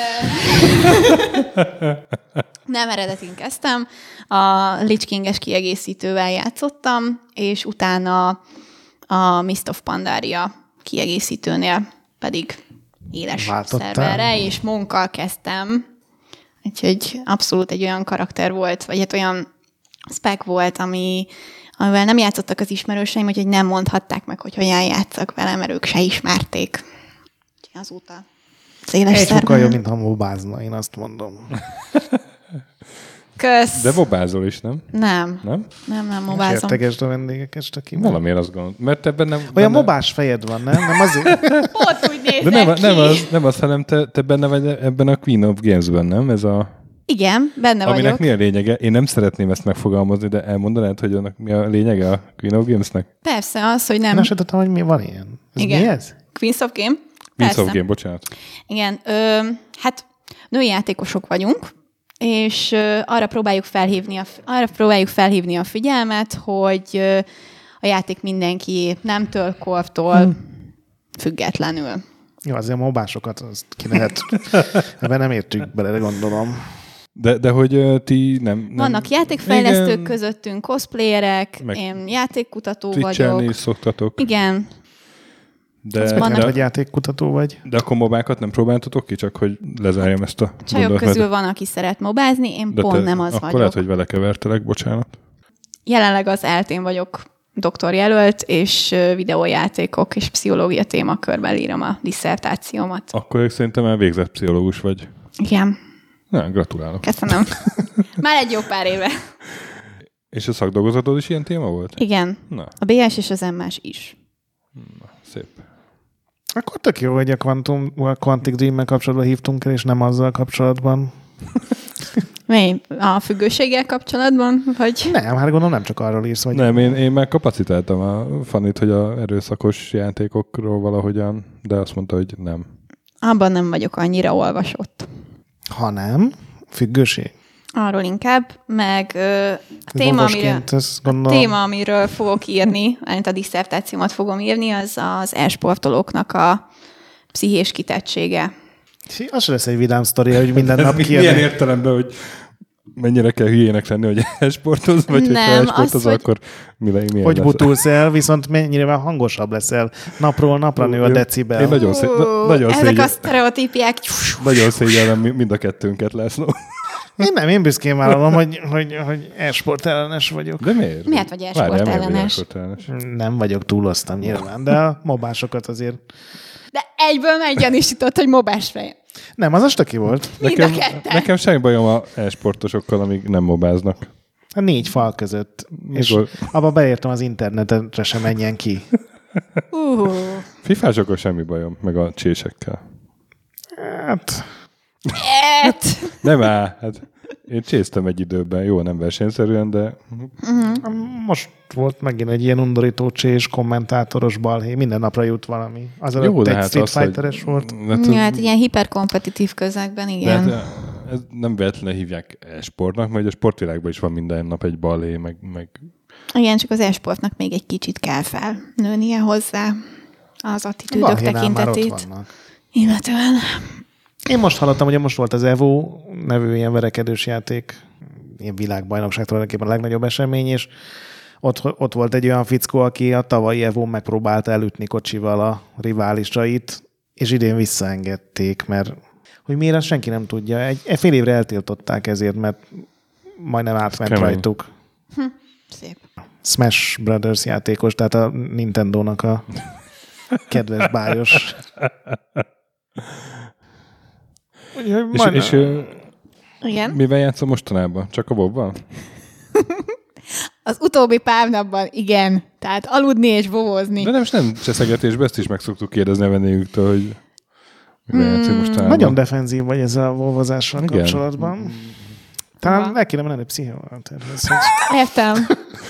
C: Nem eredetén kezdtem. A Lich King-es kiegészítővel játszottam, és utána a Mist of Pandaria kiegészítőnél pedig éles
B: Váltottál?
C: szerverre, és Monkkal kezdtem. Úgyhogy abszolút egy olyan karakter volt, vagy hát olyan spec volt, ami, amivel nem játszottak az ismerőseim, úgyhogy nem mondhatták meg, hogy hogyan játszak vele, mert ők se ismerték. Úgyhogy azóta széles
B: egy
C: szerver.
B: sokkal jobb, mint ha mobázna, én azt mondom.
C: Kösz.
A: De mobázol is, nem?
C: Nem.
A: Nem?
C: Nem, nem mobázom.
B: Sértegesd a vendégeket, aki
A: Valamiért azt gondolom. Mert ebben nem...
B: Olyan
A: benne...
B: mobás fejed van, nem? Nem azért?
C: Pont úgy nézek
A: De nem,
C: ki.
A: nem, az, nem az, hanem te, te benne vagy ebben a Queen of Games-ben, nem? Ez a...
C: Igen, benne
A: Aminek
C: vagyok.
A: mi a lényege? Én nem szeretném ezt megfogalmazni, de elmondanád, hogy annak mi a lényege a Queen of Games-nek?
C: Persze, az, hogy nem.
B: Nem azt tudtam, hogy mi van ilyen. Ez
C: Igen.
B: mi ez?
C: Queens of Game?
A: Queen
C: Persze.
A: of Game, bocsánat.
C: Igen, ö, hát női játékosok vagyunk, és ö, arra próbáljuk felhívni a, arra próbáljuk felhívni a figyelmet, hogy ö, a játék mindenki nemtől, kortól hmm. függetlenül.
B: Jó, azért a mobásokat azt ki lehet. Ebben nem értünk bele, de gondolom.
A: De, de hogy uh, ti nem, nem...
C: Vannak játékfejlesztők
A: igen.
C: közöttünk, cosplayerek,
A: Meg
C: én játékkutató
A: Twitch-elni
C: vagyok.
A: is szoktatok.
C: Igen.
A: De,
B: Van,
A: de,
B: hogy játékkutató vagy.
A: de akkor mobákat nem próbáltatok ki, csak hogy lezárjam ezt a
C: Csajok
A: gondolatot.
C: közül van, aki szeret mobázni, én
A: de
C: pont
A: te,
C: nem az
A: akkor
C: vagyok.
A: lehet, hogy vele kevertelek, bocsánat.
C: Jelenleg az eltén vagyok doktorjelölt, és videójátékok és pszichológia témakörben írom a disszertációmat.
A: Akkor ők szerintem elvégzett pszichológus vagy.
C: Igen.
A: Na, gratulálok.
C: Köszönöm. Már egy jó pár éve.
A: És a szakdolgozatod is ilyen téma volt?
C: Igen.
A: Na,
C: A bé es és az em es is.
A: na szép.
B: Akkor tök jó, hogy a Quantum, a Quantic Dream-mel kapcsolatban hívtunk el, és nem azzal kapcsolatban.
C: Mi? A függőséggel kapcsolatban? Vagy?
B: Nem, hát gondolom nem csak arról írsz, vagy...
A: Nem, én, én már kapacitáltam a Fanit, hogy a erőszakos játékokról valahogyan, de azt mondta, hogy nem.
C: Abban nem vagyok annyira olvasott.
B: Ha nem, függőség.
C: Arról inkább, meg ö, a téma, amiről,
B: ezt
C: a
B: gondolom...
C: téma, amiről fogok írni, amit a disszertációmat fogom írni, az az e-sportolóknak a pszichés kitettsége.
B: Az se lesz egy vidám sztoria, hogy minden nap
A: Milyen
B: kijön.
A: értelemben, hogy mennyire kell hülyének lenni, hogy e-sportoz, vagy
C: Nem,
A: hogyha e-sportoz,
C: az, hogy-
A: akkor mi le, milyen
B: Hogy
A: lesz?
B: butulsz el, viszont mennyire hangosabb leszel. Napról napra nő a
A: Én-
B: decibel.
A: Én nagyon, szé- na-
C: Ú,
A: nagyon,
C: ezek
A: szégyel,
C: a sztereotípiák.
A: nagyon szégyellem mi- mind a kettőnket, László.
B: Én nem, én büszkén vállalom, hogy, hogy, hogy e-sport ellenes vagyok.
A: De miért?
C: Miért vagy e-sport
A: Várjál, miért vagy
C: ellenes?
A: e-sport ellenes?
B: Nem vagyok túloztam nyilván, de a mobásokat azért...
C: De egyből meggyanúsított, hogy mobás fej.
B: Nem, az a stöki volt.
C: Mind a
A: Nekem,
C: ketten.
A: nekem semmi bajom a e-sportosokkal, amíg nem mobáznak.
B: A négy fal között. És
A: Mikor?
B: abba beértem az internetre sem menjen ki.
C: Uh,
A: Fifásokkal semmi bajom, meg a csésekkel.
B: Hát,
C: et.
A: Nem áll, hát én csésztem egy időben, jó, nem versenyszerűen, de
B: most volt megint egy ilyen undorító csés, kommentátoros balhé. Minden napra jut valami. Az
A: jó,
B: előtt
A: de
B: egy
A: hát
B: Street
A: az, hogy...
B: Fighter-es volt.
A: Hát,
C: Ja, hát ilyen hiperkompetitív közegben,
A: de
C: igen.
A: hát, ez nem véletlenül hívják e-sportnak, mert a sportvilágban is van minden nap egy balé, meg, meg
C: Igen, csak az e-sportnak még egy kicsit kell felnőnie hozzá az attitűdök
B: Balhénál már ott
C: tekintetét.
B: vannak.
C: Illetően.
B: Én most hallottam, hogy most volt az Evo nevű ilyen verekedős játék, ilyen világbajnokság tulajdonképpen a legnagyobb esemény, és ott, ott volt egy olyan fickó, aki a tavalyi Evo megpróbálta elütni kocsival a riválisait, és idén visszaengedték, mert hogy miért, azt senki nem tudja. Egy, egy fél évre eltiltották ezért, mert majdnem átment
A: Kemény.
B: rajtuk.
C: Hm, szép.
B: Smash Brothers játékos, tehát a Nintendónak a kedves bájos. Úgyhogy
A: És,
B: majd-
A: és ö,
C: Igen.
A: mivel játszom mostanában? Csak a Bobban?
C: Az utóbbi pár napban igen. Tehát aludni és vovozni.
A: De nem, most nem cseszegetésbe, ezt is meg szoktuk kérdezni a vendégünktől, hogy mivel játszik mostanában.
B: Nagyon defenzív vagy ezzel a volvozással
A: Igen.
B: kapcsolatban. Talán
C: Aha.
B: le kéne menni pszichóval.
C: Értem.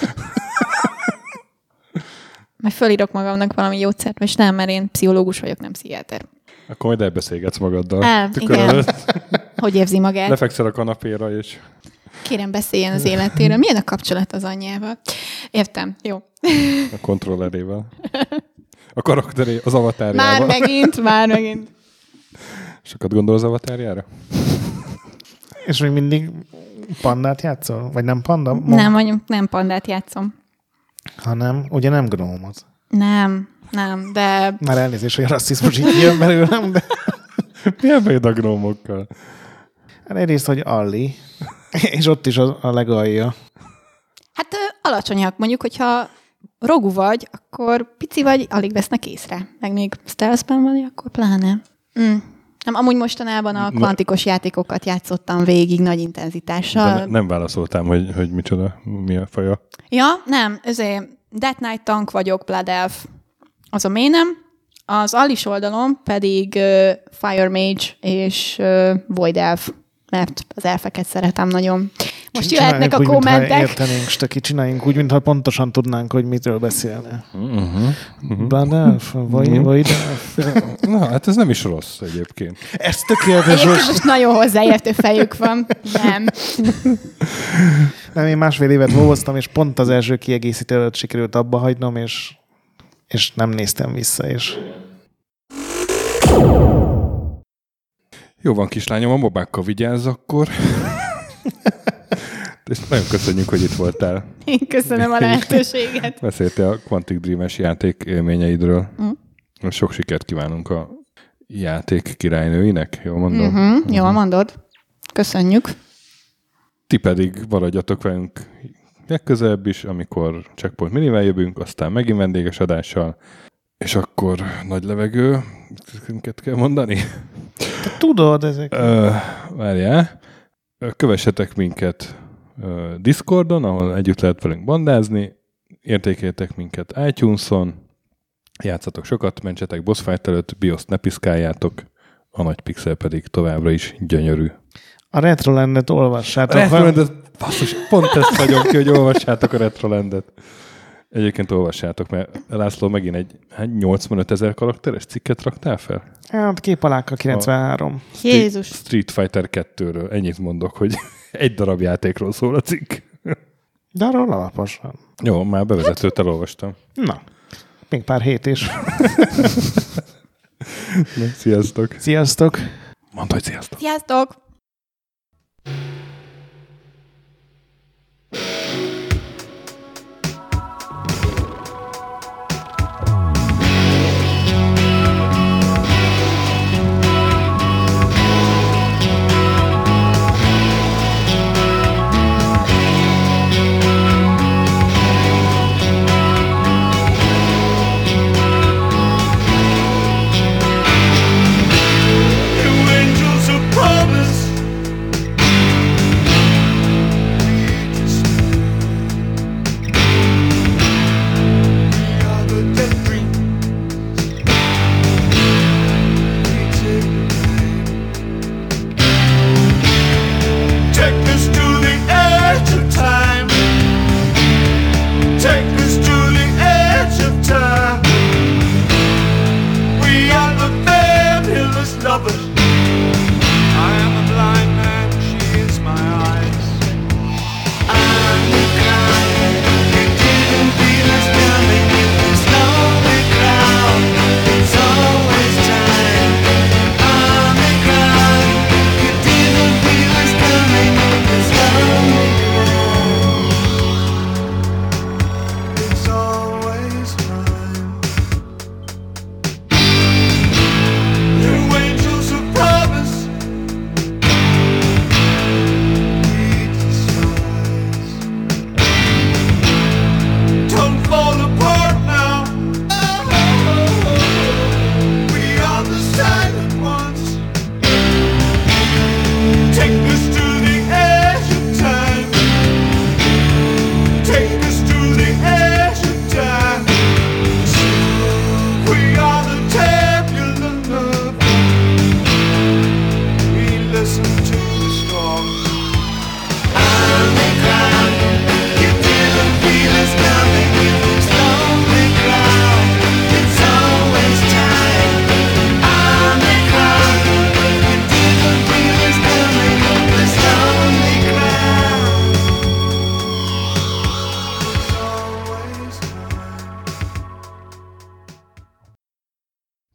C: Majd fölírok magamnak valami jószert, és nem, mert én pszichológus vagyok, nem pszichiáter.
A: Akkor majd elbeszélgetsz magaddal.
C: El,
A: Tükör
C: igen.
A: előtt.
C: Hogy érzi magát?
A: Lefekszel a kanapéra, és
C: Kérem, beszéljen az életéről. Milyen a kapcsolat az anyjával? Értem, jó.
A: a kontrollerével. A karakteré, az avatárjával.
C: Már megint, már megint.
A: Sokat gondol az avatárjára?
B: És még mindig pandát játszol? Vagy nem panda? Mo-
C: Nem, mondjuk nem pandát játszom.
B: Hanem, ugye nem gnómot.
C: Nem, nem, de
B: Már elnézést, hogy a rasszizmus így jön belőlem, de
A: Milyen bajod a gnómokkal?
B: hát egyrészt, hogy Alli, és ott is a, a legalja.
C: hát ö, alacsonyak. Mondjuk, hogyha rogú vagy, akkor pici vagy, alig vesznek észre. Meg még stealthben vagy, akkor pláne. Mm. Nem, amúgy mostanában a kvantikus játékokat játszottam végig nagy intenzitással.
A: De ne, nem válaszoltám, hogy, hogy micsoda, mi a faja.
C: Ja, nem, ezért Death Knight tank vagyok, Blood Elf. Az a ménem. Az Allis oldalon pedig uh, Fire Mage és uh, Void Elf, mert az elfeket szeretem nagyon. Most
B: Csináljunk
C: jöhetnek a
B: úgy, mintha
C: kommentek.
B: értenénk, stöki, csináljunk úgy, mintha pontosan tudnánk, hogy mitől beszélne.
A: Uh-huh. Uh-huh.
B: Blood Elf, vagy,
A: Mhm.
B: vagy Elf.
A: Na, hát ez nem is rossz egyébként.
B: Ez tökéletes
C: Egyébként
B: most.
C: most nagyon hozzáértő fejük van. Nem.
B: Nem, én másfél évet volvoztam, és pont az első kiegészítő előtt sikerült abba hagynom, és, és nem néztem vissza, és
A: Jó van, kislányom, a mobákkal vigyázz akkor. És nagyon köszönjük, hogy itt voltál.
C: Én köszönöm a lehetőséget.
A: Beszéltél a Quantic Dream-es játék élményeidről.
C: Mm.
A: Sok sikert kívánunk a játék királynőinek, jól mondom?
C: Uh-huh. Jól mondod. Köszönjük.
A: Ti pedig maradjatok velünk legközelebb is, amikor Checkpoint Minivel jövünk, aztán megint vendéges adással, és akkor nagy levegő, minket kell mondani.
B: te tudod, ezek...
A: Ö, várjál, Ö, kövessetek minket ö, Discordon, ahol együtt lehet velünk bandázni, értékeljetek minket iTunes-on, játszatok sokat, mentsetek boss fight előtt, BIOS-t ne piszkáljátok, a nagy pixel pedig továbbra is gyönyörű.
B: A Retrolandet olvassátok.
A: A Retrolandet, basszus, pont ezt hagyom ki, hogy olvassátok a Retrolandet. Egyébként olvassátok, mert László megint egy hát nyolcvanöt ezer karakteres cikket raktál fel?
B: Hát képaláka kilencvenhárom.
C: Jézus.
A: Street Fighter kettőről. Ennyit mondok, hogy egy darab játékról szól a cikk.
B: De arról alaposan.
A: Jó, már bevezetőt elolvastam.
B: Na, még pár hét is.
A: Na, sziasztok!
B: Sziasztok!
A: Mondd, hogy sziasztok!
C: Sziasztok!
D: You enjoy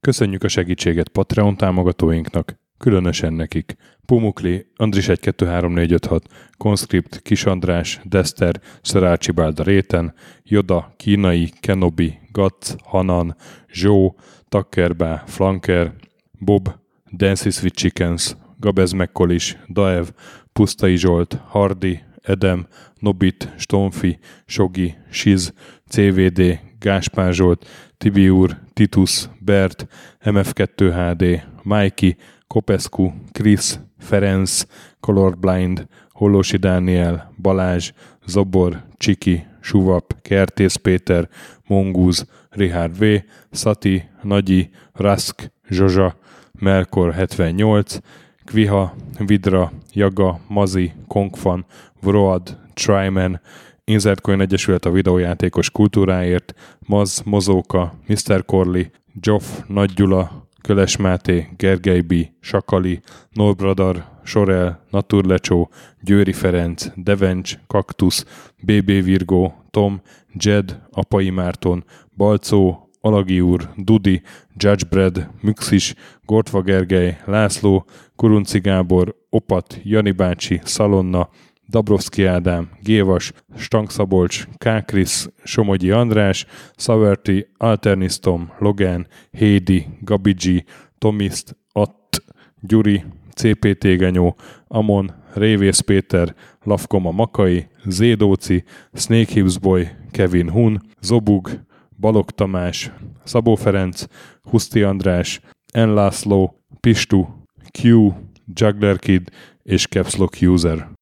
A: Köszönjük a segítséget Patreon támogatóinknak, különösen nekik. Pumukli, Andris egy kettő három négy öt hat, Conscript, Kis András, Dester, Sir Archibald a réten, Yoda, Kínai, Kenobi, Gatz, Hanan, Zsó, Takkerbá, Flanker, Bob, Dances with Chickens, Gabez Mekkolis, Daev, Pusztai Zsolt, Hardi, Edem, Nobit, Stonfi, Sogi, Siz, cé vé dé, Gáspár Zsolt, Tibi úr, Titus, Bert, em ef kettő há dé, Mikey, Kopescu, Krisz, Ferenc, Colorblind, Hollósi Dániel, Balázs, Zobor, Csiki, Suvap, Kertész Péter, Mongúz, Richard V, Szati, Nagyi, Rask, Zsozsa, Melkor hetvennyolc, Kviha, Vidra, Jaga, Mazi, Kongfan, Vroad, Tryman, Inzertcoin Egyesület a videójátékos kultúráért, Maz, Mozóka, miszter Corley, Joff, Nagy Gyula, Köles Máté, Gergely B, Sakali, Norbradar, Sorel, Naturlecsó, Győri Ferenc, Devencs, Kaktusz, bé bé Virgó, Tom, Jed, Apai Márton, Balcó, Alagi úr, Dudi, Judgebred, Müxis, Gortva Gergely, László, Kurunci Gábor, Opat, Jani bácsi, Szalonna, Dabrowski Ádám, Gévas, Stangszabolcs, Kákris, Somogyi András, Szaverti, Alternisztom, Logan, Hédi, Gabigi, Tomiszt, Att, Gyuri, cé pé té Genyó, Amon, Révész Péter, Lavkoma Makai, Zédóci, Snake Hips Boy, Kevin Hun, Zobug, Balog Tamás, Szabó Ferenc, Huszti András, N. László, Pistu, Q, Juggler Kid és Caps Lock User.